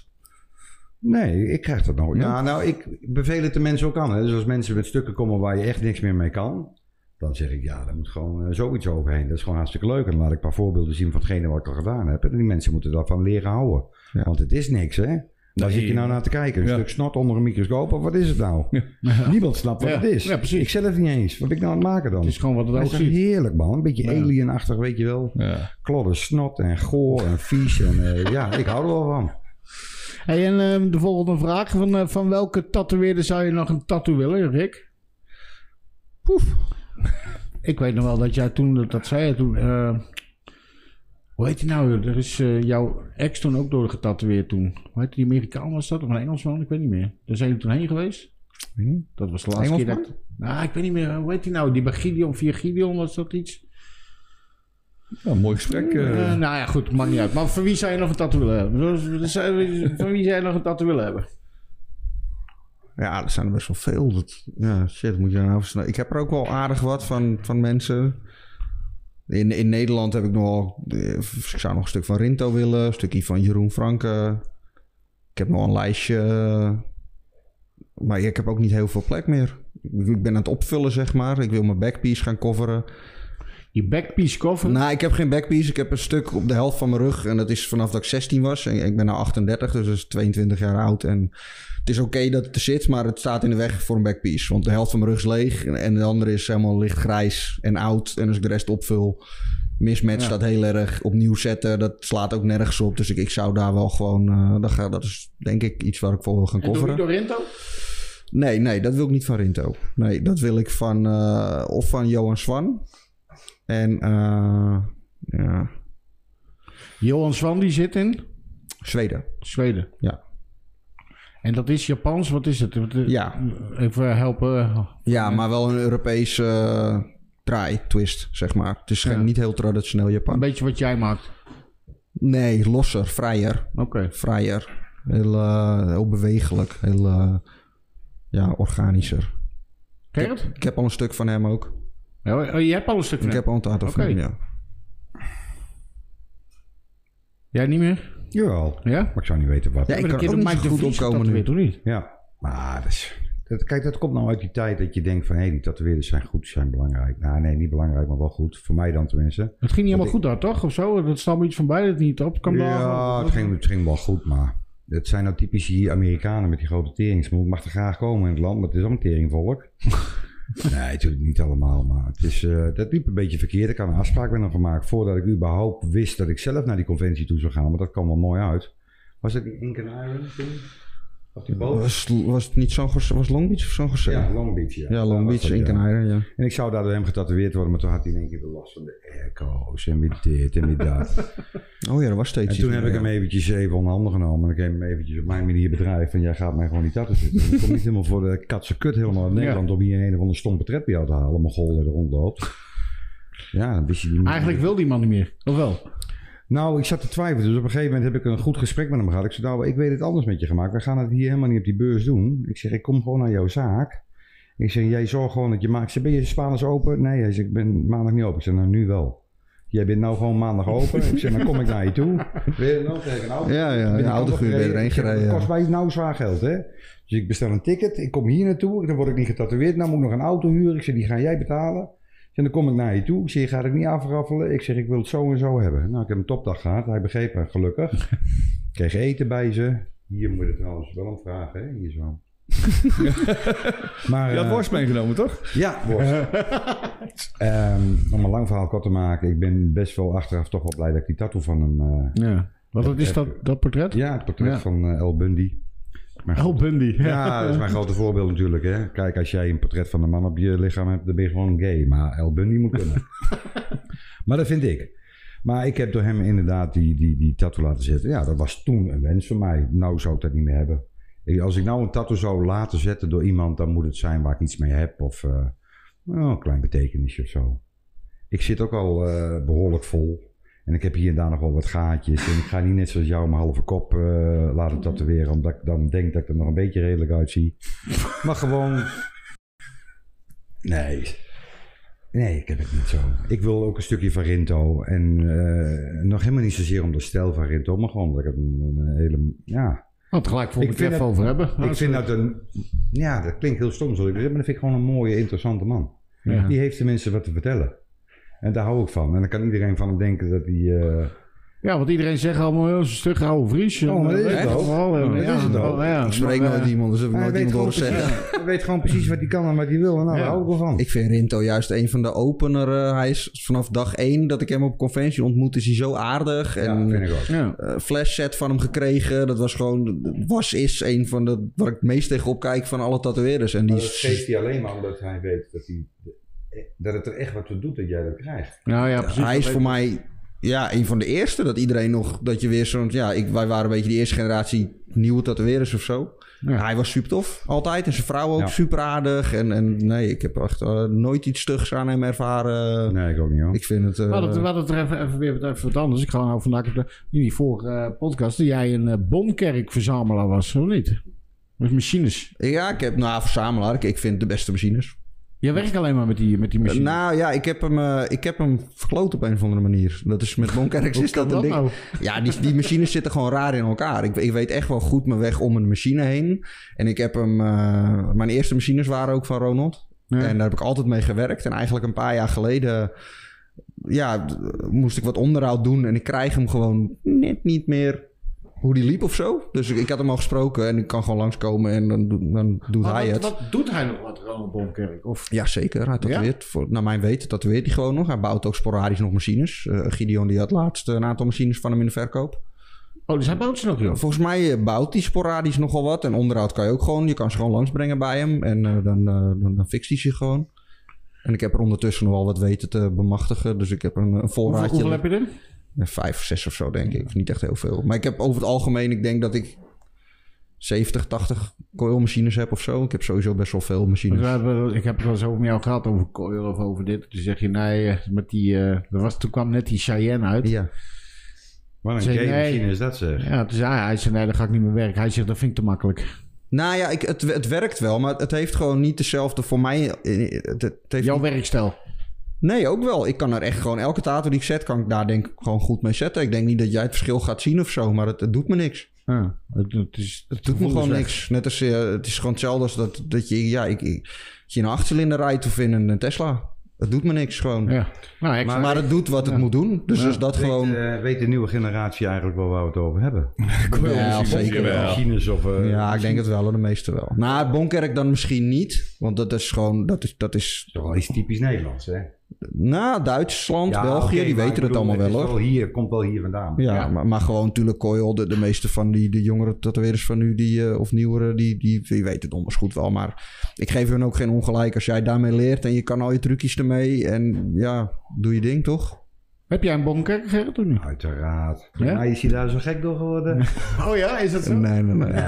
Nee, ik krijg dat nooit. Ja, nou, ik beveel het de mensen ook aan. Hè. Dus als mensen met stukken komen waar je echt niks meer mee kan, dan zeg ik, daar moet gewoon zoiets overheen. Dat is gewoon hartstikke leuk. En dan laat ik een paar voorbeelden zien van hetgene wat ik al gedaan heb. En die mensen moeten daarvan leren houden. Ja. Want het is niks, hè. Daar zit je nou naar te kijken. Een stuk snot onder een microscoop. Of wat is het nou? Ja. Niemand snapt wat het is. Ja, precies. Ik zelf niet eens. Wat ben ik nou aan het maken dan? Het is gewoon wat het ook ziet. Heerlijk, man. Een beetje alienachtig, weet je wel. Ja. Klodder, snot en goor en vies. En ik hou er wel van. Hey, en de volgende vraag. Van welke tatoeëerder zou je nog een tattoo willen, Rick? Poef. Ik weet nog wel dat jij toen, dat zei je toen... hoe heet die nou? Er is jouw ex toen ook door getatoeëerd toen. Hoe heet die Amerikaan was dat? Of een Engelsman? Ik weet niet meer. Daar zijn jullie toen heen geweest? Dat was de laatste keer dat... Nou, ik weet niet meer. Hoe heet die nou? Die bij Gideon, via Gideon was dat iets? Ja, een mooi gesprek. Nou ja, goed. Maakt niet uit. Maar voor wie zou je nog een tattoo willen hebben? Voor wie zou je nog een tattoo willen hebben? Ja, er zijn er best wel veel. Moet je nou versnellen. Ik heb er ook wel aardig wat van mensen. In Nederland heb ik nogal... Ik zou nog een stuk van Rinto willen. Een stukje van Jeroen Franke. Ik heb nog een lijstje. Maar ik heb ook niet heel veel plek meer. Ik ben aan het opvullen, zeg maar. Ik wil mijn backpiece gaan coveren. Je backpiece coveren? Nou, ik heb geen backpiece. Ik heb een stuk op de helft van mijn rug. En dat is vanaf dat ik 16 was. En ik ben nu 38, dus dat is 22 jaar oud. En het is oké dat het er zit, maar het staat in de weg voor een backpiece. Want de helft van mijn rug is leeg. En de andere is helemaal lichtgrijs en oud. En als ik de rest opvul, mismatch dat heel erg. Opnieuw zetten, dat slaat ook nergens op. Dus ik zou daar wel gewoon... dat is denk ik iets waar ik voor wil gaan coveren. En doe je door Rinto? Nee, dat wil ik niet van Rinto. Nee, dat wil ik van... of van Johan Swan... En Johan Swan die zit in? Zweden, ja. En dat is Japans, wat is het? Ja. Even helpen. Ja, maar wel een Europese twist, zeg maar. Het is niet heel traditioneel Japan. Een beetje wat jij maakt? Nee, losser, vrijer. Oké. Vrijer. Heel bewegelijk. Heel organischer. Ik heb al een stuk van hem ook. Oh, je hebt al een stuk van hem? Ik heb al een tattoo van hem, ja. Jij niet meer? Jawel. Ja? Maar ik zou niet weten wat. Ja, ik kan ook niet goed opkomen nu. Niet? Ja, maar dat komt nou uit die tijd dat je denkt van... die tatoeëerders zijn goed, zijn belangrijk. Nou, nee, niet belangrijk, maar wel goed. Voor mij dan tenminste. Het ging niet helemaal goed daar, toch? Of zo? Dat staat me iets van bij dat niet op. Het ging wel goed, maar... Het zijn nou typisch die Amerikanen met die grote teringsmoed. Ik mag er graag komen in het land, maar het is ook een teringvolk. Nee, natuurlijk niet allemaal, maar het is, dat liep een beetje verkeerd. Ik had een afspraak met hem gemaakt voordat ik überhaupt wist dat ik zelf naar die conventie toe zou gaan. Maar dat kwam wel mooi uit. Was het die Incan Island toen? Was het niet was Long Beach of San Jose? Ja, Long Beach, ja. Ja, Long Beach, Inkenheide, ja. En ik zou daar door hem getatoeëerd worden, maar toen had hij in één keer last van de airco's en met dit en met dat. Oh ja, dat was steeds. En toen heb ik hem eventjes even onder handen genomen en ik heb hem eventjes op mijn manier bedrijf van jij gaat mij gewoon die tattoo zitten. Ik kom niet helemaal voor de katse kut helemaal uit Nederland om hier een of andere stom portret bij jou te halen, mijn gol er rondloopt. Ja, dan wist je niet meer. Eigenlijk wil die man niet meer, of wel? Nou, ik zat te twijfelen. Dus op een gegeven moment heb ik een goed gesprek met hem gehad. Ik zei, nou, ik weet het anders met je gemaakt. We gaan het hier helemaal niet op die beurs doen. Ik zeg, ik kom gewoon naar jouw zaak. Ik zeg, jij zorgt gewoon dat je maakt. Ik zeg, ben je Spaans open? Nee, hij zegt, ik ben maandag niet open. Ik zeg, nou, nu wel. Jij bent nou gewoon maandag open. Ik zeg, dan kom ik naar je toe. Weer nog tegen een auto. Ja, de autohuur ben je erheen gereden. Dat kost mij nou zwaar geld, hè. Dus ik bestel een ticket. Ik kom hier naartoe. Dan word ik niet getatoeëerd. Nou moet ik nog een auto huren. Ik zeg, die ga jij betalen. En dan kom ik naar je toe. Ik zeg, je gaat het niet afraffelen. Ik zeg, ik wil het zo en zo hebben. Nou, ik heb een topdag gehad. Hij begreep me, gelukkig. Ik kreeg eten bij ze. Hier moet je trouwens wel om vragen, hè. Hier zo. Maar, je had worst meegenomen, toch? Ja, worst. Om een lang verhaal kort te maken. Ik ben best wel achteraf toch wel blij dat ik die tattoo van hem... ja. Wat is dat portret? Ja, het portret van El Bundy. El Bundy. Ja, dat is mijn grote voorbeeld natuurlijk. Hè. Kijk, als jij een portret van een man op je lichaam hebt, dan ben je gewoon gay. Maar El Bundy moet kunnen. Maar dat vind ik. Maar ik heb door hem inderdaad die tattoo laten zetten. Ja, dat was toen een wens voor mij. Nou zou ik dat niet meer hebben. Als ik nou een tattoo zou laten zetten door iemand, dan moet het zijn waar ik iets mee heb. Of een klein betekenisje of zo. Ik zit ook al behoorlijk vol. En ik heb hier en daar nog wel wat gaatjes. En ik ga niet net zoals jou mijn halve kop laten tatoeëren. Omdat ik dan denk dat ik er nog een beetje redelijk uitzie. Maar gewoon... Nee, ik heb het niet zo. Ik wil ook een stukje van Rinto. En nog helemaal niet zozeer om de stijl van Rinto. Maar gewoon dat ik het een hele... Ja... Want gelijk voor het even over hebben. Ik vind dat een... Ja, dat klinkt heel stom, maar dat vind ik gewoon een mooie, interessante man. Ja. Die heeft tenminste wat te vertellen. En daar hou ik van. En dan kan iedereen van hem denken dat hij... Ja, want iedereen zegt allemaal, een stuk oude Fries. Oh, maar dat is het ook. Ik spreek nooit iemand, dus heb ik nooit iemand horen zeggen. Hij weet gewoon precies wat hij kan en wat hij wil. En daar hou ik wel van. Ik vind Rinto juist een van de opener. Hij is vanaf dag 1 dat ik hem op conventie ontmoet, is hij zo aardig. En vind ik ook. Flash set van hem gekregen. Dat was gewoon... is een van de... waar ik het meest tegenop kijk van alle tatoeëerders. En dat geeft hij alleen maar omdat hij weet dat het er echt wat toe doet dat jij dat krijgt. Nou ja, precies. Hij is voor mij... Ja, een van de eerste. Dat iedereen nog... Dat je weer zo'n... Ja, wij waren een beetje de eerste generatie nieuwe tatoeëerders of zo. Ja. Hij was super tof. Altijd. En zijn vrouw ook super aardig. En nee, ik heb echt nooit iets stugs aan hem ervaren. Nee, ik ook niet hoor. Ik vind het... We hadden het er even wat anders. Ik ga nou vandaag in die vorige podcast... dat jij een Bonkerk-verzamelaar was, of niet? Met machines. Ja, ik heb... verzamelaar. Ik vind de beste machines. Je werkt alleen maar met die machines? Nou ja, ik heb hem verkloot op een of andere manier. Dat is met Bonkerks is dat een ding. Nou? Ja, die machines zitten gewoon raar in elkaar. Ik weet echt wel goed mijn weg om een machine heen. En ik heb hem... mijn eerste machines waren ook van Ronald. Ja. En daar heb ik altijd mee gewerkt. En eigenlijk een paar jaar geleden... Ja, moest ik wat onderhoud doen. En ik krijg hem gewoon net niet meer... hoe die liep of zo. Dus ik had hem al gesproken en ik kan gewoon langskomen en dan doet hij het. Wat doet hij nog wat, Ronald Bonkerk? Of? Ja, zeker. Hij tatoeëert. Ja? Naar mijn weten tatoeëert hij gewoon nog. Hij bouwt ook sporadisch nog machines. Gideon die had laatst een aantal machines van hem in de verkoop. Oh, dus hij bouwt ze nog, joh? Volgens mij bouwt hij sporadisch nogal wat. En onderhoud kan je ook gewoon. Je kan ze gewoon langsbrengen bij hem. En dan fixt hij ze gewoon. En ik heb er ondertussen nog wel wat weten te bemachtigen. Dus ik heb een voorraadje. Hoeveel heb je er? 5 of 6 of zo, denk ik. Niet echt heel veel. Maar ik heb over het algemeen... Ik denk dat ik 70, 80 coilmachines heb of zo. Ik heb sowieso best wel veel machines. Ik heb het wel eens over met jou gehad over coil of over dit. Toen zeg je, nee, met die... toen kwam net die Cheyenne uit. Ja. Wat een gay machine is dat, zeg. Ja, toen zei hij zei, nee, dat ga ik niet meer werken. Hij zegt, dat vind ik te makkelijk. Nou ja, het werkt wel, maar het heeft gewoon niet dezelfde voor mij... Jouw werkstijl? Nee, ook wel. Ik kan er echt gewoon... Elke tattoo die ik zet, kan ik daar denk ik gewoon goed mee zetten. Ik denk niet dat jij het verschil gaat zien of zo, maar het doet me niks. Ja, het doet me gewoon niks. Net als... het is gewoon hetzelfde als dat je... Ja, je een 8-cilinder rijdt of in een Tesla. Het doet me niks gewoon. Ja. Nou, maar het doet wat het moet doen. Dus dat gewoon... Weet de nieuwe generatie eigenlijk wel waar we het over hebben? Ja, zeker wel. Machines of... ja, ik denk het wel. De meeste wel. Het Bonkerk dan misschien niet. Want dat is gewoon... Dat is toch wel iets typisch Nederlands, hè? Nou, Duitsland, België, die weten het allemaal wel, hoor. Komt wel hier vandaan. Ja. Maar gewoon natuurlijk Coyle, de meeste van die jongere tatoeëerders van nu, of nieuwere, die weten het donders goed wel. Maar ik geef hun ook geen ongelijk als jij daarmee leert en je kan al je trucjes ermee. En ja, doe je ding, toch? Heb jij een bonker, Gerrit, toen niet? Uiteraard. Ja? Maar is hij daar zo gek door geworden? Oh ja, is dat zo? Nee.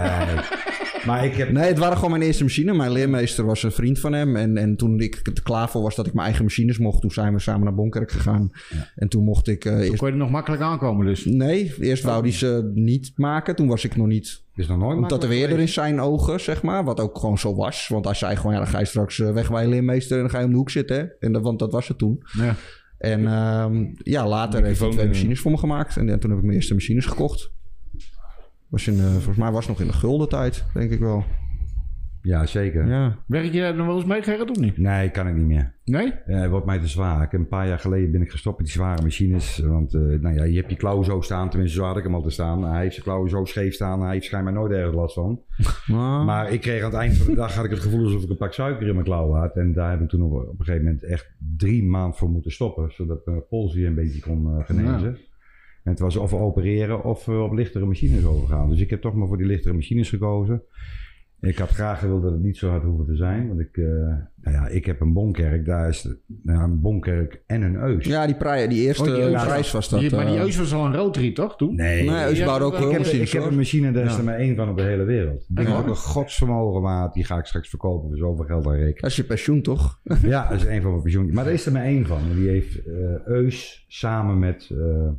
Maar ik heb... Nee, het waren gewoon mijn eerste machines. Mijn leermeester was een vriend van hem. En toen ik er klaar voor was dat ik mijn eigen machines mocht, toen zijn we samen naar Bonkerk gegaan. Ja. En toen mocht ik... Toen kon je er nog makkelijk aankomen dus? Nee, eerst wou hij ze niet maken. Toen was ik nog niet... Is nog nooit tatoeëerder in zijn ogen, zeg maar. Wat ook gewoon zo was. Want hij zei gewoon, dan ga je straks weg bij je leermeester en dan ga je om de hoek zitten. Hè? Want dat was het toen. Ja. En later heeft hij 2 machines voor me gemaakt. En toen heb ik mijn eerste machines gekocht. Volgens mij was het nog in de gulden tijd, denk ik wel. Ja, zeker. Ja. Werk je daar nog wel eens mee, Gerrit, of niet? Nee, kan ik niet meer. Nee? Het wordt mij te zwaar. Een paar jaar geleden ben ik gestopt met die zware machines. Want je hebt je klauwen zo staan. Tenminste, zo had ik hem al te staan. Hij heeft zijn klauwen zo scheef staan. Hij heeft schijnbaar nooit ergens last van. Maar ik kreeg aan het eind van de dag had ik het gevoel alsof ik een pak suiker in mijn klauwen had. En daar heb ik toen op een gegeven moment echt 3 maanden voor moeten stoppen. Zodat mijn pols weer een beetje kon genezen. Ja. En het was of opereren of op lichtere machines overgaan. Dus ik heb toch maar voor die lichtere machines gekozen. Ik had graag gewild dat het niet zo hard hoeven te zijn. Want ik heb een Bonkerk. Daar is een Bonkerk en een Eus. Ja, die eerste prijs was dat. Maar die Eus was al een Rotary, toch? Toen? Nee, Eus bouwde ook wel machines. Ik heb een machine, daar is er maar 1 van op de hele wereld. Die is ook een godsvermogen waard. Die ga ik straks verkopen voor zoveel geld aan rekenen. Dat is je pensioen, toch? Ja, dat is 1 van mijn pensioen. Maar daar is er maar 1 van. En die heeft Eus samen met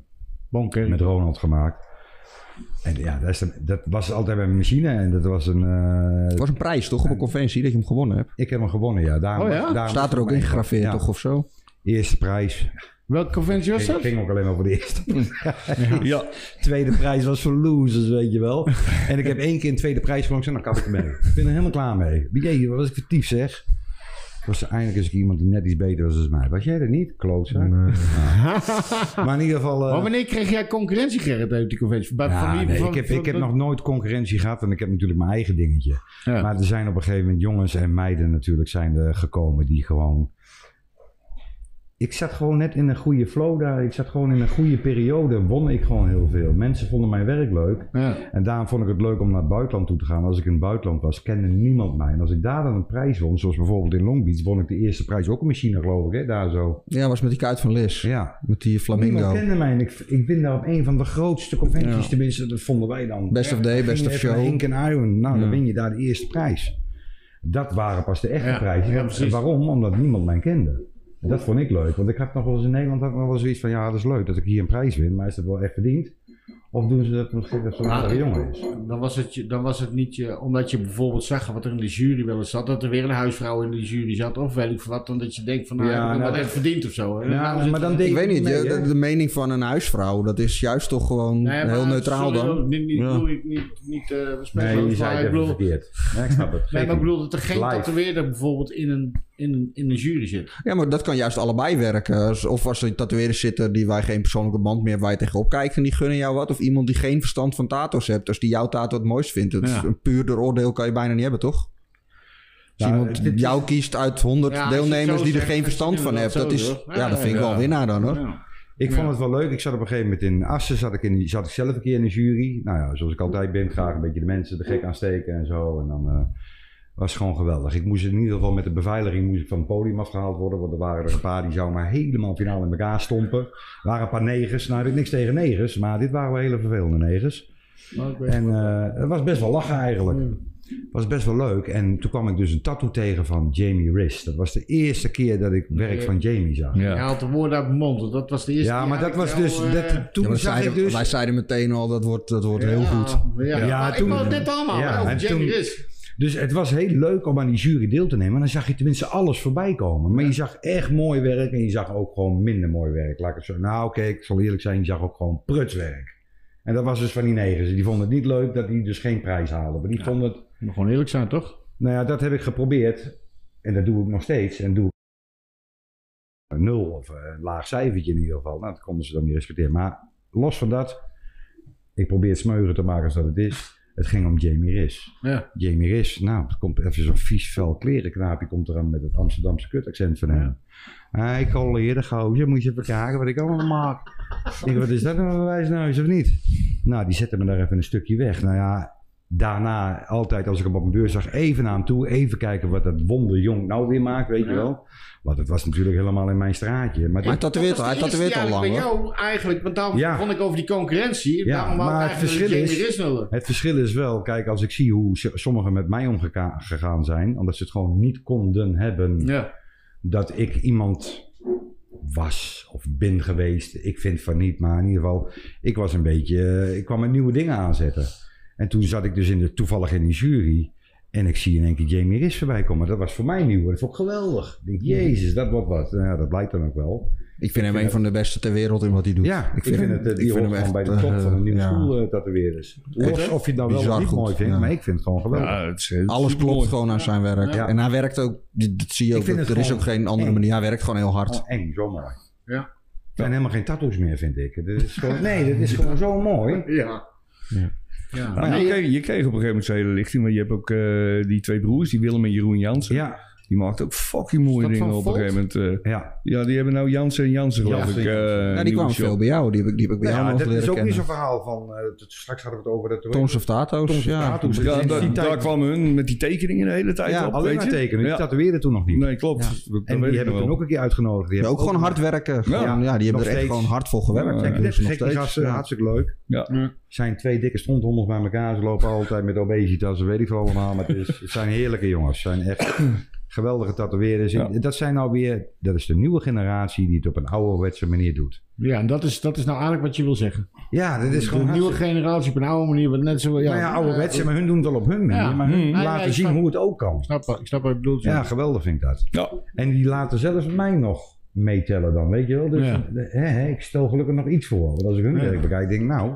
Ronald gemaakt. En ja, dat was altijd bij mijn machine. En dat was een... Het was een prijs, toch? Op een conventie dat je hem gewonnen hebt. Ik heb hem gewonnen, ja. Daarom staat er ook ingegraveerd, toch? Of zo? Eerste prijs. Welke conventie was dat? Ik ging ook alleen maar voor de eerste. Ja. Tweede prijs was voor losers, weet je wel. En ik heb 1 keer een tweede prijs gewonnen. Ik zei, dan kan ik ermee. Ik ben er helemaal klaar mee. Jee, wat was ik vertief, zeg. Was er eindelijk eens iemand die net iets beter was dan mij. Was jij er niet? Klootzak. Nee. Maar in ieder geval... Maar wanneer kreeg jij concurrentie, Gerrit, uit die conventie? Ik heb nog nooit concurrentie gehad. En ik heb natuurlijk mijn eigen dingetje. Ja. Maar er zijn op een gegeven moment jongens en meiden natuurlijk zijn er gekomen die gewoon... Ik zat gewoon net in een goede flow daar. Ik zat gewoon in een goede periode. Won ik gewoon heel veel. Mensen vonden mijn werk leuk. Ja. En daarom vond ik het leuk om naar het buitenland toe te gaan. Als ik in het buitenland was, kende niemand mij. En als ik daar dan een prijs won, zoals bijvoorbeeld in Long Beach, won ik de eerste prijs ook een machine, geloof ik. Hè? Daar zo. Ja, was met die kuit van Lis. Ja. Met die Flamingo. Niemand kende mij. En ik ben daar op een van de grootste conventies, tenminste, dat vonden wij dan. Best of day, best of show. Hink en Iron. Nou, dan win je daar de eerste prijs. Dat waren pas de echte prijzen. Ja, waarom? Omdat niemand mij kende. Dat vond ik leuk, want ik had nog wel eens in Nederland nog wel zoiets van, ja, dat is leuk dat ik hier een prijs win, maar is dat wel echt verdiend? Of doen ze dat misschien dat zo'n aardige jongen is? Dan was het niet omdat je bijvoorbeeld zag wat er in de jury wel eens zat, dat er weer een huisvrouw in de jury zat, of weet ik wat, dan dat je denkt van, ik heb wat echt verdiend of zo. Ja, maar dan denk ik weet niet, de mening van een huisvrouw, dat is juist toch gewoon heel neutraal dan. Niet nee, je zei het even verkeerd. Ja, ik snap het. Nee, maar ik bedoel dat er geen tatoeëerder bijvoorbeeld in een jury zit. Ja, maar dat kan juist allebei werken. Of als er tatoeëerders zitten die waar je geen persoonlijke band meer hebt, waar je tegenop kijkt en die gunnen jou wat. Of iemand die geen verstand van tato's hebt, als die jouw tato het mooist vindt. Een puurder oordeel kan je bijna niet hebben, toch? Als iemand jou kiest uit 100 deelnemers die er geen verstand van hebt, dat vind ik wel een winnaar dan, hoor. Ja. Ik vond het wel leuk. Ik zat op een gegeven moment in Assen, zat ik zelf een keer in de jury. Nou ja, zoals ik altijd ben, graag een beetje de mensen de gek aansteken en zo. En dan was gewoon geweldig. Ik moest in ieder geval met de beveiliging van het podium afgehaald worden. Want er waren er een paar die zouden maar helemaal finaal in elkaar stompen. Er waren een paar negers. Nou, ik heb niks tegen negers, maar dit waren wel hele vervelende negers. En het was best wel lachen eigenlijk. Het was best wel leuk. En toen kwam ik dus een tattoo tegen van Jamie Riss. Dat was de eerste keer dat ik werk van Jamie zag. Ja. Hij had de woorden uit mijn mond. Dat was de eerste keer. Ja, maar dat was dus... Toen zag ik dus... Wij zeiden meteen al, dat wordt heel goed. Ja, toen... Ik wou dit allemaal. Over Jamie Riss. Dus het was heel leuk om aan die jury deel te nemen. En dan zag je tenminste alles voorbij komen. Maar je zag echt mooi werk. En je zag ook gewoon minder mooi werk. Laat ik het zo... Nou oké, ik zal eerlijk zijn. Je zag ook gewoon prutswerk. En dat was dus van die negers. Die vonden het niet leuk dat die dus geen prijs haalden. Maar die vonden het... Moet gewoon eerlijk zijn, toch? Nou ja, dat heb ik geprobeerd. En dat doe ik nog steeds. En doe ik 0 of een laag cijfertje in ieder geval. Nou, dat konden ze dan niet respecteren. Maar los van dat... Ik probeer het smeuiger te maken als dat het is. Het ging om Jamie Riss. Ja. Jamie Riss, nou, er komt even zo'n vies vel klerenknaapje komt er aan met het Amsterdamse kutaccent van hem. Ik colleer de gozer, moet je even kijken wat ik allemaal maak. Ik denk, wat is dat nou een wijsneus of niet? Nou, die zette me daar even een stukje weg. Nou ja, daarna, altijd als ik hem op een beurs zag, even naar hem toe, even kijken wat dat wonderjong nou weer maakt, weet je wel. Want het was natuurlijk helemaal in mijn straatje. Maar hij tatoeëert al lang, bij jou eigenlijk, want daarom vond ik over die concurrentie. Ja, maar het verschil is wel, kijk, als ik zie hoe sommigen met mij omgegaan zijn, omdat ze het gewoon niet konden hebben, dat ik iemand was of ben geweest. Ik vind van niet, maar in ieder geval, ik was een beetje, ik kwam met nieuwe dingen aanzetten. En toen zat ik dus toevallig in die jury. En ik zie in één keer Jamie Riss voorbij komen. Dat was voor mij nieuw. Dat vond ik geweldig. Ik denk, jezus, dat wordt wat. Nou ja, dat blijkt dan ook wel. Ik vind hem een van de beste ter wereld in wat hij doet. Ja, ik vind die hoort gewoon bij de top van een nieuwe school tatoeëerders. Of je het nou wel of niet mooi vindt, maar ik vind het gewoon geweldig. Ja, alles klopt gewoon aan zijn werk. Ja. En hij werkt ook, dat zie je ook, er is ook geen andere manier. Hij werkt gewoon heel hard. Oh, eng, zo mooi. Ja. Er zijn helemaal geen tattoos meer, vind ik. Dat is gewoon zo mooi. Ja. Ja. Maar je kreeg op een gegeven moment zo'n hele lichting. Maar je hebt ook die 2 broers, die Willem en Jeroen Jansen. Ja. Die maakt ook fucking mooie dingen op een gegeven moment. Ja, die hebben nou Jansen en Jansen, geloof ik. Die kwamen veel bij jou. Die heb ik bij jou nog leren kennen. Dat is ook niet zo'n verhaal van... straks hadden we het over dat... Tons of Tato's. Daar kwamen hun met die tekeningen de hele tijd op. Alleen maar tekenen. Die tatoeëerden toen nog niet. Nee, klopt. En die hebben toen ook een keer uitgenodigd. Die ook gewoon hard werken. Die hebben er echt gewoon hard voor gewerkt. Hartstikke leuk. Er zijn 2 dikke stondhonders bij elkaar. Ze lopen altijd met obesitas. Dat weet ik veel allemaal. Maar het zijn heerlijke jongens. Het zijn echt... geweldige tatoeëerders. Ja. Dat zijn nou weer, dat is de nieuwe generatie die het op een ouderwetse manier doet. Ja, en dat is nou eigenlijk wat je wil zeggen. Ja, dat is gewoon... De nieuwe generatie op een oude manier, wat net zo... ouderwetse, maar hun doen het wel op hun manier. Maar hun laten zien hoe het ook kan. Ik snap wat je bedoelt. Ja, geweldig vind ik dat. Ja. En die laten zelfs mij nog meetellen dan, weet je wel. Dus ik stel gelukkig nog iets voor. Want als ik hun werk bekijk, denk ik nou...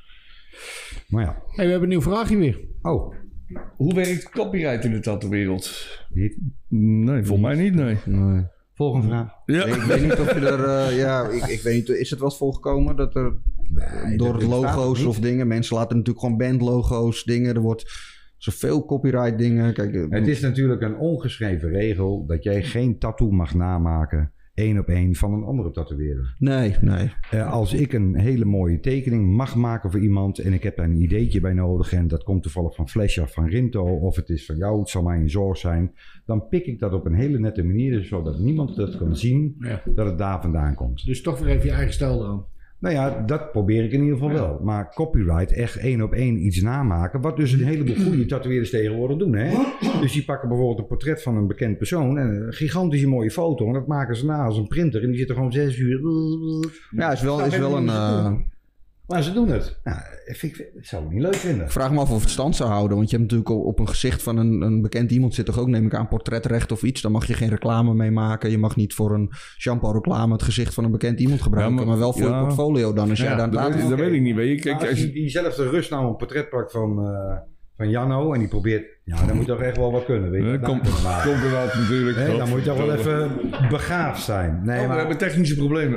Maar ja. Hey, we hebben een nieuw vraagje weer. Oh. Hoe werkt copyright in de tattoo-wereld? Niet? Nee, volgens mij niet, nee. Volgende vraag. Ja. Ik weet niet of je er... ik weet niet, is het wel eens voorgekomen dat er door logo's of dingen... Mensen laten natuurlijk gewoon bandlogo's, dingen. Er wordt zoveel copyright dingen. Kijk, het is natuurlijk een ongeschreven regel dat jij geen tattoo mag namaken... 1 op 1 van een andere tatoeëerder. Nee. Als ik een hele mooie tekening mag maken voor iemand... en ik heb daar een ideetje bij nodig... en dat komt toevallig van Flash of van Rinto... of het is van jou, het zal mij een zorg zijn... dan pik ik dat op een hele nette manier... zodat niemand dat kan zien dat het daar vandaan komt. Dus toch weer even je eigen stijl eraan. Nou ja, dat probeer ik in ieder geval wel. Maar copyright, echt 1 op 1 iets namaken... wat dus een heleboel goede tatoeëerders tegenwoordig doen. Hè? Dus die pakken bijvoorbeeld een portret van een bekend persoon... en een gigantische mooie foto... en dat maken ze na als een printer... en die zitten gewoon 6 uur... Ja, is wel een... Maar ze doen het. Nou, ik zou het niet leuk vinden. Ik vraag me af of het stand zou houden. Want je hebt natuurlijk op een gezicht van een bekend iemand... zit toch ook, neem ik aan, portretrecht of iets. Dan mag je geen reclame mee maken. Je mag niet voor een shampoo-reclame... het gezicht van een bekend iemand gebruiken. Maar wel voor je portfolio dan. Als jij daar dat weet ik niet. Weet je. Kijk, als je diezelfde Rus nou een portret pakt van Janno... en die probeert... Ja, dan moet je toch echt wel wat kunnen. Weet je? Komt er wat natuurlijk. Dan moet je toch wel even begaafd zijn. Nee, we hebben technische problemen.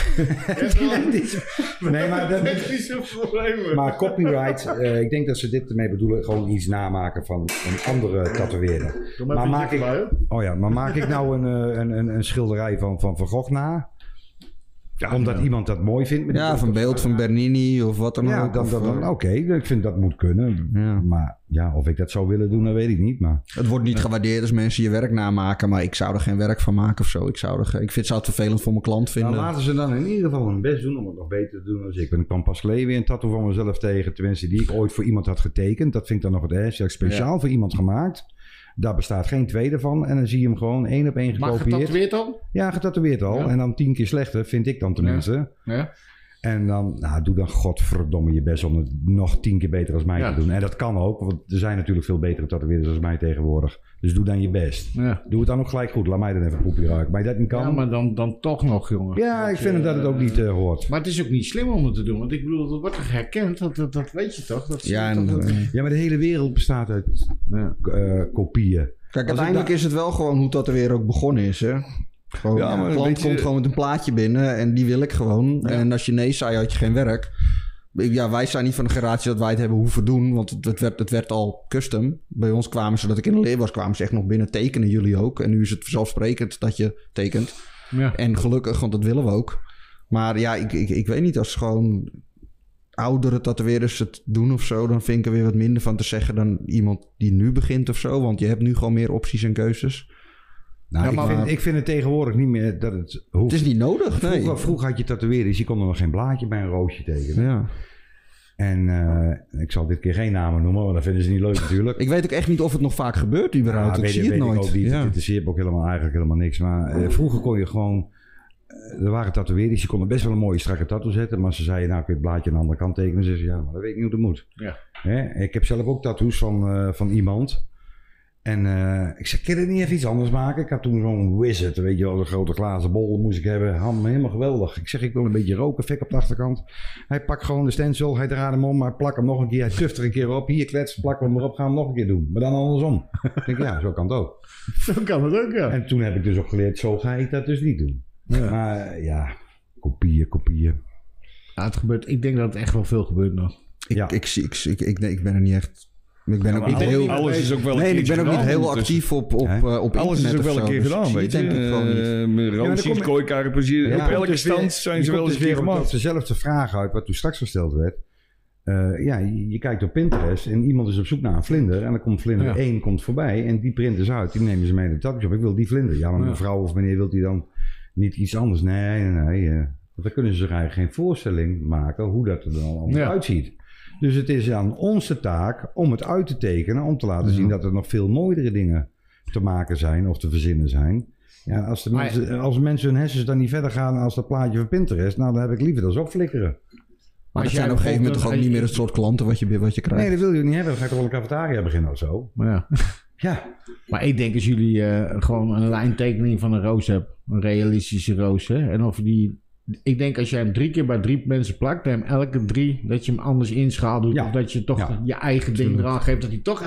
Technische problemen. Maar copyright, ik denk dat ze dit ermee bedoelen... gewoon iets namaken van een andere tatoeëerder. Maar maak ik nou een schilderij van Van Gogh na... Ja, omdat iemand dat mooi vindt. Of een beeld van Bernini of wat dan ook. Dan oké, ik vind dat moet kunnen. Ja. Maar of ik dat zou willen doen, dat weet ik niet. Maar... Het wordt niet gewaardeerd als mensen je werk namaken, maar ik zou er geen werk van maken of zo. Ik zou het vervelend voor mijn klant vinden. Nou, laten ze dan in ieder geval hun best doen om het nog beter te doen dan ik. Ik kwam pas geleden weer een tattoo van mezelf tegen. Tenminste, die ik ooit voor iemand had getekend. Dat vind ik dan nog het ergste. Speciaal voor iemand gemaakt. Daar bestaat geen tweede van. En dan zie je hem gewoon 1 op 1 gekopieerd. Maar getatoeëerd al? Ja, getatoeëerd al. Ja. En dan 10 keer slechter, vind ik dan tenminste. Ja. En dan, doe dan godverdomme je best om het nog 10 keer beter als mij te doen. En dat kan ook, want er zijn natuurlijk veel betere tatoeëerders als mij tegenwoordig. Dus doe dan je best. Ja. Doe het dan ook gelijk goed. Laat mij dan even poepje ruiken. Maar dat niet kan. Ja, maar dan toch nog, jongen. Ja, ik vind dat het ook niet hoort. Maar het is ook niet slim om het te doen. Want ik bedoel, dat wordt toch herkend? Dat weet je toch? Ja, maar de hele wereld bestaat uit kopieën. Kijk, uiteindelijk is het wel gewoon hoe dat er weer ook begonnen is, hè? Een klant komt gewoon met een plaatje binnen en die wil ik gewoon. Ja. En als je nee zei, had je geen werk. wij zijn niet van de generatie dat wij het hebben hoeven doen. Want het werd al custom. Bij ons kwamen ze, dat ik in de leer was, kwamen ze echt nog binnen tekenen. Jullie ook. En nu is het vanzelfsprekend dat je tekent. Ja. En gelukkig, want dat willen we ook. Maar ja, ik weet niet, als gewoon oudere tatoeëerders het doen of zo, dan vind ik er weer wat minder van te zeggen dan iemand die nu begint of zo. Want je hebt nu gewoon meer opties en keuzes. Nou, ik vind het tegenwoordig niet meer dat het hoeft. Het is niet nodig, nee. Vroeger had je tatoeëerders, je kon er nog geen blaadje bij een roosje tekenen. Ja. En ik zal dit keer geen namen noemen, want dat vinden ze niet leuk natuurlijk. Ik weet ook echt niet of het nog vaak gebeurt überhaupt. Ik zie het nooit. Ik ook niet. Het interesseert me ook eigenlijk helemaal niks. Maar vroeger kon je gewoon... Er waren tatoeëerders, die konden best wel een mooie strakke tattoo zetten. Maar ze zeiden, nou kun je het blaadje aan de andere kant tekenen. Ze zeiden, ja, maar dat weet ik niet hoe dat moet. Ja. Ik heb zelf ook tattoos van iemand. En ik zei, kun je niet even iets anders maken? Ik had toen zo'n Wizard, weet je wel, een grote glazen bol moest ik hebben. Helemaal geweldig. Ik zeg, ik wil een beetje rookeffect op de achterkant. Hij pakt gewoon de stencil, hij draait hem om, maar plak hem nog een keer. Hij tuft er een keer op. Hier klets, plak hem erop, gaan we hem nog een keer doen. Maar dan andersom. Ik denk, ja, zo kan het ook. Zo kan het ook, ja. En toen heb ik dus ook geleerd, zo ga ik dat dus niet doen. Ja. Maar ja, kopieën. Ja, het gebeurt. Ik denk dat het echt wel veel gebeurt nog. Ik ben er niet echt... Ik ben ook niet heel... Alles is ook wel een keer ik ben ook niet heel actief op alles is ook wel een keer gedaan, weet je. Roosjes, kooikarpers, op elke stand zijn ze wel eens weer gemaakt. Op dezelfde vraag uit wat toen straks gesteld werd. Je kijkt op Pinterest en iemand is op zoek naar een vlinder. En dan komt vlinder 1 komt voorbij en die printen ze uit. Die nemen ze mee in de tattoo. Ik wil die vlinder. Ja, maar mevrouw of meneer, wilt hij dan niet iets anders? Nee. Want dan kunnen ze zich eigenlijk geen voorstelling maken hoe dat er dan allemaal uitziet. Dus het is aan onze taak om het uit te tekenen, om te laten zien dat er nog veel mooiere dingen te maken zijn of te verzinnen zijn. Ja, als mensen hun hersens dan niet verder gaan als dat plaatje van Pinterest, nou dan heb ik liever dat ze opflikkeren. Maar dat zijn op een gegeven moment toch ook niet meer het soort klanten wat je krijgt? Nee, dat wil je niet hebben. Dan ga ik toch wel een cafetaria beginnen of zo. Ja. Maar ik denk als jullie gewoon een lijntekening van een roos hebt, een realistische roos, hè, en of die... Ik denk als jij hem 3 keer bij 3 mensen plakt, en elke 3 dat je hem anders inschaalt doet, of dat je toch je eigen ding eraan geeft, dat hij toch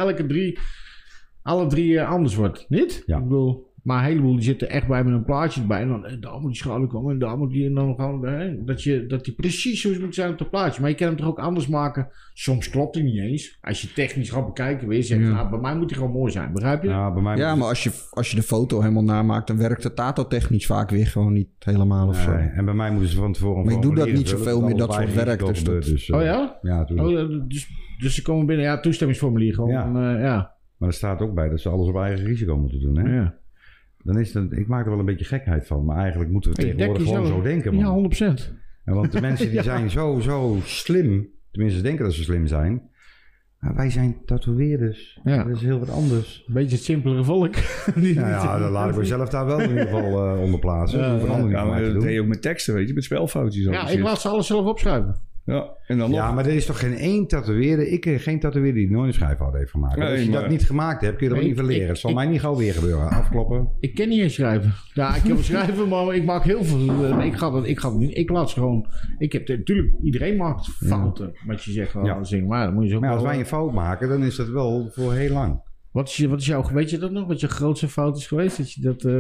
alle 3 anders wordt. Niet? Ja. Ik bedoel, maar een heleboel die zitten echt bij met een plaatje erbij. En dan daar moet die schouder komen en daar moet die. En dan gaan dat die precies zo moet zijn op het plaatje. Maar je kan hem toch ook anders maken. Soms klopt hij niet eens. Als je technisch gaat bekijken, wil je zeggen, nou, bij mij moet hij gewoon mooi zijn. Begrijp je? Ja, bij mij maar als je de foto helemaal namaakt, dan werkt het tato-technisch vaak weer gewoon niet helemaal of zo. En bij mij moeten ze van tevoren... Maar ik doe dat niet zoveel meer, dat soort werk. Dus oh ja? Ja, dus ze komen binnen, ja, toestemmingsformulier gewoon. Ja. Maar er staat ook bij dat ze alles op eigen risico moeten doen, hè? Ja. Dan is het, ik maak er wel een beetje gekheid van. Maar eigenlijk moeten we tegenwoordig gewoon zo denken, man. Ja, 100%. Want de mensen die zijn zo slim. Tenminste, ze denken dat ze slim zijn. Maar wij zijn tatoeëerders. Ja. Dat is heel wat anders. Een beetje het simpelere volk. Dan laat ik mezelf daar wel in ieder geval onder plaatsen. Dat deed je ook met teksten, weet je. Met spelfoutjes. Ja, ik laat ze alles zelf opschrijven. Ja, en dan nog. Maar er is toch geen één tatoeëerder. Ik ken geen tatoeëerder die nooit een schrijfhout heeft gemaakt. Als je dat niet gemaakt hebt, kun je dat niet verleren. Het zal mij niet gauw weer gebeuren. Afkloppen. Ik ken niet eens schrijven. Ja, ik kan wel schrijven, maar ik maak heel veel. Ik laat ze gewoon. Ik heb natuurlijk, iedereen maakt fouten. Wat je zegt, zingen. Maar, dan moet je zo als wij een fout maken, dan is dat wel voor heel lang. Wat is jouw, weet je dat nog? Wat je grootste fout is geweest? Dat je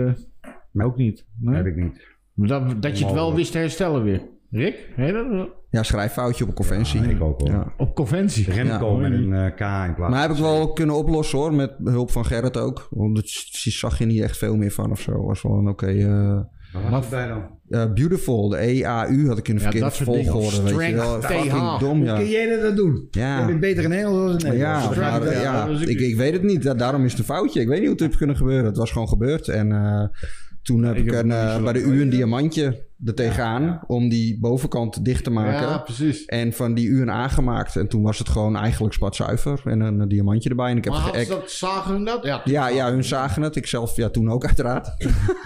dat ook niet. Nee? Heb ik niet. Dat je het wel wist te herstellen weer. Rick? Heet dat? Ja, schrijffoutje op een conventie. Ja, ik ook wel. Ja. Op conventie? Remco met een K in plaats. Maar heb ik wel kunnen oplossen hoor, met hulp van Gerrit ook. Want daar zag je niet echt veel meer van of zo. Was wel een oké... Wat was het bij dan? Beautiful, de EAU had ik in de verkeerde volgorde. Weet je wel. Fucking dom, Hoe kun jij dat doen? Ja. Je bent beter in Engels dan in Nederlands. Ik weet het niet. Daarom is het een foutje. Ik weet niet hoe het heeft kunnen gebeuren. Het was gewoon gebeurd. En toen heb ik bij de U een diamantje er tegenaan om die bovenkant dicht te maken. Ja, precies. En van die U een aangemaakt. En toen was het gewoon eigenlijk spatzuiver en een diamantje erbij. En ik heb zagen hun dat? Ja, hun zagen het. Ik zelf toen ook uiteraard.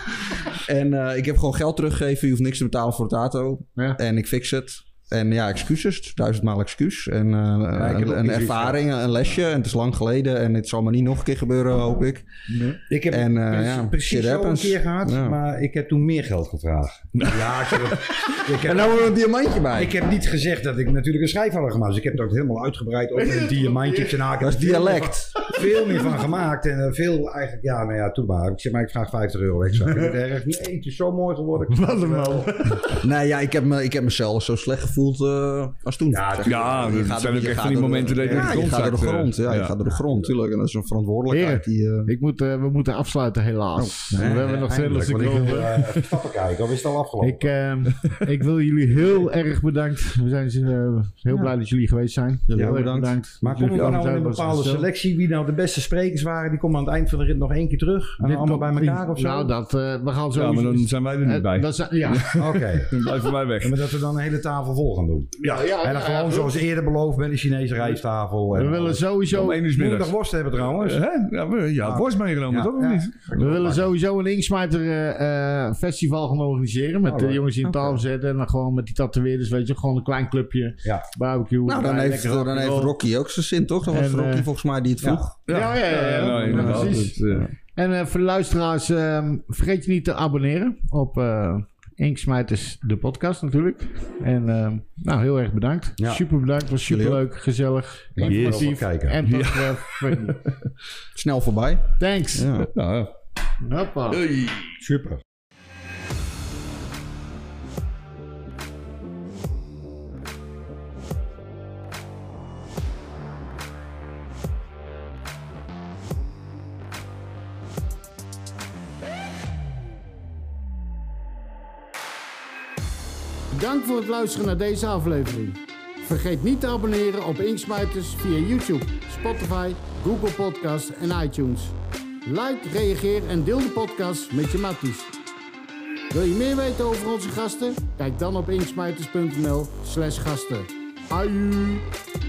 En ik heb gewoon geld teruggegeven. Je hoeft niks te betalen voor het tato. Ja. En ik fix het. En ja, excuses. 1000-maal excuus. En een ervaring, een lesje. En het is lang geleden. En het zal maar niet nog een keer gebeuren, hoop ik. Nee. Ik heb precies zo een keer gehad. Ja. Maar ik heb toen meer geld gevraagd. En nou er een diamantje bij. Ik heb niet gezegd dat ik natuurlijk een schrijfhout had gemaakt. Dus ik heb dat helemaal uitgebreid over een diamantje. Dat is dialect. Veel meer van gemaakt. En veel eigenlijk, toen maar. Ik zeg maar, ik vraag €50 extra. Nee, het is zo mooi geworden. Wat een man. Nee, ja, ik heb mezelf zo slecht gevoeld voelt als toen. Ja, dat zijn ook echt van die momenten dat je door de grond gaat door de grond. Ja, je gaat door de grond, tuurlijk. En dat is een verantwoordelijkheid. We moeten afsluiten, helaas. We hebben nog veel te over. Stappen kijken, of is het al afgelopen? Ik wil jullie heel erg bedanken. We zijn heel blij dat jullie geweest zijn. Heel erg bedankt. Maar komen we nou in een bepaalde selectie wie nou de beste sprekers waren? Die komen aan het eind van de rit nog 1 keer terug. En allemaal bij elkaar of zo? Nou, we gaan zo. Ja, maar dan zijn wij er niet bij. Oké. Dan blijven wij weg. Maar dat we dan een hele tafel vol gaan doen. En dan gewoon zoals eerder beloofd met de Chinese rijsttafel. We willen sowieso... Woensdag worst hebben trouwens. Worst meegenomen, toch? Of niet? We willen sowieso een Inksmijter festival gaan organiseren. Met de jongens die in tafel zetten. En dan gewoon met die tatoeëerders, weet je. Gewoon een klein clubje. Barbecue. Nou, dan heeft Rocky ook zijn zin, toch? Dat was Rocky volgens mij die het vroeg. Ja, precies. En voor de luisteraars, vergeet je niet te abonneren op Inksmijters, de podcast natuurlijk. En heel erg bedankt. Ja. Super bedankt, was super leuk, gezellig, informatief. En tot snel voorbij. Thanks. Hoppa. Super. Dank voor het luisteren naar deze aflevering. Vergeet niet te abonneren op Inksmijters via YouTube, Spotify, Google Podcasts en iTunes. Like, reageer en deel de podcast met je matties. Wil je meer weten over onze gasten? Kijk dan op inksmijters.nl/gasten. Aju!